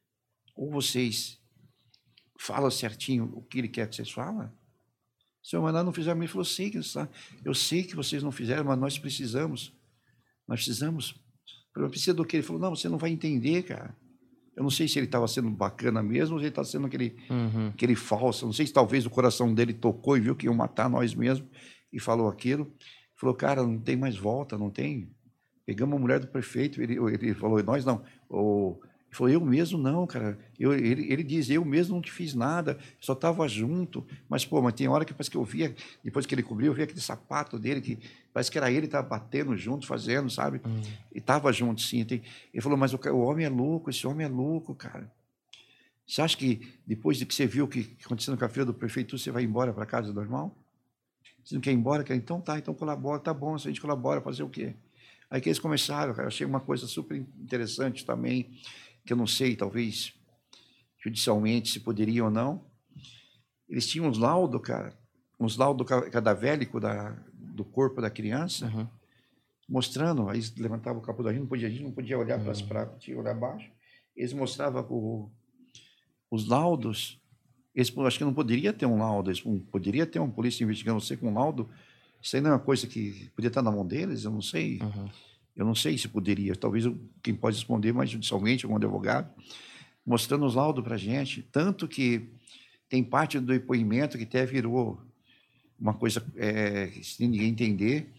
Ou vocês falam certinho o que ele quer que vocês falem. Se o Maná não fizer, ele falou, eu sei que vocês não fizeram, mas nós precisamos. Nós precisamos. Eu preciso do que? Ele falou, não, você não vai entender, cara. Eu não sei se ele estava sendo bacana mesmo, ou se ele estava sendo aquele falso. Eu não sei se talvez o coração dele tocou e viu que iam matar nós mesmos e falou aquilo. Ele falou, cara, não tem mais volta, não tem. Pegamos a mulher do prefeito, ele falou, nós não. Ele falou, eu mesmo não, cara. Ele diz, eu mesmo não te fiz nada, só estava junto. Mas tem hora que parece que eu via, depois que ele cobriu, eu via aquele sapato dele, que parece que era ele que estava batendo junto, fazendo, sabe? E estava junto, sim. Ele falou, mas o homem é louco, esse homem é louco, cara. Você acha que depois de que você viu o que aconteceu com a filha do prefeito, você vai embora para casa normal? Você não quer ir embora? Então tá, então colabora, tá bom, se a gente colabora, fazer o quê? Aí que eles começaram, cara, eu achei uma coisa super interessante também, que eu não sei, talvez, judicialmente, se poderia ou não. Eles tinham uns laudos, cara, uns laudos cadavélicos do corpo da criança, mostrando, aí eles levantavam o capô da gente, a gente não podia olhar para as pratas, tinha que olhar abaixo. Eles mostravam os laudos, acho que não poderia ter um laudo, poderia ter uma polícia investigando você com um laudo. Isso aí não é uma coisa que podia estar na mão deles, eu não sei. Eu não sei se poderia, talvez quem pode responder mais judicialmente, algum advogado, mostrando os laudos para a gente, tanto que tem parte do depoimento que até virou uma coisa sem ninguém entender.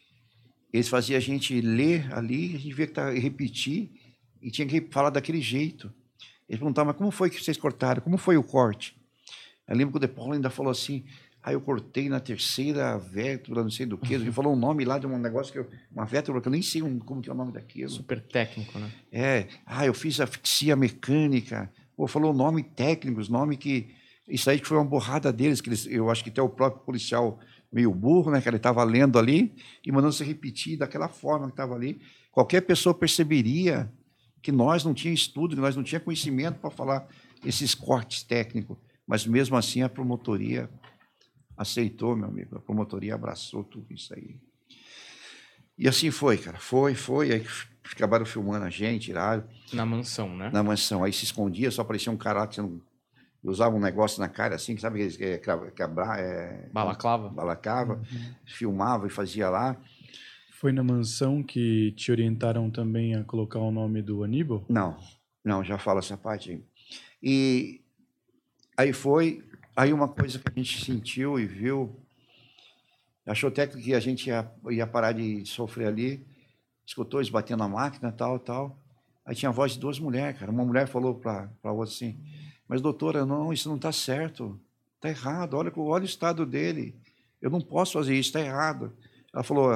Eles faziam a gente ler ali, a gente via que repetir, e tinha que falar daquele jeito. Eles perguntavam, mas como foi que vocês cortaram? Como foi o corte? Eu lembro que o De Paula ainda falou assim, eu cortei na 3ª vértebra, não sei do que. Ele falou um nome lá de um negócio, uma vértebra que eu nem sei como que é o nome daquilo. Super técnico, né? Eu fiz asfixia mecânica. Falou nome técnico, nome que... Isso aí que foi uma borrada deles, que eu acho que até o próprio policial meio burro, né, que ele estava lendo ali e mandando se repetir daquela forma que estava ali. Qualquer pessoa perceberia que nós não tínhamos estudo, que nós não tínhamos conhecimento para falar esses cortes técnicos. Mas, mesmo assim, a promotoria aceitou, meu amigo. A promotoria abraçou tudo isso aí. E assim foi, cara. Foi. Aí acabaram filmando a gente, tiraram. Na mansão, né? Na mansão. Aí se escondia, só aparecia um cara que usava um negócio na cara, assim, sabe? Balaclava. Filmava e fazia lá. Foi na mansão que te orientaram também a colocar o nome do Aníbal? Não, já falo essa parte aí. E aí aí uma coisa que a gente sentiu e viu, achou até que a gente ia parar de sofrer ali, escutou eles batendo na máquina, tal. Aí tinha a voz de 2 mulheres, cara. Uma mulher falou para a outra assim, mas doutora, não, isso não está certo, está errado, olha o estado dele, eu não posso fazer isso, está errado. Ela falou,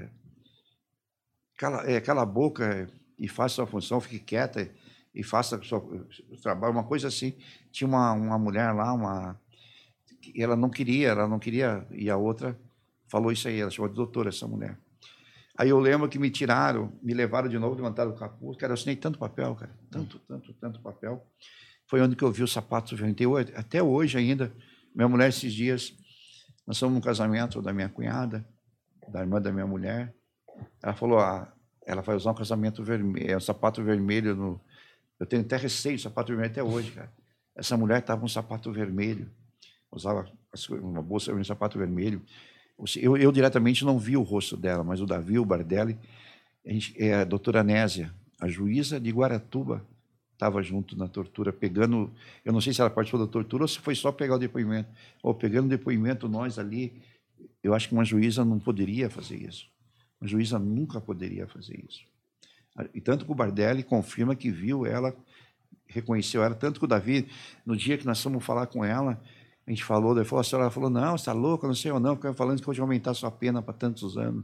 cala a boca e faça a sua função, fique quieta e faça o seu trabalho, uma coisa assim. Tinha uma mulher lá, ela não queria, e a outra falou isso aí, ela chamou de doutora, essa mulher. Aí eu lembro que me tiraram, me levaram de novo, levantaram o capuz. Cara, eu assinei tanto papel, cara. Tanto papel. Foi onde que eu vi o sapato vermelho. Até hoje ainda, minha mulher esses dias, nós fomos no casamento da minha cunhada, da irmã da minha mulher. Ela falou, ela vai usar um casamento vermelho, um sapato vermelho. Eu tenho até receio de sapato vermelho até hoje, cara. Essa mulher estava com um sapato vermelho, usava uma bolsa, um sapato vermelho. Eu diretamente não vi o rosto dela, mas o Davi, o Bardelli, a doutora Nésia, a juíza de Guaratuba, estava junto na tortura, pegando... Eu não sei se ela participou da tortura ou se foi só pegar o depoimento. Ou pegando o depoimento, nós ali... Eu acho que uma juíza não poderia fazer isso. Uma juíza nunca poderia fazer isso. E tanto que o Bardelli confirma que viu ela, reconheceu ela, tanto que o Davi, no dia que nós fomos falar com ela, a gente falou, daí falou, a senhora falou, não, você está louca, não sei ou não, ficava falando que eu ia aumentar a sua pena para tantos anos.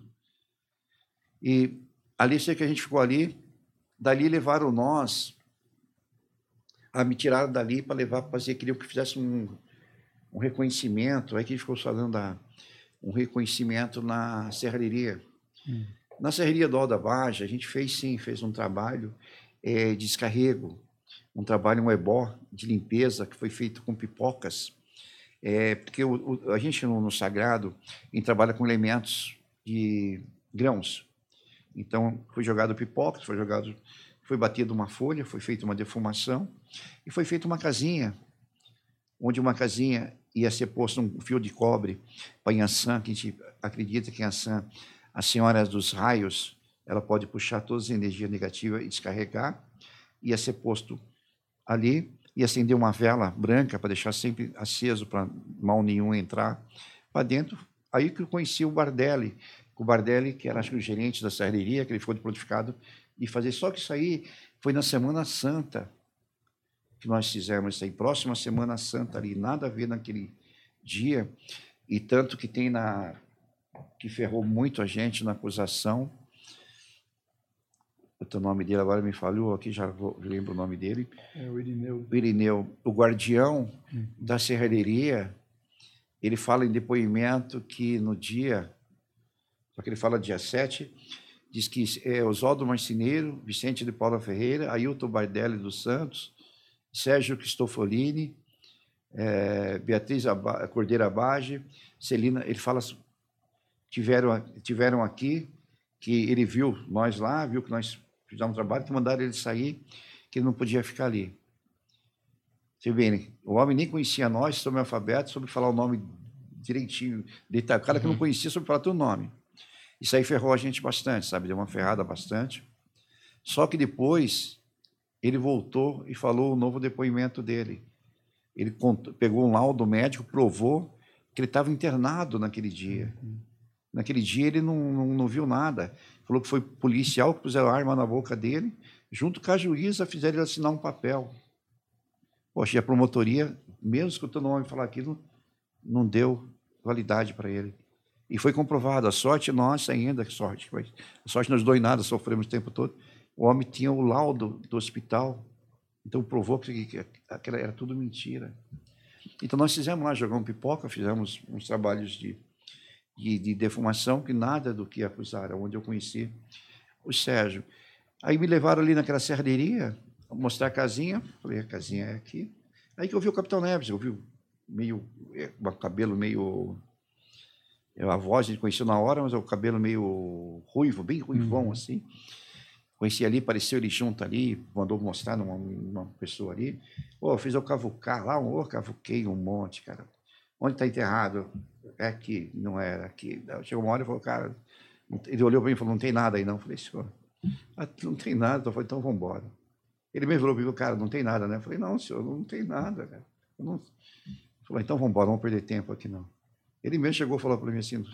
E ali, sei que a gente ficou ali, dali levaram nós, me tiraram dali para levar para fazer, queriam que fizesse um reconhecimento, aí que a gente ficou falando um reconhecimento na serraria. Na serraria do Alda Baja, a gente fez um trabalho de descarrego, um trabalho, um ebó de limpeza que foi feito com pipocas, porque a gente no Sagrado a gente trabalha com elementos de grãos. Então, foi jogado pipocas, foi batido uma folha, foi feita uma defumação e foi feita uma casinha, onde uma casinha ia ser posto um fio de cobre para Yansan, que a gente acredita que Yansan, a senhora dos raios, ela pode puxar todas as energias negativas e descarregar, ia ser posto ali, ia acender uma vela branca para deixar sempre aceso para mal nenhum entrar para dentro. Aí que eu conheci o Bardelli, que era acho que o gerente da serraria, que ele ficou de prontificado de fazer. Só que isso aí foi na Semana Santa que nós fizemos isso aí, próxima Semana Santa ali, nada a ver naquele dia, e tanto que tem que ferrou muito a gente na acusação. O nome dele agora me falhou aqui, já lembro o nome dele. É o Irineu. O Irineu, o guardião da serraria, ele fala em depoimento que no dia, só que ele fala dia 7, diz que Oswaldo Marceneiro, Vicente de Paula Ferreira, Ailton Bardelli dos Santos, Sérgio Cristofolini, Beatriz Cordeira Abage, Celina, ele fala, tiveram aqui, que ele viu nós lá, viu que nós fizemos um trabalho, que mandaram ele sair, que ele não podia ficar ali. Você vê, né? O homem nem conhecia nós, sobre o alfabeto, sobre falar o nome direitinho. O cara que não conhecia, sobre falar teu nome. Isso aí ferrou a gente bastante, sabe? Deu uma ferrada bastante. Só que depois, ele voltou e falou o novo depoimento dele. Ele pegou um laudo médico, provou que ele estava internado naquele dia. Naquele dia ele não viu nada. Falou que foi policial que puseram a arma na boca dele, junto com a juíza, fizeram ele assinar um papel. Poxa, e a promotoria, mesmo escutando o homem falar aquilo, não deu validade para ele. E foi comprovado. A sorte nossa ainda, a sorte nos doeu nada, sofremos o tempo todo. O homem tinha o laudo do hospital, então provou que era tudo mentira. Então nós fizemos lá, jogamos pipoca, fizemos uns trabalhos de defumação, que nada do que acusaram, onde eu conheci o Sérgio. Aí me levaram ali naquela serraria, mostrar a casinha, falei, a casinha é aqui. Aí que eu vi o Capitão Neves, eu vi o cabelo meio... A voz ele conheceu na hora, mas o cabelo meio ruivo, bem ruivão, assim. Conheci ali, apareceu ele junto ali, mandou mostrar numa pessoa ali. Fiz eu cavucar lá, cavuquei um monte, cara. Onde está enterrado? É aqui, não era aqui. Chegou uma hora e falou, cara, ele olhou para mim e falou, não tem nada aí não. Eu falei, senhor, não tem nada. Eu falei, então vamos embora. Ele mesmo falou para mim, cara, não tem nada, né? Eu falei, não, senhor, não tem nada, cara. Ele falou, então vamos embora, não vamos perder tempo aqui não. Ele mesmo chegou e falou para mim assim.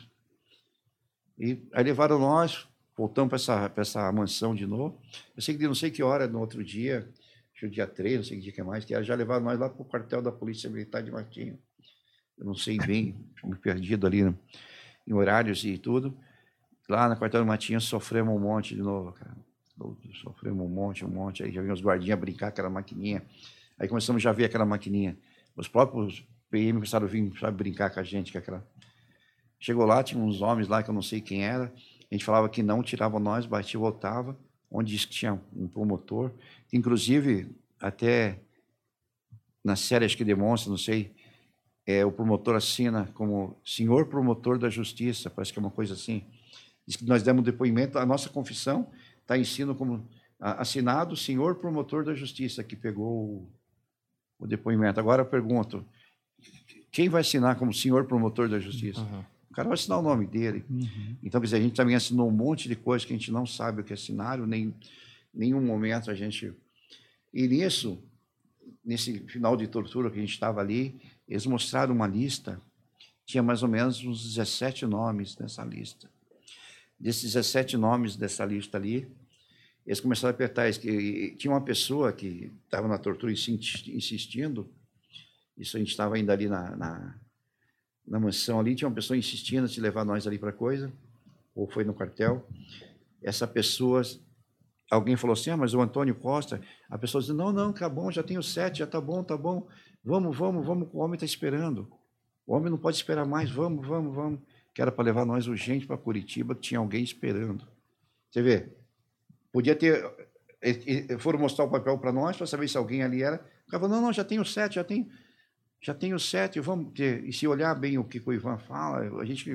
E aí levaram nós, voltamos para essa mansão de novo. Eu sei que não sei que hora, no outro dia, acho que o dia 3, não sei que dia que é mais, que já levaram nós lá para o quartel da Polícia Militar de Martinho. Eu não sei bem, me perdido ali em horários e tudo. Lá no quartel do Matinho sofremos um monte de novo, cara. Sofremos um monte. Aí já vinham os guardinhas brincar com aquela maquininha. Aí começamos já a ver aquela maquininha. Os próprios PM começaram a vir, sabe, brincar com a gente. Chegou lá, tinha uns homens lá que eu não sei quem era. A gente falava que não, tirava nós, batia e voltava, onde disse que tinha um promotor. Inclusive, até na série, acho que demonstra, não sei, o promotor assina como senhor promotor da justiça, parece que é uma coisa assim. Diz que nós demos depoimento, a nossa confissão está em sino como assinado senhor promotor da justiça, que pegou o depoimento. Agora eu pergunto, quem vai assinar como senhor promotor da justiça? O cara vai assinar o nome dele. Então, quer dizer, a gente também assinou um monte de coisa que a gente não sabe o que assinaram, nem nenhum momento a gente... E nisso, nesse final de tortura que a gente estava ali, eles mostraram uma lista, tinha mais ou menos uns 17 nomes nessa lista. Desses 17 nomes dessa lista ali, eles começaram a apertar. Tinha uma pessoa que estava na tortura insistindo, isso a gente estava ainda ali na mansão ali, tinha uma pessoa insistindo de levar nós ali para coisa, ou foi no quartel. Essa pessoa, alguém falou assim, mas o Antônio Costa, a pessoa disse, não, tá bom, já tenho 7, já tá bom, vamos, o homem está esperando. O homem não pode esperar mais, vamos. Que era para levar nós urgente para Curitiba, que tinha alguém esperando. Você vê, podia ter... Foram mostrar o papel para nós, para saber se alguém ali era. O cara falou, não, já tenho 7, já tenho 7, vamos ter... E se olhar bem o que o Ivan fala, a gente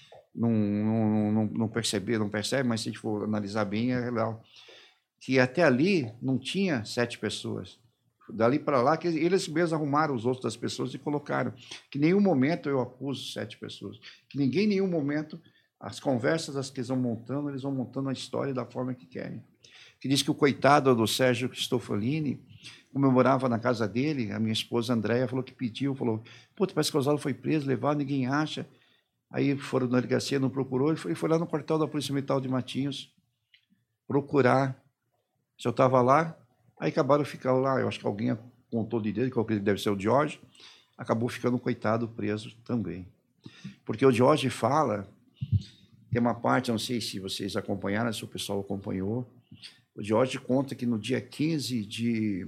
não percebe, mas se a gente for analisar bem, é real. Que até ali não tinha 7 pessoas. Dali para lá, que eles mesmos arrumaram os outros das pessoas e colocaram. Que em nenhum momento eu acuso 7 pessoas. Que ninguém, em nenhum momento, as conversas as que eles vão montando a história da forma que querem. Que diz que o coitado do Sérgio Cristofolini, como eu morava na casa dele, a minha esposa Andréia falou que pediu, falou, parece que o Oswaldo foi preso, levado, ninguém acha. Aí foram na delegacia, não procurou, ele foi lá no quartel da Polícia Militar de Matinhos procurar se eu estava lá. Aí acabaram ficando lá, eu acho que alguém apontou de dedo, que deve ser o Jorge, acabou ficando, coitado, preso também. Porque o Jorge fala, tem uma parte, não sei se vocês acompanharam, se o pessoal acompanhou, o Jorge conta que no dia 15 de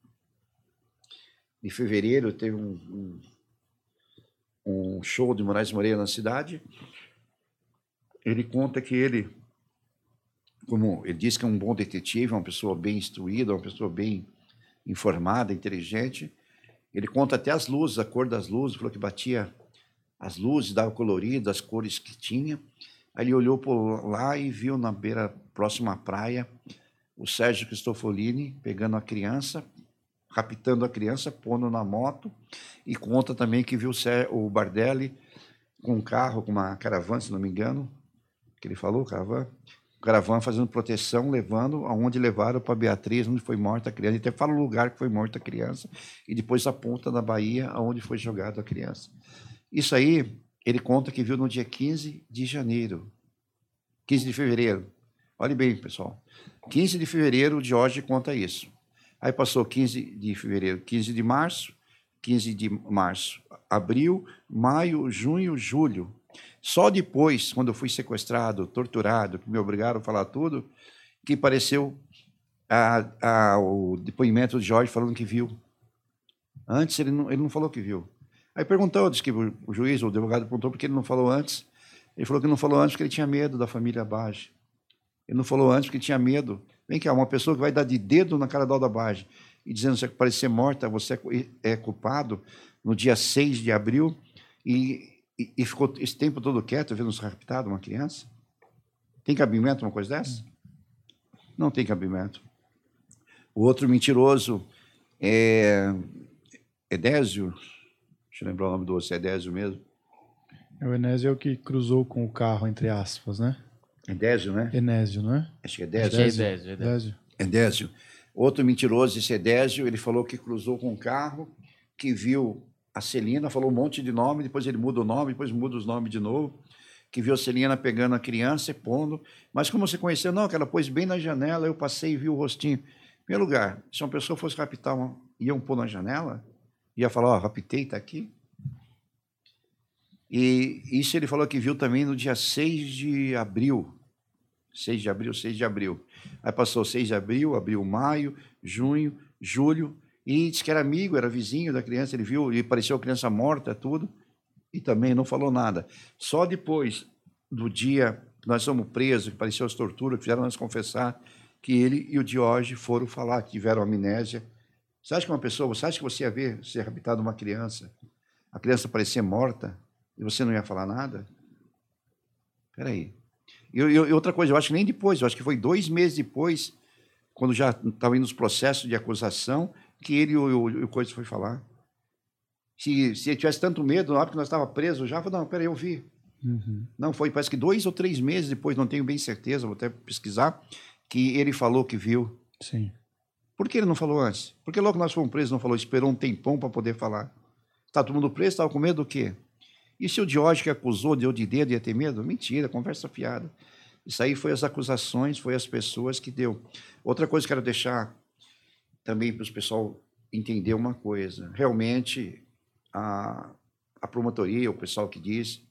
fevereiro teve um show de Moraes Moreira na cidade. Ele conta que ele, como ele diz que é um bom detetive, uma pessoa bem instruída, uma pessoa bem informada, inteligente. Ele conta até as luzes, a cor das luzes, falou que batia as luzes, dava colorido, as cores que tinha. Aí ele olhou por lá e viu na beira próxima à praia o Sérgio Cristofolini pegando a criança, raptando a criança, pondo na moto, e conta também que viu o Bardelli com um carro, com uma caravana, se não me engano, que ele falou, caravana fazendo proteção, levando aonde levaram para Beatriz, onde foi morta a criança. Ele até fala o lugar que foi morta a criança e depois aponta na Bahia aonde foi jogada a criança. Isso aí, ele conta que viu no dia 15 de janeiro, 15 de fevereiro. Olhe bem, pessoal. 15 de fevereiro, o Jorge conta isso. Aí passou 15 de fevereiro, 15 de março, abril, maio, junho, julho. Só depois, quando eu fui sequestrado, torturado, que me obrigaram a falar tudo, que apareceu o depoimento de Jorge falando que viu. Antes ele não falou que viu. Aí perguntou, disse que o juiz, o advogado perguntou por que ele não falou antes. Ele falou que não falou antes porque ele tinha medo da família Bage. Ele não falou antes porque ele tinha medo. Vem cá, uma pessoa que vai dar de dedo na cara da Alda Bage e dizendo que parecer morta, você é culpado, no dia 6 de abril, e ficou esse tempo todo quieto, vendo se raptado uma criança? Tem cabimento uma coisa dessa? Não tem cabimento. O outro mentiroso é Edésio. Deixa eu lembrar o nome do outro, se é Edésio mesmo. O Enésio é o que cruzou com o carro, entre aspas, né? Edésio, né? Enésio, não é? Acho que é Edésio. Edésio. Outro mentiroso, esse Edésio, ele falou que cruzou com um carro, que viu a Celina, falou um monte de nome, depois ele muda o nome, depois muda os nomes de novo, que viu a Celina pegando a criança e pondo. Mas como você conheceu? Não, que ela pôs bem na janela, eu passei e vi o rostinho. Em primeiro lugar, se uma pessoa fosse raptar, iam pôr na janela, ia falar, raptei, está aqui. E isso ele falou que viu também no dia 6 de abril. 6 de abril. Aí passou 6 de abril, maio, junho, julho, e disse que era amigo, era vizinho da criança, ele viu, e apareceu a criança morta, tudo, e também não falou nada. Só depois do dia nós somos presos, que apareceu as torturas, que fizeram nós confessar que ele e o Diógenes foram falar, que tiveram amnésia. Você acha que você acha que você ia ver ser raptado uma criança, a criança parecer morta, e você não ia falar nada? Espera aí. E outra coisa, eu acho que nem depois, eu acho que foi 2 meses depois, quando já estavam indo os processos de acusação, que ele e o Coisa foi falar. Se ele tivesse tanto medo, na hora que nós estávamos presos, já falou, não, peraí, eu vi. Não, foi, parece que 2 ou 3 meses depois, não tenho bem certeza, vou até pesquisar, que ele falou que viu. Sim. Por que ele não falou antes? Porque logo que nós fomos presos, não falou, esperou um tempão para poder falar. Está todo mundo preso, estava com medo do quê? E se o Diógenes que acusou, deu de dedo, ia ter medo? Mentira, conversa fiada. Isso aí foi as acusações, foi as pessoas que deu. Outra coisa que eu quero deixar também para o pessoal entender uma coisa. Realmente, a promotoria, o pessoal que disse,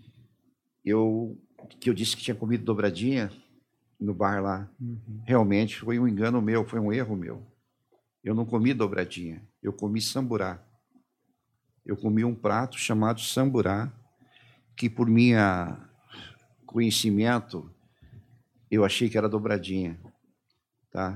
que eu disse que tinha comido dobradinha no bar lá, realmente foi um engano meu, foi um erro meu. Eu não comi dobradinha, eu comi samburá. Eu comi um prato chamado samburá, que por minha conhecimento, eu achei que era dobradinha. Tá?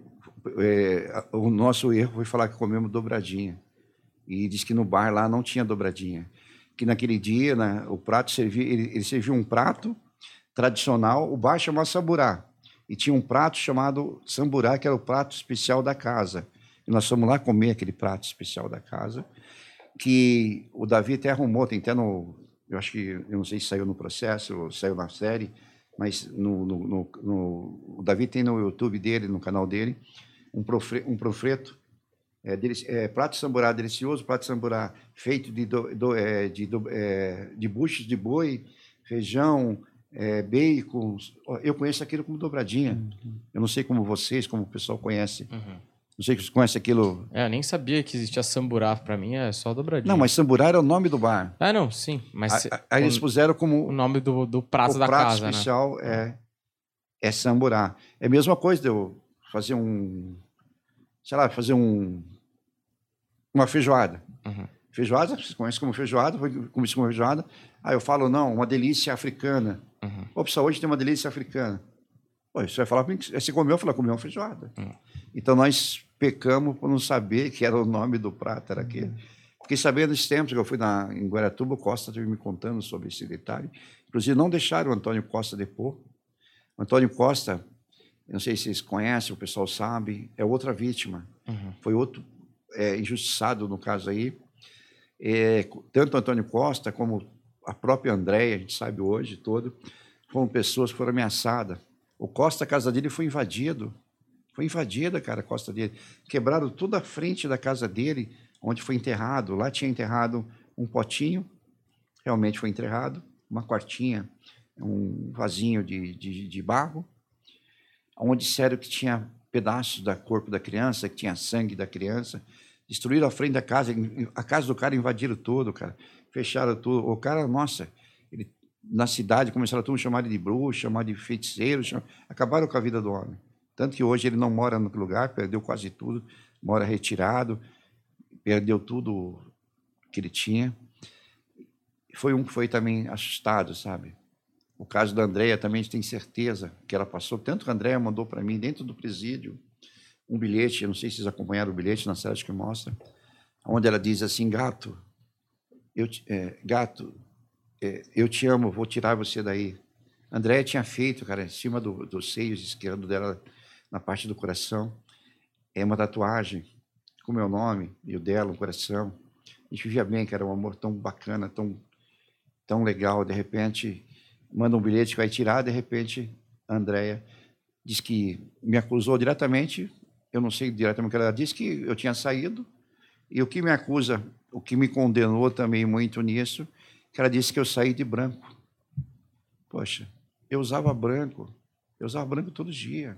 O nosso erro foi falar que comemos dobradinha. E disse que no bar lá não tinha dobradinha. Que naquele dia, né, o prato servia, ele serviu um prato tradicional, o bar chamava samburá. E tinha um prato chamado samburá, que era o prato especial da casa. E nós fomos lá comer aquele prato especial da casa, que o Davi até arrumou, tem até no... Eu acho que, eu não sei se saiu no processo, ou saiu na série, mas o Davi tem no YouTube dele, no canal dele, um profreto, prato samburá delicioso, prato samburá feito de buchos de boi, feijão, bacon. Eu conheço aquilo como dobradinha. Eu não sei como vocês, como o pessoal conhece. Não sei se vocês conhecem aquilo. Eu nem sabia que existia samburá. Pra mim é só dobradinha. Não, mas samburá era o nome do bar. Ah, não, sim. Mas aí eles puseram como... O nome do prato da casa, O prato especial, né? é samburá. É a mesma coisa de eu fazer uma feijoada. Feijoada, vocês conhecem como feijoada, comecei como feijoada. Aí eu falo, não, uma delícia africana. Opa, hoje tem uma delícia africana. Pô, você vai falar, você comeu? Eu falei, comeu uma feijoada. Então nós pecamos por não saber que era o nome do prato, era aquele. Fiquei sabendo nesses tempos que eu fui em Guaratuba, o Costa esteve me contando sobre esse detalhe. Inclusive, não deixaram o Antônio Costa depor. O Antônio Costa, eu não sei se vocês conhecem, o pessoal sabe, é outra vítima. Foi outro injustiçado no caso aí. Tanto o Antônio Costa como a própria Andréia, a gente sabe hoje todo, foram pessoas que foram ameaçadas. O Costa, a casa dele foi invadido. Foi invadida, cara, a costa dele. Quebraram toda a frente da casa dele, onde foi enterrado. Lá tinha enterrado um potinho, realmente foi enterrado, uma quartinha, um vasinho de barro, onde disseram que tinha pedaços do corpo da criança, que tinha sangue da criança. Destruíram a frente da casa, a casa do cara invadiram tudo, cara. Fecharam tudo. O cara, nossa, na cidade começaram a chamar ele de bruxo, chamar de feiticeiro, acabaram com a vida do homem. Tanto que hoje ele não mora no lugar, perdeu quase tudo, mora retirado, perdeu tudo que ele tinha. Foi um que foi também assustado, sabe? O caso da Andréia também a gente tem certeza que ela passou. Tanto que a Andréia mandou para mim, dentro do presídio, um bilhete, eu não sei se vocês acompanharam o bilhete na série que mostra, onde ela diz assim, gato, eu te amo, vou tirar você daí. A Andréia tinha feito, cara, em cima dos seios esquerdo dela, na parte do coração, uma tatuagem com o meu nome e o dela, no coração. A gente vivia bem, que era um amor tão bacana, tão legal. De repente, manda um bilhete que vai tirar, de repente, a Andréia diz que me acusou diretamente, eu não sei diretamente o que ela disse, que eu tinha saído, e o que me acusa, o que me condenou também muito nisso, que ela disse que eu saí de branco. Poxa, eu usava branco todo dia.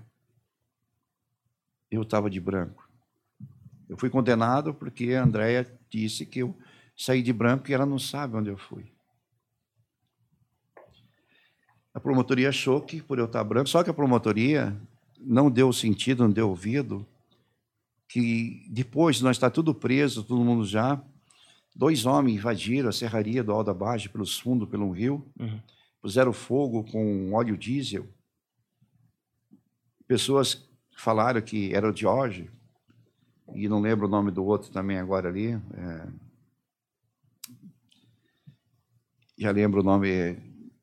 Eu estava de branco. Eu fui condenado porque a Andréia disse que eu saí de branco e ela não sabe onde eu fui. A promotoria achou que por eu estar branco, só que a promotoria não deu sentido, não deu ouvido, que depois de nós estar tudo preso, todo mundo já, 2 homens invadiram a serraria do Alto da Baixa, pelos fundos, pelo rio, puseram fogo com óleo diesel. Pessoas falaram que era o George, e não lembro o nome do outro também agora ali. Já lembro o nome.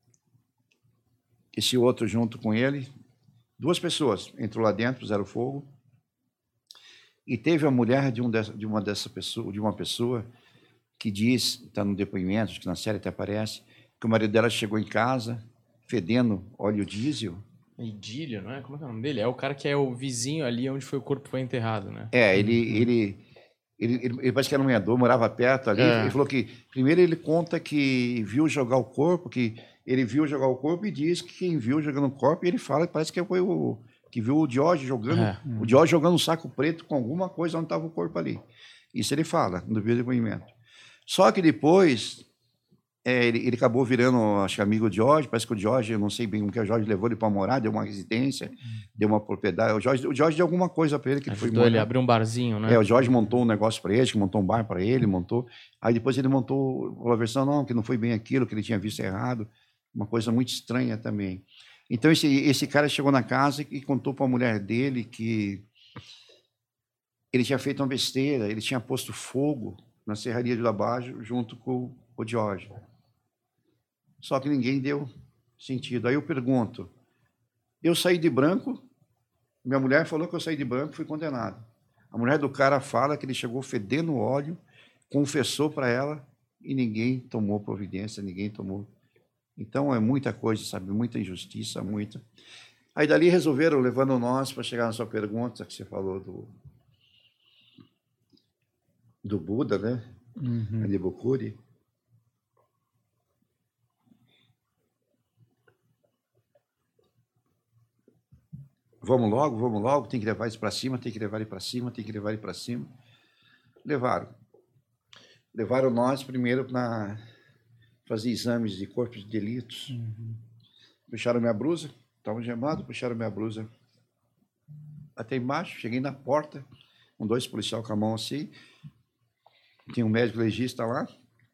Esse outro junto com ele. 2 pessoas entrou lá dentro, puseram fogo. E teve a mulher de uma pessoa que diz, está no depoimento, acho que na série até aparece, que o marido dela chegou em casa fedendo óleo diesel. Idílio, não é? Como é que é o nome dele? É o cara que é o vizinho ali onde o corpo foi enterrado, né? Ele parece que era um lenhador, morava perto ali. Ele falou que, primeiro ele conta que viu jogar o corpo, que ele viu jogar o corpo e diz que quem viu jogando o corpo, e ele fala que parece que foi que viu o George jogando, o George jogando um saco preto com alguma coisa onde estava o corpo ali. Isso ele fala no depoimento. Só que depois, ele acabou virando, acho que amigo do George, parece que o George, eu não sei bem o que o George levou ele para morar, deu uma residência, deu uma propriedade. O George deu alguma coisa para ele que Ajudou foi morar. ele a abrir um barzinho, né? O George montou um negócio para ele, montou um bar para ele, Aí depois ele montou uma versão, não, que não foi bem aquilo, que ele tinha visto errado, uma coisa muito estranha também. Então esse cara chegou na casa e contou para a mulher dele que ele tinha feito uma besteira, ele tinha posto fogo na serraria de Labajo junto com o George. Só que ninguém deu sentido. Aí eu pergunto, eu saí de branco, minha mulher falou que eu saí de branco, fui condenado. A mulher do cara fala que ele chegou fedendo óleo, confessou para ela e ninguém tomou providência, ninguém tomou. Então é muita coisa, sabe? Muita injustiça, muita. Aí dali resolveram, levando nós para chegar na sua pergunta, que você falou do Buda, né? Anibokuri. Vamos logo, tem que levar isso para cima, tem que levar ele para cima, tem que levar ele para cima. Levaram nós primeiro para fazer exames de corpos de delitos. Puxaram minha blusa, estava gemado, puxaram minha blusa até embaixo, cheguei na porta, com 2 policiais com a mão assim, tinha um médico legista lá.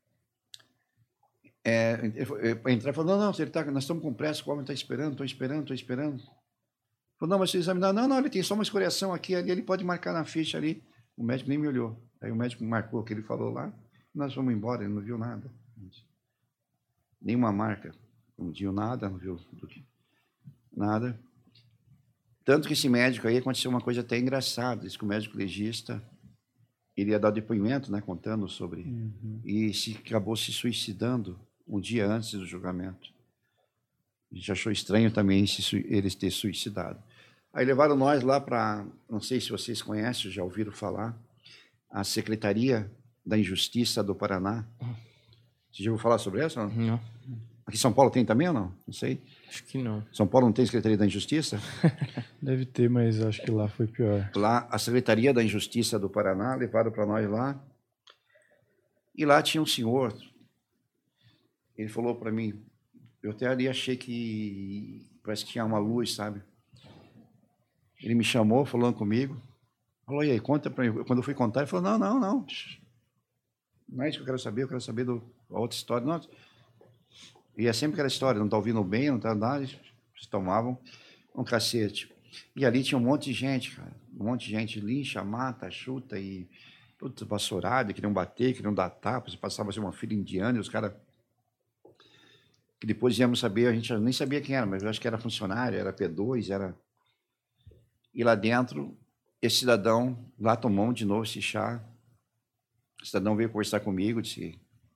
Ele entrar e falou, não, nós estamos com pressa, o homem está esperando, estou esperando. Falou, não, mas você examinar, não, ele tem só uma escoriação aqui, ali, ele pode marcar na ficha ali. O médico nem me olhou. Aí o médico marcou o que ele falou lá, nós fomos embora, ele não viu nada. Nenhuma marca, não viu nada, não viu nada. Tanto que esse médico aí aconteceu uma coisa até engraçada, diz que o médico legista, ele ia dar depoimento, né, contando sobre, e acabou se suicidando um dia antes do julgamento. A gente achou estranho também ele ter suicidado. Aí levaram nós lá para, não sei se vocês conhecem, já ouviram falar, a Secretaria da Injustiça do Paraná. Você já ouviu falar sobre essa? Não. Aqui em São Paulo tem também ou não? Não sei. Acho que não. São Paulo não tem Secretaria da Injustiça? Deve ter, mas acho que lá foi pior. Lá, a Secretaria da Injustiça do Paraná, levaram para nós lá. E lá tinha um senhor. Ele falou para mim, eu até ali achei que parece que tinha uma luz, sabe? Ele me chamou, falando comigo. Falou, e aí, conta para mim. Quando eu fui contar, ele falou, não. Não é isso que eu quero saber da outra história. Não. E é sempre aquela história, não está ouvindo bem, não está nada. Eles tomavam um cacete. E ali tinha um monte de gente, cara. Um monte de gente lincha, mata, chuta e tudo vassourado, queriam bater, queriam dar tapas. Passava assim, uma fila indiana e os caras... Que depois íamos saber, a gente nem sabia quem era, mas eu acho que era funcionário, era P2, era... E lá dentro, esse cidadão lá tomou de novo esse chá. O cidadão veio conversar comigo, disse...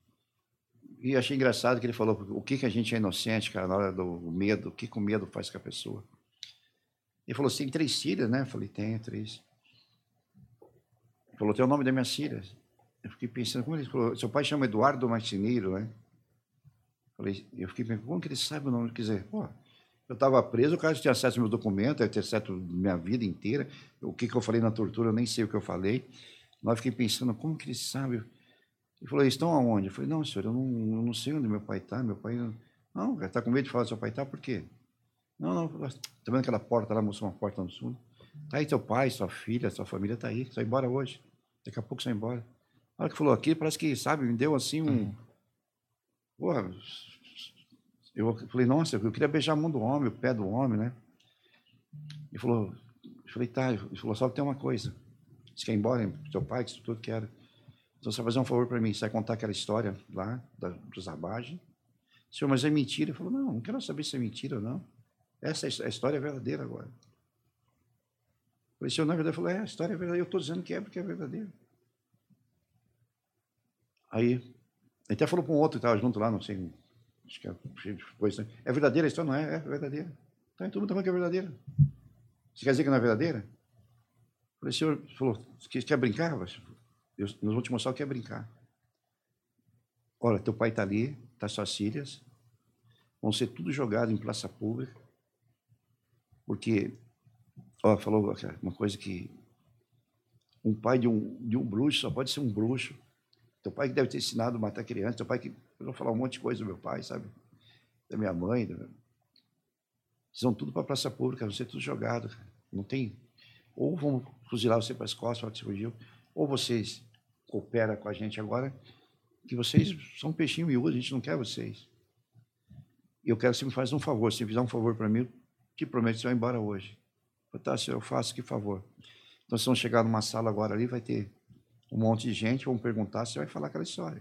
E achei engraçado que ele falou, o que a gente é inocente, cara, na hora do medo, o que o medo faz com a pessoa. Ele falou, você tem 3 filhas, né? Eu falei, tenho 3. Ele falou, tem o nome das minhas filhas. Eu fiquei pensando, como ele falou, seu pai chama Eduardo Martineiro, né? Eu fiquei pensando, como que ele sabe o nome? Quer dizer, pô, eu estava preso, o cara tinha acesso aos meus documentos, eu tinha acesso à minha vida inteira, o que eu falei na tortura, eu nem sei o que eu falei. Mas eu fiquei pensando, como que ele sabe? Ele falou, estão aonde? Eu falei, não, senhor, eu não sei onde meu pai está. Meu pai não, cara, está com medo de falar do seu pai está, por quê? Não, está vendo aquela porta lá, mostrou uma porta no sul? Está aí teu pai, sua filha, sua família está aí, você vai embora hoje. Daqui a pouco você vai embora. Na hora que falou aqui, parece que, sabe, me deu assim um... Porra, Eu falei, nossa, eu queria beijar a mão do homem, o pé do homem, né? Ele falou, eu falei, tá. Ele falou, só que tem uma coisa. Você quer ir embora, seu pai, que tudo quero. Então você vai fazer um favor para mim, você vai contar aquela história lá, dos Abage. Senhor, mas é mentira. Ele falou, não quero saber se é mentira ou não. Essa é a história verdadeira agora. Eu falei, senhor, na verdade, ele falou, a história é verdadeira. Eu estou dizendo que é porque é verdadeira. Aí, ele até falou para um outro que estava junto lá, não sei, acho que coisa. É verdadeira a história? Não é? É verdadeira. Então, todo mundo está falando que é verdadeira. Você quer dizer que não é verdadeira? Eu falei, senhor, falou, quer brincar? Nós vamos te mostrar o que é brincar. Olha, teu pai está ali, está suas filhas, vão ser tudo jogado em praça pública, porque, ó, falou uma coisa que um pai de um bruxo só pode ser um bruxo. Teu pai que deve ter ensinado a matar criança, teu pai que... Eu vou falar um monte de coisa do meu pai, sabe? Da minha mãe. Vocês vão tudo para a praça pública, vão ser tudo jogado. Não tem... Ou vão fuzilar você para as costas, para que você fugiu, ou vocês cooperam com a gente agora, que vocês são um peixinho miúdo, a gente não quer vocês. E eu quero que você me faça um favor. Se fizer um favor para mim, eu te prometo que você vai embora hoje. Eu falei, tá, senhor, eu faço, que favor. Então, vocês vão chegar numa sala agora ali, vai ter um monte de gente, vão perguntar, você vai falar aquela história.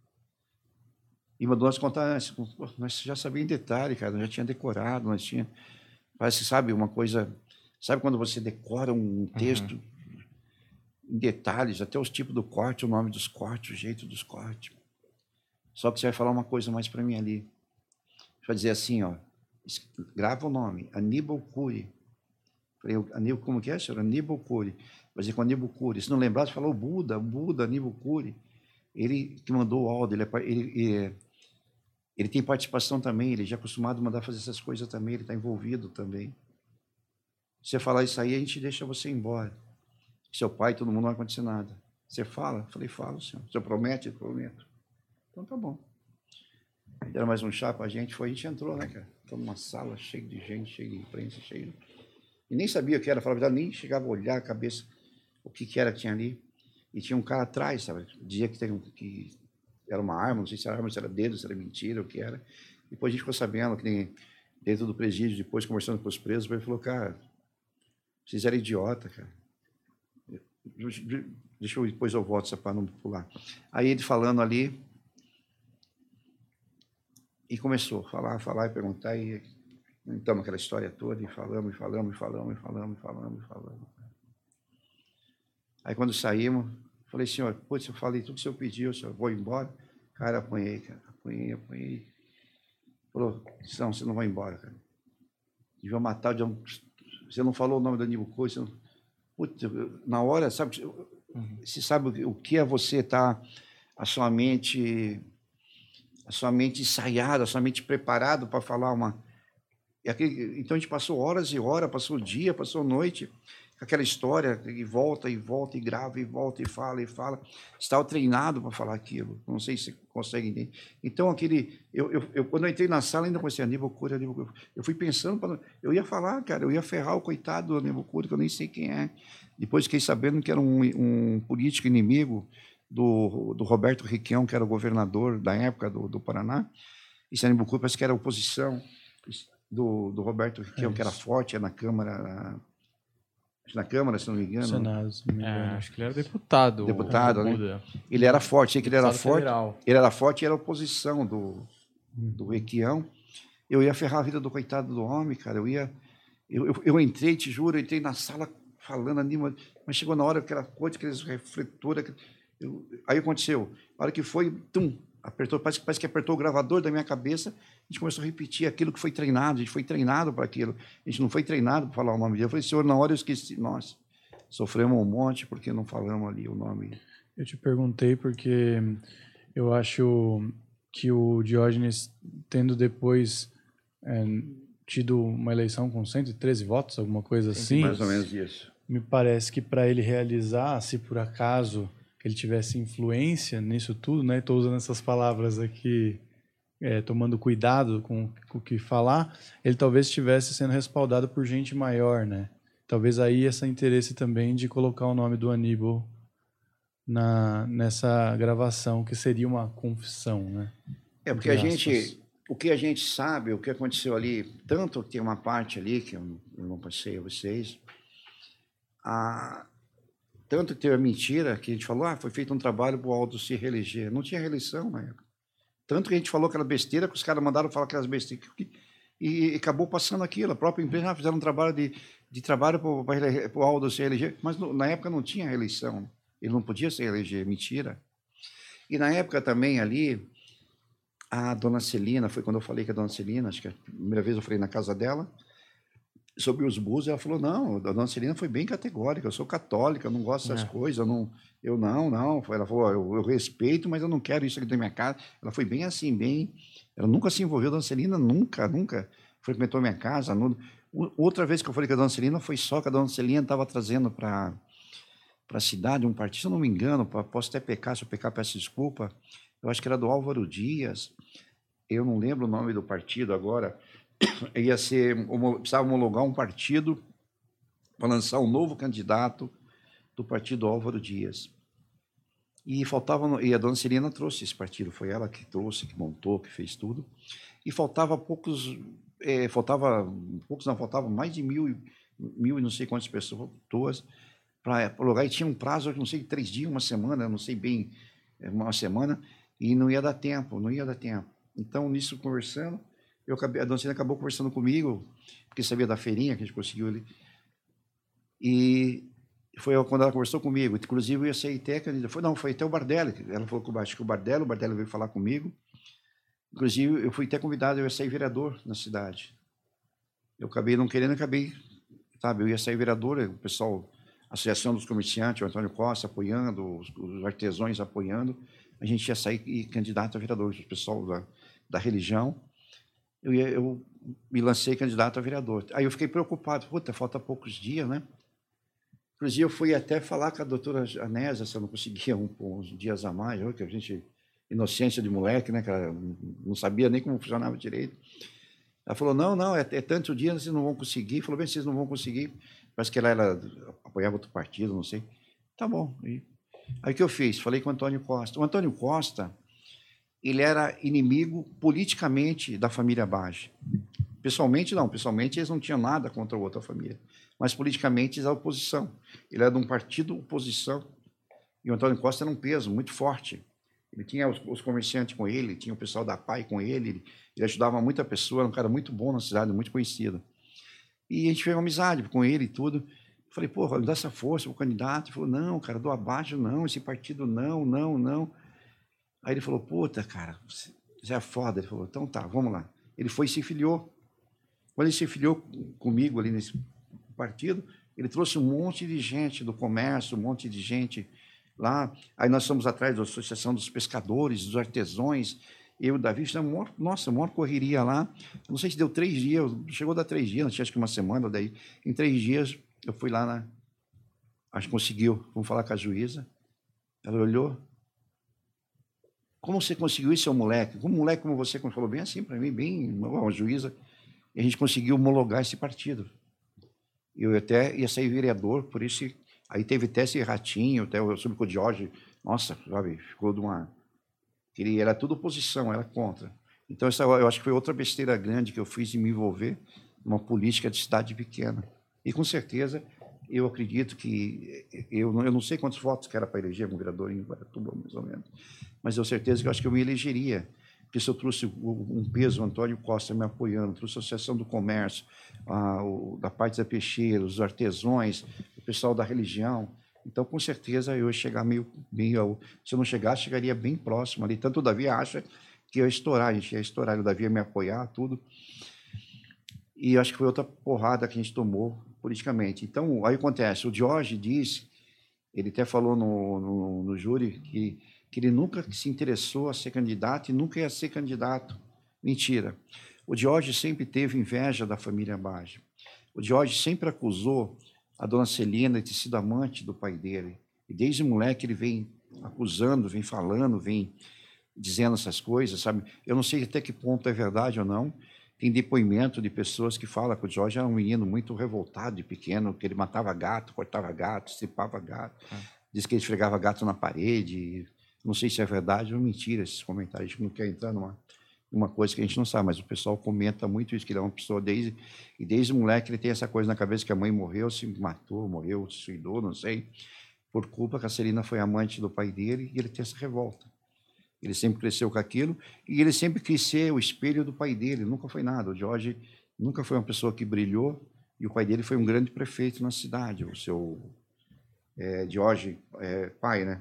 E mandou nós contar, nós já sabíamos em detalhe, cara, nós já tinha decorado, nós tinha... Parece, sabe, uma coisa... Sabe quando você decora um texto em detalhes, até os tipos do corte, o nome dos cortes, o jeito dos cortes. Só que você vai falar uma coisa mais para mim ali. Você vai dizer assim, ó, grava o nome, Aníbal Cury. Falei, Aníbal, como que é, senhor? Aníbal Cury. Vai dizer com Aníbal Cury. Se não lembrar, você falou Buda, Aníbal Cury. Ele que mandou o áudio, ele tem participação também, ele já é acostumado a mandar fazer essas coisas também, ele está envolvido também. Se você falar isso aí, a gente deixa você embora. Seu pai, todo mundo, não vai acontecer nada. Você fala? Eu falei, falo, senhor. O senhor promete? Eu prometo. Então tá bom. Deram mais um chá pra gente, a gente entrou, né, cara? Estamos numa sala cheia de gente, cheia de imprensa, cheia. E nem sabia o que era, falava a verdade, nem chegava a olhar a cabeça o que era que tinha ali. E tinha um cara atrás, sabe? Dizia que era uma arma, não sei se era arma, se era dedo, se era mentira, o que era. Depois a gente ficou sabendo que nem dentro do presídio, depois conversando com os presos, ele falou, cara, vocês eram idiota, cara. Deixa eu, depois eu volto, para não pular. Aí ele falando ali, e começou a falar e perguntar, e então aquela história toda, e falamos. Aí quando saímos, falei, senhor, putz, eu falei tudo que o senhor pediu, senhor, vou embora? Cara, apanhei. Falou, não, você não vai embora, cara. Devia matar, você não falou o nome do Aníbal Cury, você não... Putz, na hora, sabe, você sabe o que é você estar a sua mente ensaiada, a sua mente preparada para falar uma... Então a gente passou horas e horas, passou dia, passou noite, com aquela história, e volta, e grava, e volta, e fala. Estava treinado para falar aquilo, não sei se você consegue entender. Então, quando eu entrei na sala, ainda comecei, Aníbal Cury. Eu fui pensando, eu ia falar, cara, eu ia ferrar o coitado do Aníbal Cury, que eu nem sei quem é. Depois fiquei sabendo que era um político inimigo do Roberto Requião, que era o governador da época do Paraná. Esse Aníbal Cury parece que era a oposição do Roberto Requião, que era forte, era na Câmara... Na Câmara, se não me engano. Senado, se não me engano. Acho que ele era deputado. Deputado, né? Ele era forte, sei que ele era forte. Federal. Ele era forte e era oposição do Requião. Eu ia ferrar a vida do coitado do homem, cara. Eu entrei, te juro, eu entrei na sala falando, mas chegou na hora, aquela coisa, aqueles refletores. Aí aconteceu. A hora que foi, apertou, parece que apertou o gravador da minha cabeça. A gente começou a repetir aquilo que foi treinado. A gente foi treinado para aquilo. A gente não foi treinado para falar o nome dele. Eu falei, senhor, na hora eu esqueci. Nossa, sofremos um monte porque não falamos ali o nome. Eu te perguntei porque eu acho que o Diógenes, tendo depois tido uma eleição com 113 votos, alguma coisa assim, mais ou menos isso. Me parece que para ele realizar, se por acaso ele tivesse influência nisso tudo, né? Estou usando essas palavras aqui, tomando cuidado com o que falar, ele talvez estivesse sendo respaldado por gente maior, né? Talvez aí esse interesse também de colocar o nome do Aníbal nessa gravação, que seria uma confissão, né? Porque a gente o que a gente sabe, o que aconteceu ali, tanto que tem uma parte ali, que eu não passei a vocês, tanto que teve a mentira, que a gente falou, foi feito um trabalho para o Aldo se reeleger. Não tinha reeleição na época. Tanto que a gente falou aquela besteira, que os caras mandaram falar aquelas besteiras, e acabou passando aquilo. A própria empresa fizeram um trabalho de trabalho para o Aldo se reeleger, mas na época não tinha reeleição. Ele não podia se reeleger, mentira. E na época também ali, a dona Celina, foi quando eu falei com a dona Celina, acho que a primeira vez eu falei na casa dela, sobre os búzios, ela falou, não, a dona Celina foi bem categórica, eu sou católica, eu não gosto dessas coisas, não. Ela falou, eu respeito, mas eu não quero isso aqui da minha casa. Ela foi bem assim, ela nunca se envolveu, a dona Celina nunca frequentou minha casa. Outra vez que eu falei com a dona Celina foi só que a dona Celina estava trazendo para a cidade um partido, se eu não me engano, posso até pecar, se eu pecar peço desculpa, eu acho que era do Álvaro Dias, eu não lembro o nome do partido agora, precisava homologar um partido para lançar um novo candidato do partido Álvaro Dias. E a dona Celina trouxe esse partido, foi ela que trouxe, que montou, que fez tudo. E faltava mais de mil e não sei quantas pessoas para homologar, e tinha um prazo, não sei, 3 dias, uma semana, não sei bem, uma semana, e não ia dar tempo. Então, nisso, conversando, a dona Celina acabou conversando comigo, porque sabia da feirinha que a gente conseguiu ali. E foi quando ela conversou comigo. Inclusive, eu ia sair técnica. Foi até o Bardelli. Ela falou que o Bardelli veio falar comigo. Inclusive, eu fui até convidado, eu ia sair vereador na cidade. Eu acabei não querendo, sabe, eu ia sair vereador, o pessoal, a Associação dos Comerciantes, o Antônio Costa apoiando, os artesãos apoiando, a gente ia sair candidato a vereador, o pessoal da religião. Eu me lancei candidato a vereador. Aí eu fiquei preocupado, falta poucos dias, né? Inclusive, eu fui até falar com a doutora Anésia, se eu não conseguia uns dias a mais, que a gente, inocência de moleque, né, cara, não sabia nem como funcionava direito. Ela falou, não, é tanto dia, vocês não vão conseguir. Falou, bem, vocês não vão conseguir. Parece que ela apoiava outro partido, não sei. Tá bom. Aí o que eu fiz? Falei com o Antônio Costa. O Antônio Costa, ele era inimigo politicamente da família Bage. Pessoalmente, não. Pessoalmente, eles não tinham nada contra a outra família. Mas, politicamente, eles eram oposição. Ele era de um partido oposição. E o Antônio Costa era um peso muito forte. Ele tinha os comerciantes com ele, tinha o pessoal da PAI com ele ajudava muita pessoa, era um cara muito bom na cidade, muito conhecido. E a gente fez uma amizade com ele e tudo. Eu falei, me dá essa força para o candidato. Ele falou, não, cara, do abaixo não, esse partido não. Aí ele falou, cara, você é foda. Ele falou, então tá, vamos lá. Ele foi e se filiou. Quando ele se filiou comigo ali nesse partido, ele trouxe um monte de gente do comércio, um monte de gente lá. Aí nós fomos atrás da Associação dos Pescadores, dos Artesãos. Eu e o Davi fizemos maior correria lá. Não sei se deu 3 dias, chegou a dar 3 dias, não tinha acho que uma semana. Daí, em 3 dias, eu fui lá acho que conseguiu. Vamos falar com a juíza. Ela olhou. Como você conseguiu isso, seu moleque? Como um moleque como você, como falou bem assim para mim, bem uma juíza. E a gente conseguiu homologar esse partido. Eu até ia sair vereador, por isso. Aí teve até esse ratinho, até eu soube que o Jorge, nossa, sabe, ficou de uma. Ele era tudo oposição, era contra. Então, eu acho que foi outra besteira grande que eu fiz de me envolver numa política de cidade pequena. E, com certeza, eu acredito que... Eu não sei quantos votos que era para eleger um vereador em Guaratuba, mais ou menos, mas eu tenho certeza que eu acho que eu me elegeria. Porque se eu trouxe um peso, o Antônio Costa me apoiando, trouxe a Associação do Comércio, da parte da peixeira, os artesãos, o pessoal da religião... Então, com certeza, eu ia chegar se eu não chegasse, chegaria bem próximo ali. Tanto o Davi acha que eu ia estourar, a gente ia estourar, o Davi ia me apoiar, tudo. E eu acho que foi outra porrada que a gente tomou politicamente. Então, aí acontece, o Jorge disse, ele até falou no júri, que ele nunca se interessou a ser candidato e nunca ia ser candidato. Mentira. O Jorge sempre teve inveja da família Bage. O Jorge sempre acusou a dona Celina de ter sido amante do pai dele. E desde moleque ele vem acusando, vem falando, vem dizendo essas coisas, sabe? Eu não sei até que ponto é verdade ou não. Tem depoimento de pessoas que falam que o Jorge era um menino muito revoltado de pequeno, que ele matava gato, cortava gato, estripava gato. Diz que ele esfregava gato na parede. Não sei se é verdade ou mentira esses comentários. A gente não quer entrar uma coisa que a gente não sabe, mas o pessoal comenta muito isso, que ele é uma pessoa desde moleque ele tem essa coisa na cabeça que a mãe morreu, se matou, morreu, se suicidou, não sei, por culpa que a Celina foi amante do pai dele e ele tem essa revolta. Ele sempre cresceu com aquilo e ele sempre quis ser o espelho do pai dele, nunca foi nada. O Jorge nunca foi uma pessoa que brilhou e o pai dele foi um grande prefeito na cidade, o seu Jorge, pai, né?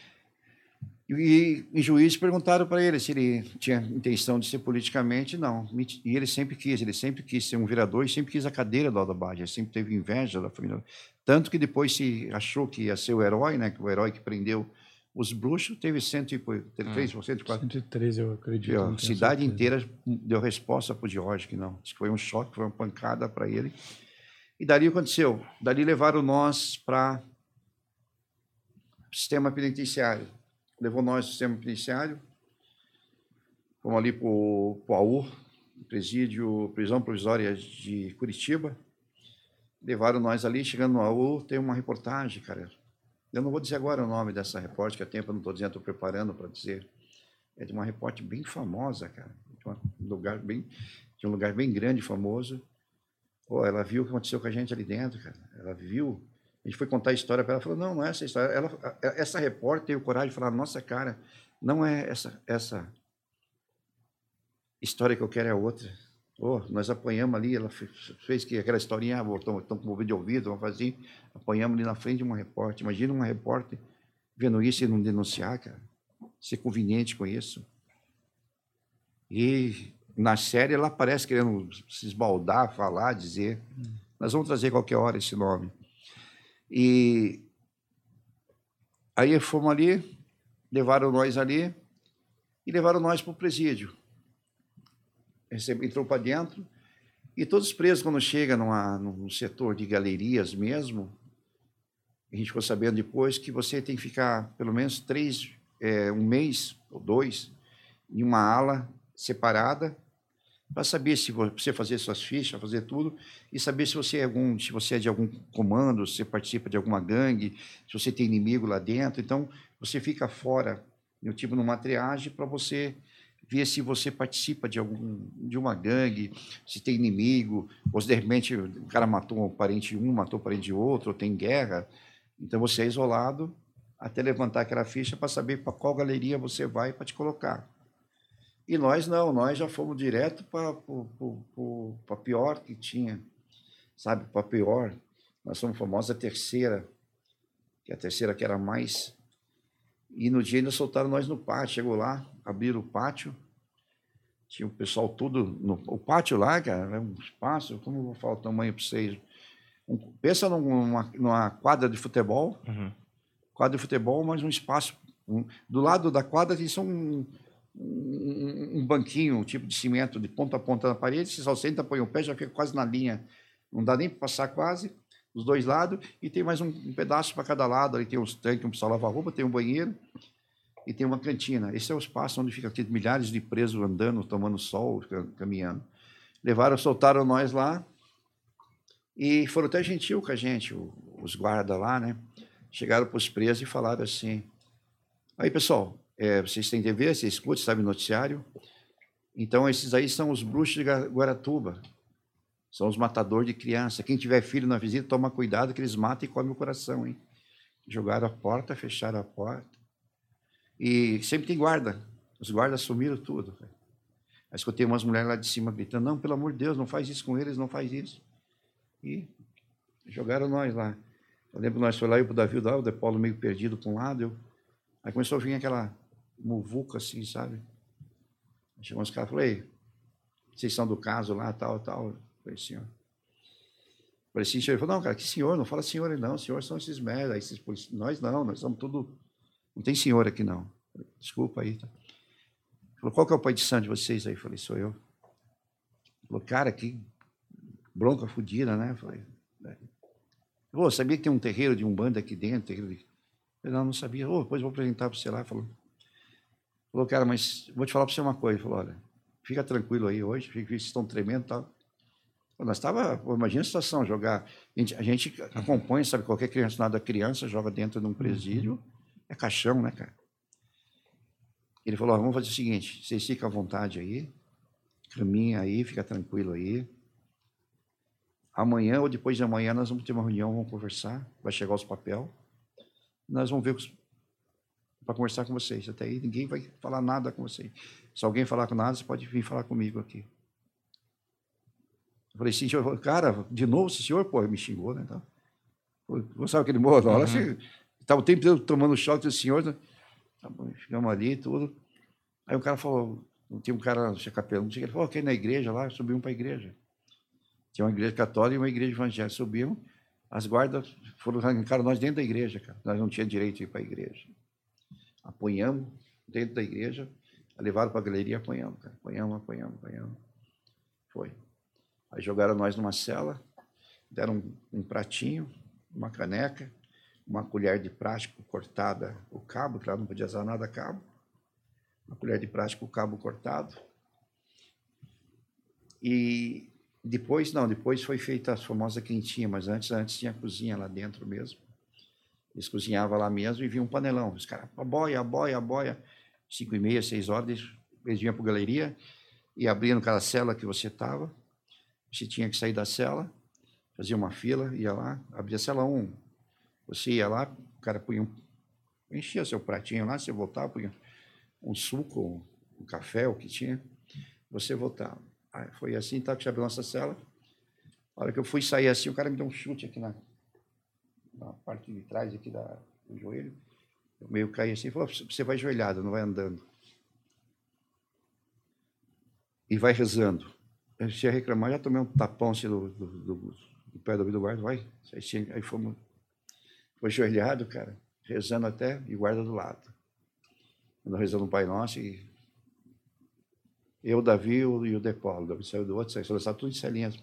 E em juízes perguntaram para ele se ele tinha intenção de ser politicamente, não. E ele sempre quis ser um vereador e sempre quis a cadeira do Aldo Abbadi, ele sempre teve inveja da família. Tanto que depois se achou que ia ser o herói, né? O herói que prendeu os bruxos, teve 103 ou 104. 113, eu acredito. A cidade inteira deu resposta para o Jorge, que não. Isso foi um choque, foi uma pancada para ele. E dali aconteceu. Dali levaram nós para o sistema penitenciário. Levou nós ao sistema penitenciário. Fomos ali para o AU, prisão provisória de Curitiba. Levaram nós ali, chegando no AU, tem uma reportagem, cara. Eu não vou dizer agora o nome dessa repórter, que a tempo eu não estou dizendo, estou preparando para dizer. É de uma repórter bem famosa, cara. De um lugar bem grande, famoso. Pô, ela viu o que aconteceu com a gente ali dentro, cara. Ela viu. A gente foi contar a história para ela, falou, não é essa história. Essa repórter teve coragem de falar, nossa, cara, não é essa história que eu quero, é outra. Oh, nós apanhamos ali, ela fez que aquela historinha, estão com ouvido de ouvido, vamos fazer, apanhamos ali na frente de uma repórter. Imagina uma repórter vendo isso e não denunciar, cara. Ser conveniente com isso. E na série ela aparece querendo se esbaldar, falar, dizer. Nós vamos trazer qualquer hora esse nome. E aí fomos ali, levaram nós ali e levaram nós para o presídio. Entrou para dentro e todos os presos, quando chegam num setor de galerias mesmo, a gente ficou sabendo depois que você tem que ficar pelo menos 1 mês ou 2 em uma ala separada para saber se você fazer suas fichas, fazer tudo, e saber se você é de algum comando, se você participa de alguma gangue, se você tem inimigo lá dentro. Então, você fica fora, numa triagem, para você ver se você participa de uma gangue, se tem inimigo, ou se de repente o cara matou um parente matou o parente de outro, ou tem guerra. Então, você é isolado até levantar aquela ficha para saber para qual galeria você vai para te colocar. E nós não, nós já fomos direto para a pior que tinha, sabe, para a pior. Nós somos famosa terceira, que é a terceira que era mais. E no dia ainda soltaram nós no pátio, chegou lá, abriram o pátio, tinha o pessoal tudo, o pátio lá, cara, é um espaço, como eu vou falar o tamanho para vocês? Pensa numa quadra de futebol, quadra de futebol, mas um espaço, do lado da quadra tem só um banquinho, um tipo de cimento de ponta a ponta na parede, você só senta, põe o pé, já fica quase na linha, não dá nem para passar quase, dos dois lados, e tem mais um pedaço para cada lado, ali tem uns tanques, um pessoal lava roupa, tem um banheiro e tem uma cantina. Esse é o espaço onde fica milhares de presos andando, tomando sol, caminhando. Soltaram nós lá e foram até gentil com a gente, os guardas lá, né? Chegaram para os presos e falaram assim, aí pessoal, vocês têm TV, vocês escutam, sabem noticiário? Então, esses aí são os bruxos de Guaratuba. São os matadores de criança. Quem tiver filho na visita, toma cuidado que eles matam e comem o coração, hein? Jogaram a porta, fecharam a porta. E sempre tem guarda. Os guardas sumiram tudo. Aí escutei umas mulheres lá de cima gritando, não, pelo amor de Deus, não faz isso com eles, não faz isso. E jogaram nós lá. Eu lembro que nós fomos lá, eu para o Davi, o De Paulo meio perdido para um lado. Aí começou a vir aquela muvuca assim, sabe? Chegou uns caras e falou, ei, vocês são do caso lá, tal. Falei, senhor. Falei, sim, senhor. Ele falou, não, cara, que senhor? Não fala senhor, não. Senhor são esses merda, esses policiais. Nós não, nós somos tudo... Não tem senhor aqui, não. Falei, desculpa aí. Tá? Ele falou, qual que é o pai de santo de vocês aí? Falei, sou eu. Ele falou, cara, que bronca fodida, né? Falei, pô, sabia que tem um terreiro de Umbanda aqui dentro? Eu falei, não sabia. Depois eu vou apresentar para você lá. Falou, cara, mas vou te falar para você uma coisa. Ele falou, olha, fica tranquilo aí hoje, vocês estão tremendo e tal. Nós imagina a situação, jogar, a gente acompanha, sabe, qualquer criança, nada criança, joga dentro de um presídio, é caixão, né, cara? Ele falou, vamos fazer o seguinte, vocês ficam à vontade aí, caminha aí, fica tranquilo aí. Amanhã ou depois de amanhã nós vamos ter uma reunião, vamos conversar, vai chegar os papéis. Nós vamos ver para conversar com vocês. Até aí ninguém vai falar nada com vocês. Se alguém falar com nada, você pode vir falar comigo aqui. Eu falei, sim, senhor. Cara, de novo esse senhor? Pô, me xingou, né? Então, sabe aquele modo? Na hora estava o tempo todo tomando choque do senhor. Né? Tá bom, ficamos ali e tudo. Aí o cara falou, tinha um cara, capelão, ele falou, aqui na igreja lá, subimos para a igreja. Tinha uma igreja católica e uma igreja evangélica. Subimos, as guardas foram arrancar nós dentro da igreja, cara. Nós não tínhamos direito de ir para a igreja. Apanhamos dentro da igreja, levaram para a galeria e apanhamos, cara. Apanhamos. Foi. Aí jogaram nós numa cela, deram um pratinho, uma caneca, uma colher de plástico cortada, o cabo, que lá não podia usar nada cabo. Uma colher de plástico, o cabo cortado. E depois foi feita a famosa quentinha, mas antes tinha a cozinha lá dentro mesmo. Eles cozinhavam lá mesmo e vinha um panelão. Os caras, a boia. 5h30, 6 horas, eles vinham para a galeria e abriam aquela cela que você estava. Você tinha que sair da cela, fazia uma fila, ia lá, abria a cela 1. Você ia lá, o cara enchia seu pratinho lá, você voltava, punha um suco, um café, o que tinha, você voltava. Aí foi assim, tá, que abriu nossa cela. A hora que eu fui sair assim, o cara me deu um chute aqui na parte de trás aqui do joelho. Eu meio caí assim e falou, você vai ajoelhado, não vai andando. E vai rezando. Se ia reclamar, já tomei um tapão assim do pé do ouvido do guarda, vai. Aí foi ajoelhado, cara, rezando até, e guarda do lado. Andando rezando o Pai Nosso, e eu, o Davi e o Depolo. O Davi saiu do outro, saiu tudo em celinhas.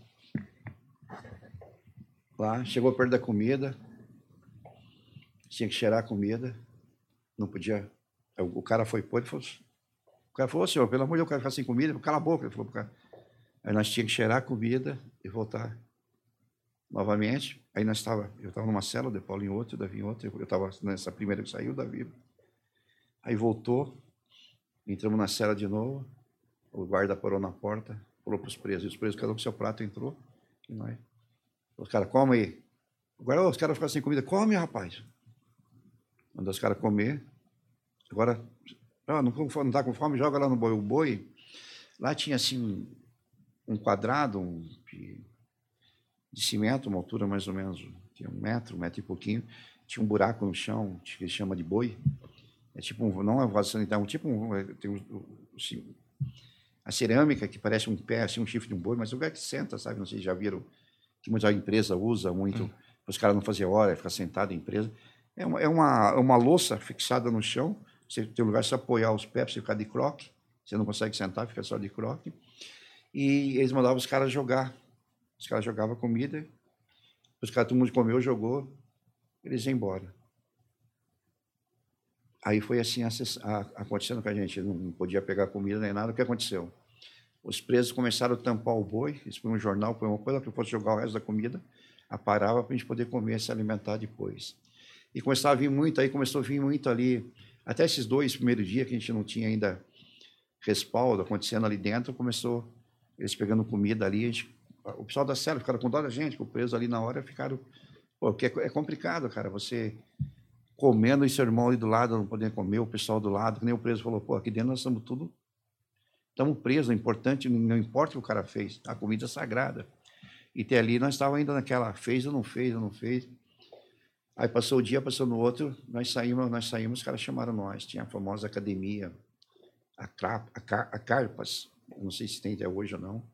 Lá, chegou perto da comida, tinha que cheirar a comida, não podia. O cara foi pôr, o cara falou, senhor, pelo amor de Deus, eu quero ficar sem comida, cala a boca, ele falou pro cara. Aí nós tínhamos que cheirar a comida e voltar novamente. Aí eu estava numa cela, o De Paulo em outra, o Davi em outra. Eu estava nessa primeira que saiu, o Davi. Aí voltou, entramos na cela de novo, o guarda parou na porta, falou para os presos, e os presos, cada um com seu prato, entrou, e nós. Os caras, come aí. Agora os caras ficaram sem comida, come, rapaz. Mandou os caras comer. Agora, não está com fome, joga lá no boi. O boi, lá tinha assim um quadrado de cimento, uma altura mais ou menos, tinha 1 metro e pouquinho, tinha um buraco no chão, que se chama de boi. É tipo, não é um vaso sanitário, tem assim, a cerâmica que parece um pé, assim, um chifre de um boi, mas o lugar que senta, sabe? Não sei se já viram, que muita empresa usa muito, para os caras não fazerem hora, ficar sentado em empresa. É uma louça fixada no chão, você tem um lugar de se apoiar os pés, para você ficar de croque, você não consegue sentar, fica só de croque. E eles mandavam os caras jogar. Os caras jogavam comida, os caras, todo mundo comeu, jogou, eles iam embora. Aí foi assim acontecendo com a gente, não podia pegar comida nem nada. O que aconteceu? Os presos começaram a tampar o boi, eles põem um jornal, põem uma coisa, que fosse jogar o resto da comida, parava para a gente poder comer, se alimentar depois. E começou a vir muito ali, até esses 2 primeiros dias que a gente não tinha ainda respaldo acontecendo ali dentro, começou eles pegando comida ali, o pessoal da cela ficaram com dó da gente, o preso ali na hora ficaram, porque é complicado, cara, você comendo e seu irmão ali do lado não podendo comer, o pessoal do lado, que nem o preso falou, aqui dentro nós estamos presos, importante, não importa o que o cara fez, a comida é sagrada. E até ali nós estávamos ainda naquela, fez ou não fez. Aí passou o dia, passou no outro, nós saímos, os caras chamaram nós, tinha a famosa academia, a Carpas, não sei se tem até hoje ou não.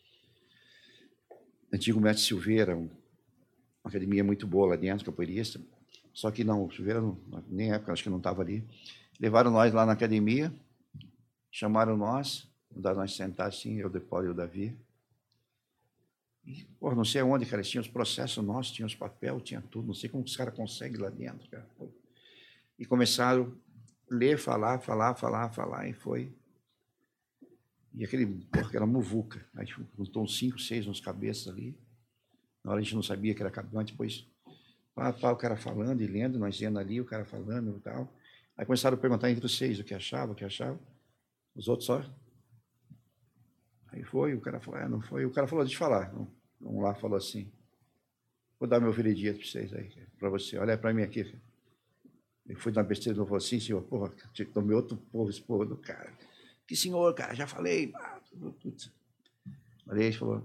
Antigo mestre Silveira, uma academia muito boa lá dentro, capoeirista. Só que não, o Silveira, nem época, acho que não estava ali. Levaram nós lá na academia, chamaram nós, mandaram nós sentar assim, eu, o De Paulo e o Davi. E, não sei aonde, cara, tinha os processos nossos, tinha os papéis, tinha tudo, não sei como os caras conseguem lá dentro, cara. E começaram a ler, falar, e foi. E aquela muvuca. Aí juntou uns 5, 6 nos cabeças ali. Na hora a gente não sabia que era cabelo, depois o cara falando e lendo, nós vendo ali, o cara falando e tal. Aí começaram a perguntar entre os 6 o que achava. Os outros só. Aí foi, o cara falou, não foi. O cara falou, deixa eu falar. Vamos lá, falou assim, vou dar meu veredito para vocês aí, para você. Olha para mim aqui. Ele foi dar uma besteira, não falou assim, senhor, porra, tomei outro porra, esse porra do cara. Que senhor, cara, já falei. Aí ele falou,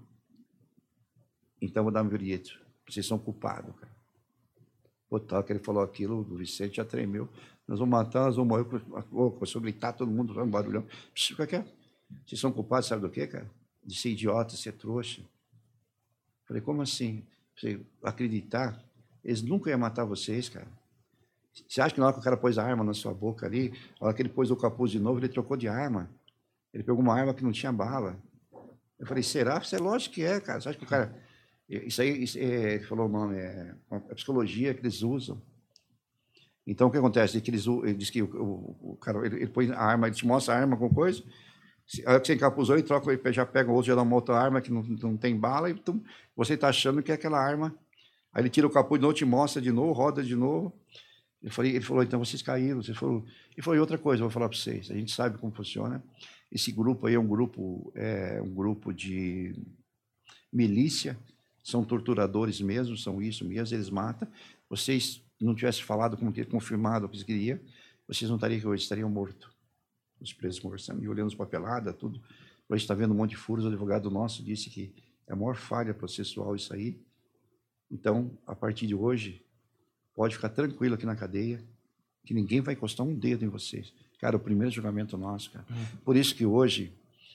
então vou dar meu veredito. Vocês são culpados, cara. O tal que ele falou aquilo, o Vicente já tremeu. Nós vamos matar, nós vamos morrer. Começou a gritar, todo mundo, um barulhão. O que é? Vocês são culpados, sabe do quê, cara? De ser idiota, ser trouxa. Falei, como assim? Você acreditar? Eles nunca iam matar vocês, cara. Você acha que na hora que o cara pôs a arma na sua boca ali, na hora que ele pôs o capuz de novo, ele trocou de arma. Ele pegou uma arma que não tinha bala. Eu falei, será? Isso é lógico que é, cara. Você acha que o cara... Isso aí, ele falou o nome, é a psicologia que eles usam. Então, o que acontece? Ele diz que o cara, ele põe a arma, ele te mostra a arma com coisa, a hora que você encapuzou, ele troca, ele já pega o outro, já dá uma outra arma que não tem bala, e você está achando que é aquela arma. Aí ele tira o capuz de novo, te mostra de novo, roda de novo. Ele falou, então vocês caíram. Ele falou, e outra coisa, eu vou falar para vocês, a gente sabe como funciona. Esse grupo aí é um grupo de milícia, são torturadores mesmo, são isso mesmo, eles matam. Vocês não tivessem falado, como confirmado o que eles queriam, vocês não estariam aqui hoje, estariam mortos. Os presos conversando e olhando as papeladas, tudo. A gente está vendo um monte de furos, o advogado nosso disse que é a maior falha processual isso aí. Então, a partir de hoje, pode ficar tranquilo aqui na cadeia, que ninguém vai encostar um dedo em vocês. Cara, o primeiro julgamento nosso, cara. Por isso que hoje,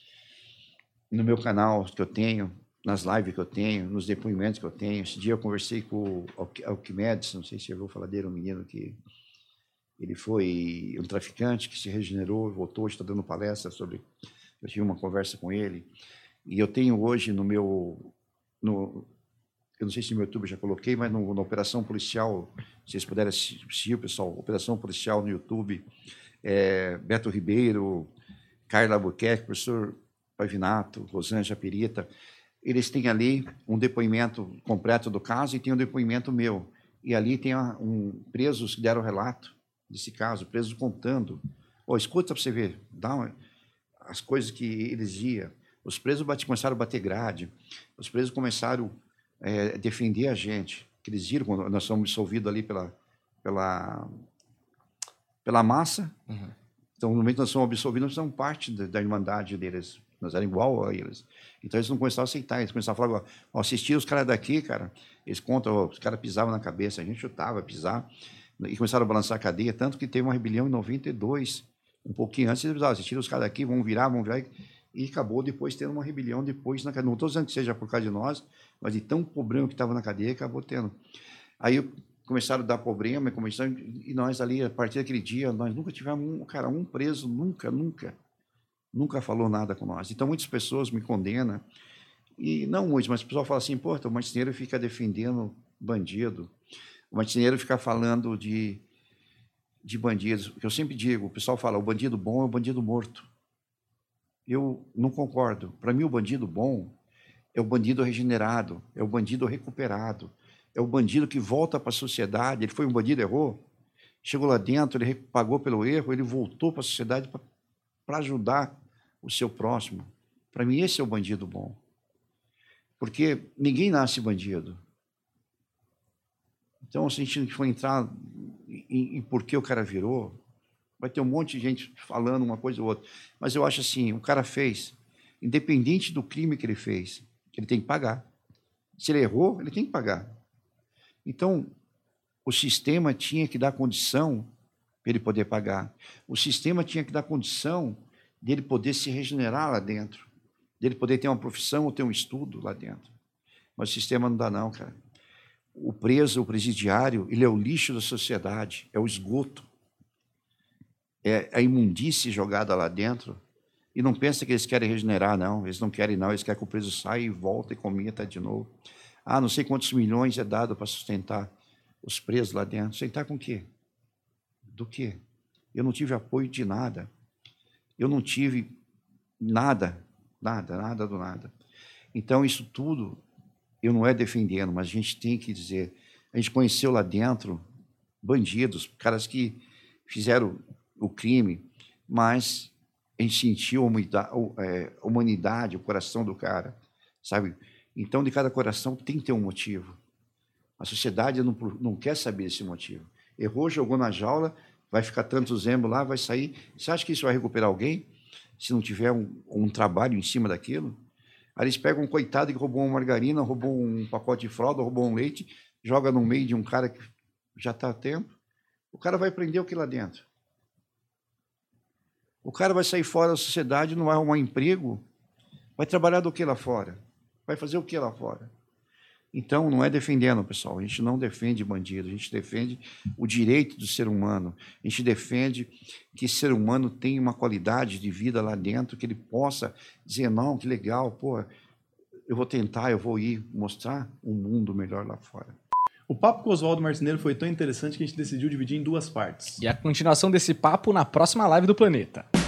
no meu canal que eu tenho, nas lives que eu tenho, nos depoimentos que eu tenho. Esse dia eu conversei com o Alquimedes, não sei se eu vou falar dele, um menino que ele foi um traficante que se regenerou, voltou, está dando palestra sobre... Eu tive uma conversa com ele. E eu tenho hoje no meu... eu não sei se no meu YouTube eu já coloquei, mas na Operação Policial, se vocês puderem assistir, pessoal, Operação Policial no YouTube, Beto Ribeiro, Carla Albuquerque, professor Pavinato, Rosângela Perita, eles têm ali um depoimento completo do caso e tem um depoimento meu. E ali tem presos que deram relato desse caso, presos contando. Escuta para você ver, as coisas que eles diziam. Os presos começaram a bater grade, os presos começaram a defender a gente, que eles viram quando nós somos dissolvidos ali pela massa. Uhum. Então, no momento que nós somos absolvidos, nós somos parte da irmandade deles. Nós éramos igual a eles. Então, eles não começaram a aceitar. Eles começaram a falar, assistir os caras daqui, cara. Eles contam, os caras pisavam na cabeça, a gente chutava, pisava. E começaram a balançar a cadeia. Tanto que teve uma rebelião em 92. Um pouquinho antes, eles falavam, assistir os caras daqui, vão virar. E acabou depois tendo uma rebelião depois na cadeia. Não estou dizendo que seja por causa de nós, mas de tão problema que estava na cadeia, acabou tendo. Aí começaram a dar problema, e nós ali, a partir daquele dia, nós nunca tivemos um preso, nunca falou nada com nós. Então, muitas pessoas me condenam, e não muitos, mas o pessoal fala assim, o marceneiro fica defendendo bandido, o marceneiro fica falando de bandidos. Eu sempre digo, o pessoal fala, o bandido bom é o bandido morto. Eu não concordo. Para mim, o bandido bom é o bandido regenerado, é o bandido recuperado, é o bandido que volta para a sociedade. Ele foi um bandido, errou, chegou lá dentro, ele pagou pelo erro, ele voltou para a sociedade para ajudar o seu próximo. Para mim, esse é o bandido bom. Porque ninguém nasce bandido. Então, se a gente for entrar em por que o cara virou, vai ter um monte de gente falando uma coisa ou outra. Mas eu acho assim, o cara fez, independente do crime que ele fez, ele tem que pagar. Se ele errou, ele tem que pagar. Então, o sistema tinha que dar condição para ele poder pagar. O sistema tinha que dar condição dele poder se regenerar lá dentro, dele poder ter uma profissão ou ter um estudo lá dentro. Mas o sistema não dá não, cara. O preso, o presidiário, ele é o lixo da sociedade, é o esgoto, é a imundície jogada lá dentro. E não pensa que eles querem regenerar, não. Eles não querem, não. Eles querem que o preso saia e volte e cometa de novo. Não sei quantos milhões é dado para sustentar os presos lá dentro. Sustentar com o quê? Do quê? Eu não tive apoio de nada. Eu não tive nada do nada. Então, isso tudo, eu não é defendendo, mas a gente tem que dizer, a gente conheceu lá dentro bandidos, caras que fizeram o crime, mas em sentir a humanidade, o coração do cara, sabe? Então, de cada coração tem que ter um motivo. A sociedade não quer saber esse motivo. Errou, jogou na jaula, vai ficar tantos embos lá, vai sair. Você acha que isso vai recuperar alguém? Se não tiver um trabalho em cima daquilo? Aí eles pegam um coitado que roubou uma margarina, roubou um pacote de fralda, roubou um leite, joga no meio de um cara que já está a tempo. O cara vai prender o que lá dentro? O cara vai sair fora da sociedade, não vai arrumar emprego, vai trabalhar do que lá fora? Vai fazer o que lá fora? Então, não é defendendo, pessoal. A gente não defende bandido, a gente defende o direito do ser humano. A gente defende que esse ser humano tenha uma qualidade de vida lá dentro, que ele possa dizer, não, que legal, pô, eu vou tentar, eu vou ir mostrar um mundo melhor lá fora. O papo com o Oswaldo Marceneiro foi tão interessante que a gente decidiu dividir em 2 partes. E a continuação desse papo na próxima live do Planeta.